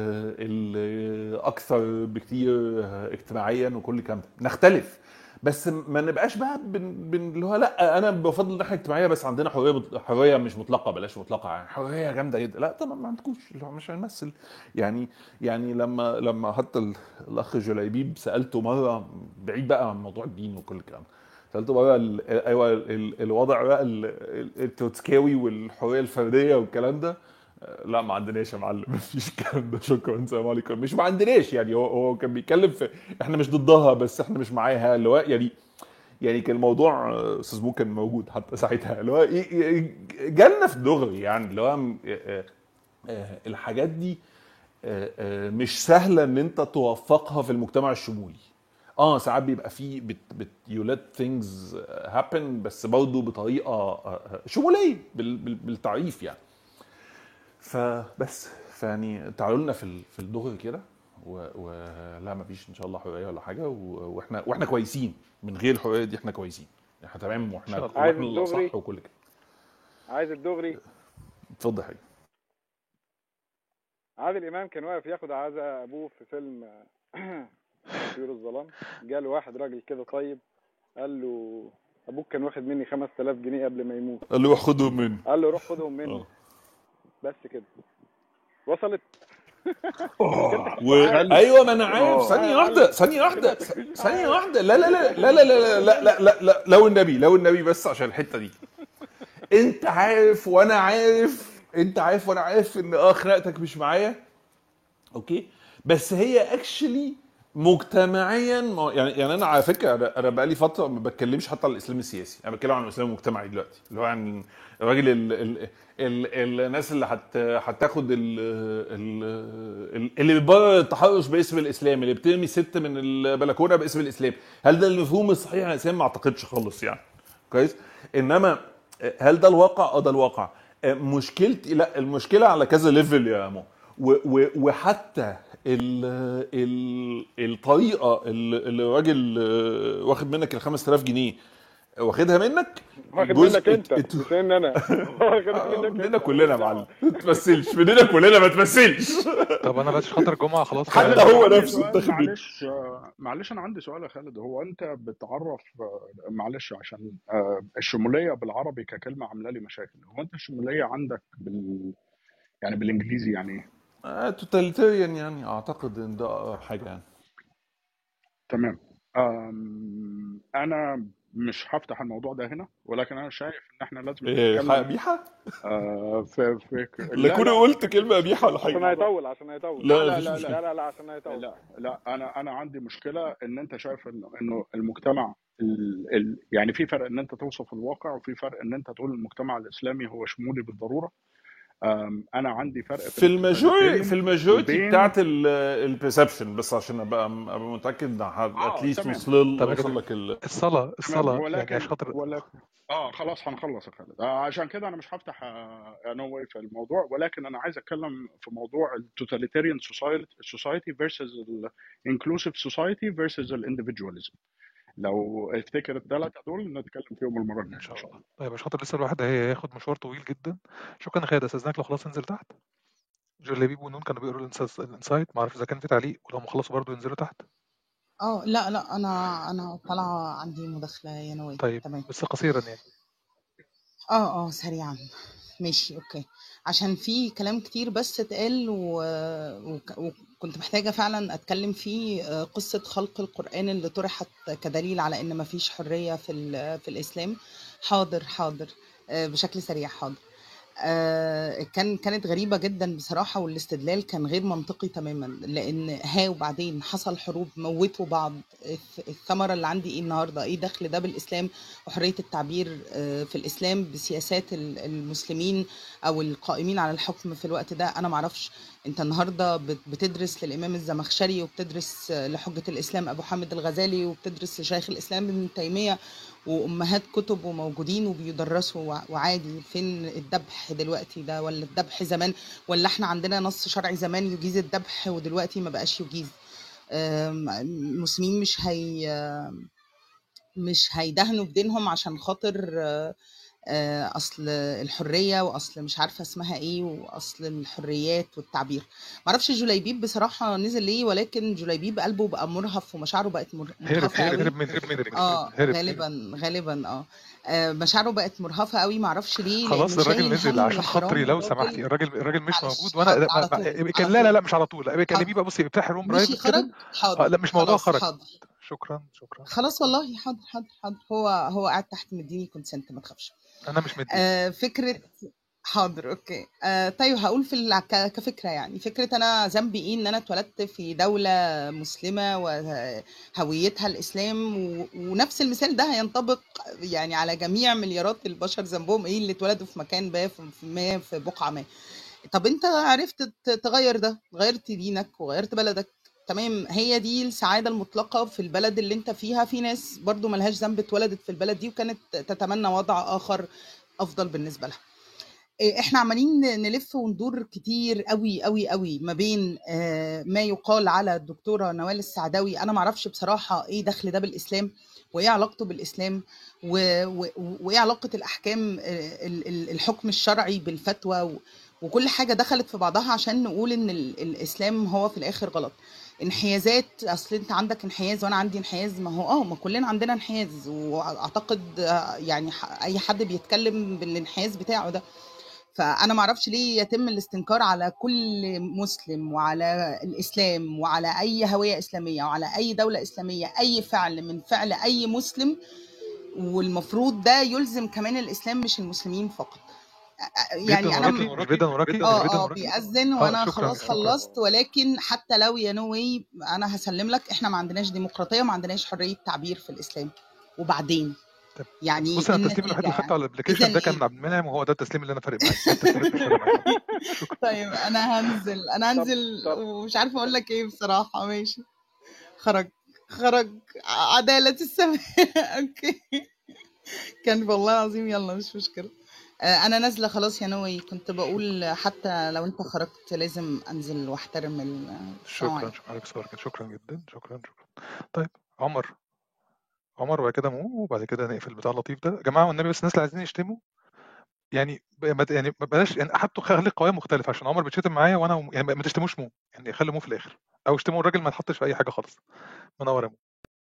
الاكثر بكتير اجتماعيا وكل الكلام ده. نختلف بس ما نبقاش بقى اللي هو لا انا بفضل الناحيه الاجتماعيه بس عندنا حريه مش مطلقه، بلاش مطلقه يعني حريه جامده جدا. لا طبعا ما عندكوش، اللي هو مش هنمثل يعني لما حتى الاخ جليبيب سالته مره بعيد بقى عن موضوع الدين وكل الكلام، سالته بقى ايوه الوضع بقى التروتسكاوي والحريه الفرديه والكلام ده. لا ما عندناش يا معلم، مفيش الكلام ده، شكرا السلام عليكم. مش ما عندناش يعني، هو كان بيتكلم في احنا مش ضدها بس احنا مش معاها، اللي هو يعني كان الموضوع استاذ مو كان موجود حتى ساعتها، اللي هو جالنا في دغري يعني، اللي هو الحاجات دي مش سهله ان انت توفقها في المجتمع الشمولي. ساعات بيبقى فيه you let things happen بس برضه بطريقه شموليه بالتعريف يعني. فبس يعني تعالوا لنا في الدغري كده، ولا ما فيش ان شاء الله حريه ولا حاجه، واحنا كويسين من غير الحريه دي، احنا كويسين، احنا تمام، واحنا اللي صح وكل كده. عايز الدغري. اتفضل حاجه. عادل امام كان واقف ياخد عزاء ابوه في فيلم طيور الظلام. جاله واحد راجل كده طيب قال له ابوك كان واخد مني 5000 جنيه قبل ما يموت. قال له روح خدهم مني. قال له روح خدهم مني. بس كده وصلت. ايوه ما انا عارف. ثانيه واحده لا لو النبي بس عشان الحته دي. انت عارف وانا عارف ان خناقتك مش معايا اوكي، بس هي اكشلي مجتمعيا يعني انا على فكره انا بقالي فتره ما بتكلمش حتى عن الاسلام السياسي، انا بتكلم عن الاسلام المجتمعي دلوقتي، اللي هو يعني الراجل الناس اللي هتاخد اللي بيبرر التحرش باسم الاسلام، اللي بترمي ست من البلكونه باسم الاسلام. هل ده المفهوم الصحيح عن الاسلام؟ ما اعتقدش خالص يعني. كويس. انما هل ده الواقع؟ ده الواقع. مشكلتي لا، المشكله على كذا ليفل يا مو، وحتى الطريقه اللي الراجل واخد منك ال 5000 جنيه واخدها منك واخد جزء منك انت مش ان انا واخد منك مننا انت كلنا يا ماليش معلم، دعوه. ما تمثلش مننا كلنا، ما تمثلش. طب انا بس خاطر جمعه خلاص حتى خالد، انا هو عندي نفسه سؤال، اتاخد منه. معلش انا عندي سؤال يا خالد. هو انت بتعرف معلش عشان الشموليه بالعربي ككلمه عامله لي مشاكل. هو انت الشموليه عندك يعني بالانجليزي يعني ايه؟ توتاليتيريان يعني، اعتقد ان ده اقرب حاجه يعني. تمام. انا مش هفتح الموضوع ده هنا، ولكن انا شايف ان احنا لازم ايه نتكلم قبيحه؟ في لا كوني لا قلت فكره كلمه مش قبيحه ولا مش حاجه. عشان الموضوع. هيطول عشان هيطول لا لا لا مفيش لا مشكله. لا لا لا عشان هيطول. لا انا عندي مشكله ان انت شايف انه المجتمع يعني في فرق ان انت توصف الواقع، وفي فرق ان انت تقول المجتمع الاسلامي هو شمولي بالضروره. انا عندي فرق في التوتاليتيريان الماجوريتي وبين بتاعت البرسبشن، بس عشان ابقى متاكد ان اتليست تمام طب يا وصل جدع لك الصلاه تمام. يعني عشان خاطر ولكن خلاص هنخلص يا خالد. عشان كده انا مش هفتح نو واي في الموضوع، ولكن انا عايز اتكلم في موضوع التوتاليتيريان سوسايتي فيرسز الانكلوسيف سوسايتي فيرسز الانديفيدواليزم. لو افتكر الثلاثه دول نتكلم فيهم المره ان الجايه ان شاء شاء الله. الله. طيب يا شاطر، لسه الواحد هياخد مشوار طويل جدا. شكرا يا خالد، استاذنك لو خلاص انزل تحت. جوليبيب ونون كانوا بيقولوا الانسايت، ما اعرف اذا كان في تعليق، ولو ما خلصوا برضه ينزلوا تحت. لا انا طالعه عندي مداخله يا نوال. طيب تمام. بس قصيرا يعني. سريعا. ماشي اوكي. عشان في كلام كتير بس اتقال وكنت محتاجه فعلا اتكلم فيه. قصه خلق القرآن اللي طرحت كدليل على ان مفيش حريه في الاسلام. حاضر بشكل سريع. حاضر. كانت غريبة جدا بصراحة، والاستدلال كان غير منطقي تماما، لأن وبعدين حصل حروب، موتوا بعض. الثمرة اللي عندي ايه النهاردة؟ ايه دخل ده بالإسلام وحرية التعبير في الإسلام بسياسات المسلمين أو القائمين على الحكم في الوقت ده؟ أنا معرفش. انت النهاردة بتدرس للإمام الزمخشري، وبتدرس لحجة الإسلام أبو حامد الغزالي، وبتدرس لشيخ الإسلام ابن تيمية، وأمهات كتب وموجودين وبيدرسوا وعادي. فين الذبح دلوقتي ده؟ ولا الذبح زمان؟ ولا احنا عندنا نص شرعي زمان يجيز الذبح ودلوقتي ما بقاش يجيز؟ المسلمين مش هيدهنوا بدينهم عشان خاطر اصل الحريه، واصل مش عارفه اسمها ايه، واصل الحريات والتعبير. معرفش جليبيب بصراحه نزل ليه، ولكن جليبيب قلبه بقى مرهف ومشاعره بقت مرهفه قوي. غالبا مشاعره بقت مرهفه قوي، معرفش ليه. خلاص لانه الراجل شايل نزل هم عشان خاطري حرام لو سمحتي. الراجل مش معلش. موجود، وانا حاضر على طول على لا طول. مش على طول. لا كلميه بقى، بصي افتحي روم مشي برايفت كده. خرج. حاضر لا مش موضوع خلاص. خرج. حاضر شكرا. خلاص والله. حاضر. هو قاعد تحت مديني كونسنت، ما تخافش. انا مش مدي. فكرة. حاضر اوكي. طيب هقول كفكرة يعني. فكرة انا ذنبي ايه ان انا اتولدت في دولة مسلمة وهويتها الاسلام، ونفس المثال ده هينطبق يعني على جميع مليارات البشر. ذنبهم ايه اللي اتولدوا في مكان ما في بقعة ما؟ طب انت عرفت تغير ده، غيرت دينك وغيرت بلدك، تمام. هي دي السعادة المطلقة في البلد اللي انت فيها. في ناس برضو ملهاش ذنب اتولدت في البلد دي وكانت تتمنى وضع آخر أفضل بالنسبة لها. احنا عمالين نلف وندور كتير قوي قوي قوي ما بين ما يقال على الدكتورة نوال السعداوي. أنا معرفش بصراحة ايه دخل ده بالإسلام، وايه علاقته بالإسلام، وايه علاقة الأحكام الحكم الشرعي بالفتوى، وكل حاجة دخلت في بعضها عشان نقول ان الإسلام هو في الآخر غلط. انحيازات، اصل انت عندك انحياز وانا عندي انحياز، ما هو ما كلنا عندنا انحياز، واعتقد يعني اي حد بيتكلم بالانحياز بتاعه ده. فانا ما اعرفش ليه يتم الاستنكار على كل مسلم وعلى الاسلام وعلى اي هوية اسلامية وعلى اي دولة اسلامية، اي فعل من فعل اي مسلم، والمفروض ده يلزم كمان الاسلام مش المسلمين فقط. يعني جدا انا وراكي، مش جدا وراكي، مش جدا وراكي. بيأذن وانا شكرا خلاص شكرا. خلصت، ولكن حتى لو يا نو واي انا هسلم لك، احنا ما عندناش ديمقراطيه وما عندناش حريه تعبير في الاسلام. وبعدين طب يعني بص، انا التسليم الوحيد اللي خدته على الابلكيشن إذن ده كان من عبد المنعم، وهو ده التسليم اللي انا فارق معايا. التسليمات مش فارق معايا. شكرا. طيب انا هنزل طب ومش عارفه اقول لك ايه بصراحه. ماشي، خرج عداله السماء. اوكي، كان والله العظيم. يلا مش مشكله، انا نازله خلاص يا نوي. كنت بقول حتى لو انت خرجت لازم انزل واحترم شكرا شكرا جدا. شكرا. طيب عمر وبعد كده مو، وبعد كده نقفل بتاع اللطيف ده. يا جماعه والنبي، بس الناس اللي عايزين يشتموا يعني يعني بلاش، يعني حطوا خلي قوائم مختلفه، عشان عمر بيتشتم معايا وانا يعني ما تشتموش مو، يعني خلي مو في الاخر، او اشتموا الراجل ما يتحطش في اي حاجه خالص. منور يا مو.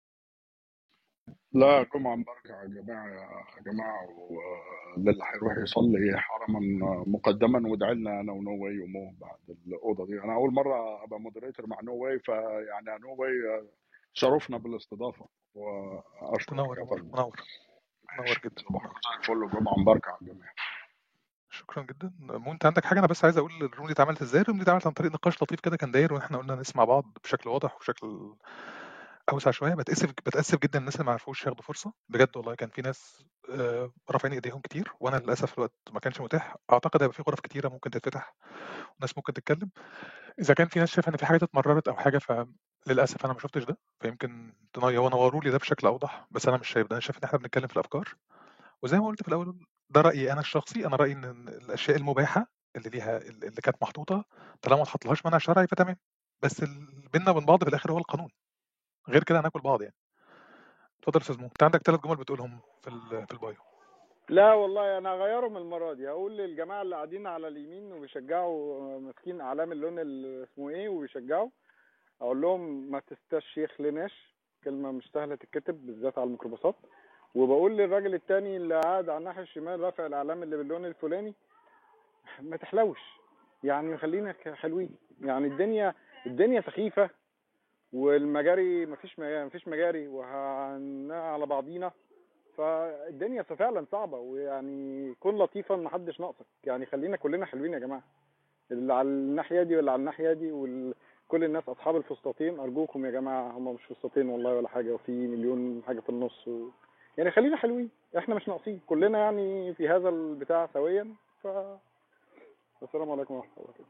لا، جمعة مباركة يا جماعة وللي هيروح يصلي حرما مقدما، وادعي لنا أنا ونو واي ومو بعد الأوضة دي. أنا أول مرة أبقى مودريتور مع نو واي، فيعني نو واي شرفنا بالاستضافة، وأشكرك منور يا يا عمر، فندم. منور جدا. صباحكم زي الفل وجمعة مباركة على الجميع. شكرا جدا. مو انت عندك حاجه؟ انا بس عايز اقول الروم دي اتعملت ازاي. الروم دي اتعملت عن طريق نقاش لطيف كده كان داير، واحنا قلنا نسمع بعض بشكل واضح وبشكل اوسع شويه. بتاسف جدا الناس اللي ما عرفوش ياخدوا فرصه بجد والله. كان في ناس رافعين ايديهم كتير، وانا للاسف الوقت ما كانش متاح. اعتقد هيبقى في غرف كتيره ممكن تتفتح وناس ممكن تتكلم. اذا كان في ناس شايفه ان في حاجات اتمررت او حاجه، فللاسف انا ما شفتش ده، فيمكن نوروا لي ده بشكل اوضح. بس انا مش شايف ده، انا شايف ان احنا بنتكلم في الافكار. وزي ما قلت في الاول، ده رايي انا الشخصي. انا رايي ان الاشياء المباحه اللي كانت محطوطه، طالما ما اتحطلهاش منع شرعي فتمام. بس بيننا وبين بعض في الاخر هو القانون، غير كده هناكل بعض يعني. اتفضل يا استاذ مو، انت عندك 3 جمل بتقولهم في البايو. لا والله انا هغيرهم المره دي. هقول للجماعه اللي قاعدين على اليمين وبيشجعوا ماسكين اعلام اللون اسمه ايه وبيشجعوا، اقول لهم ما تستشيخ لناش، كلمه مش سهله تتكتب بالذات على الميكروباصات. وبقول للراجل التاني اللي قاعد على الناحيه الشمال رافع الاعلام اللي باللون الفلاني، ما تحلوش يعني، خلينا حلوين يعني. الدنيا سخيفه، والمجاري مفيش مجاري، على بعضينا. فالدنيا فعلا صعبه، ويعني كن لطيفا محدش ناقصك يعني. خلينا كلنا حلوين يا جماعه، اللي على الناحيه دي واللي على الناحيه دي، وكل الناس اصحاب الفسطاطين ارجوكم يا جماعه، هم مش فسطاطين والله ولا حاجه، وفي مليون حاجه في النص يعني خلينا حلوين، احنا مش ناقصين كلنا يعني في هذا البتاع سويا. السلام عليكم ورحمه الله وبركاته.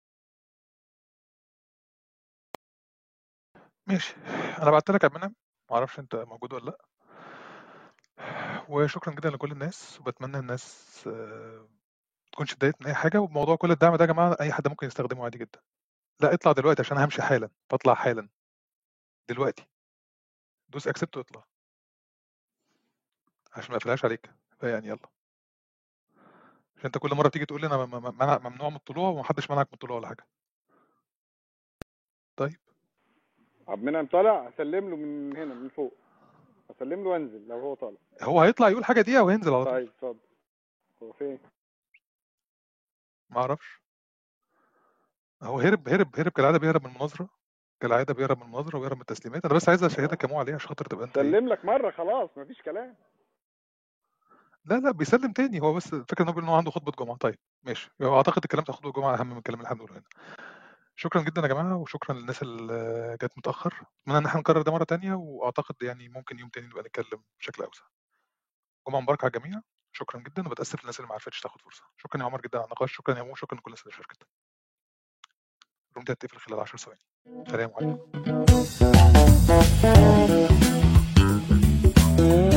ماشي، انا بعت لك يا منى، ما اعرفش انت موجود ولا لا. وشكرا جدا لكل الناس، وبتمنى الناس تكونش اتضايقت من اي حاجه. وموضوع كل الدعم ده يا جماعه اي حد ممكن يستخدمه عادي جدا. لا اطلع دلوقتي عشان همشي حالا، فاطلع حالا دلوقتي. دوس اكسبت واطلع عشان ما اقفلهاش عليك. فيعني يلا، عشان انت كل مره بتيجي تقول لي انا ممنوع من الطلوع، ومحدش منعك من الطلوع ولا حاجه. طيب عبد المنعم طالع، اسلم له من هنا من فوق، اسلم له وانزل لو هو طالع. هو هيطلع يقول حاجه دقيقه وينزل على طول. طيب اتفضل. هو فين؟ ما اعرفش، هو هرب كالعاده، بيهرب من المناظره كالعاده، بيهرب من المناظره وبيهرب من التسليمات. انا بس عايز اشهدك يا مو عليه عشان خاطر تبقى انت سلم لك مره خلاص مفيش كلام. لا بيسلم تاني. هو بس الفكره ان هو عنده خطبه جمعه. طيب ماشي، اعتقد الكلام بتاع خطبه الجمعه اهم من الكلام اللي احنا بنقوله هنا. شكرا جدا يا جماعه، وشكرا للناس اللي جت متاخر. اتمنى ان احنا نكرر ده مره تانية، واعتقد يعني ممكن يوم تاني نبقى نتكلم بشكل اوسع. جمعه مباركه على الجميع. شكرا جدا، وبتاسف للناس اللي ما عرفتش تاخد فرصه. شكرا يا عمر جدا على النقاش. شكرا يا مو، شكرا لكل الناس اللي شاركت. الروم ده هتقفل خلال 10 ثواني. سلام عليكم.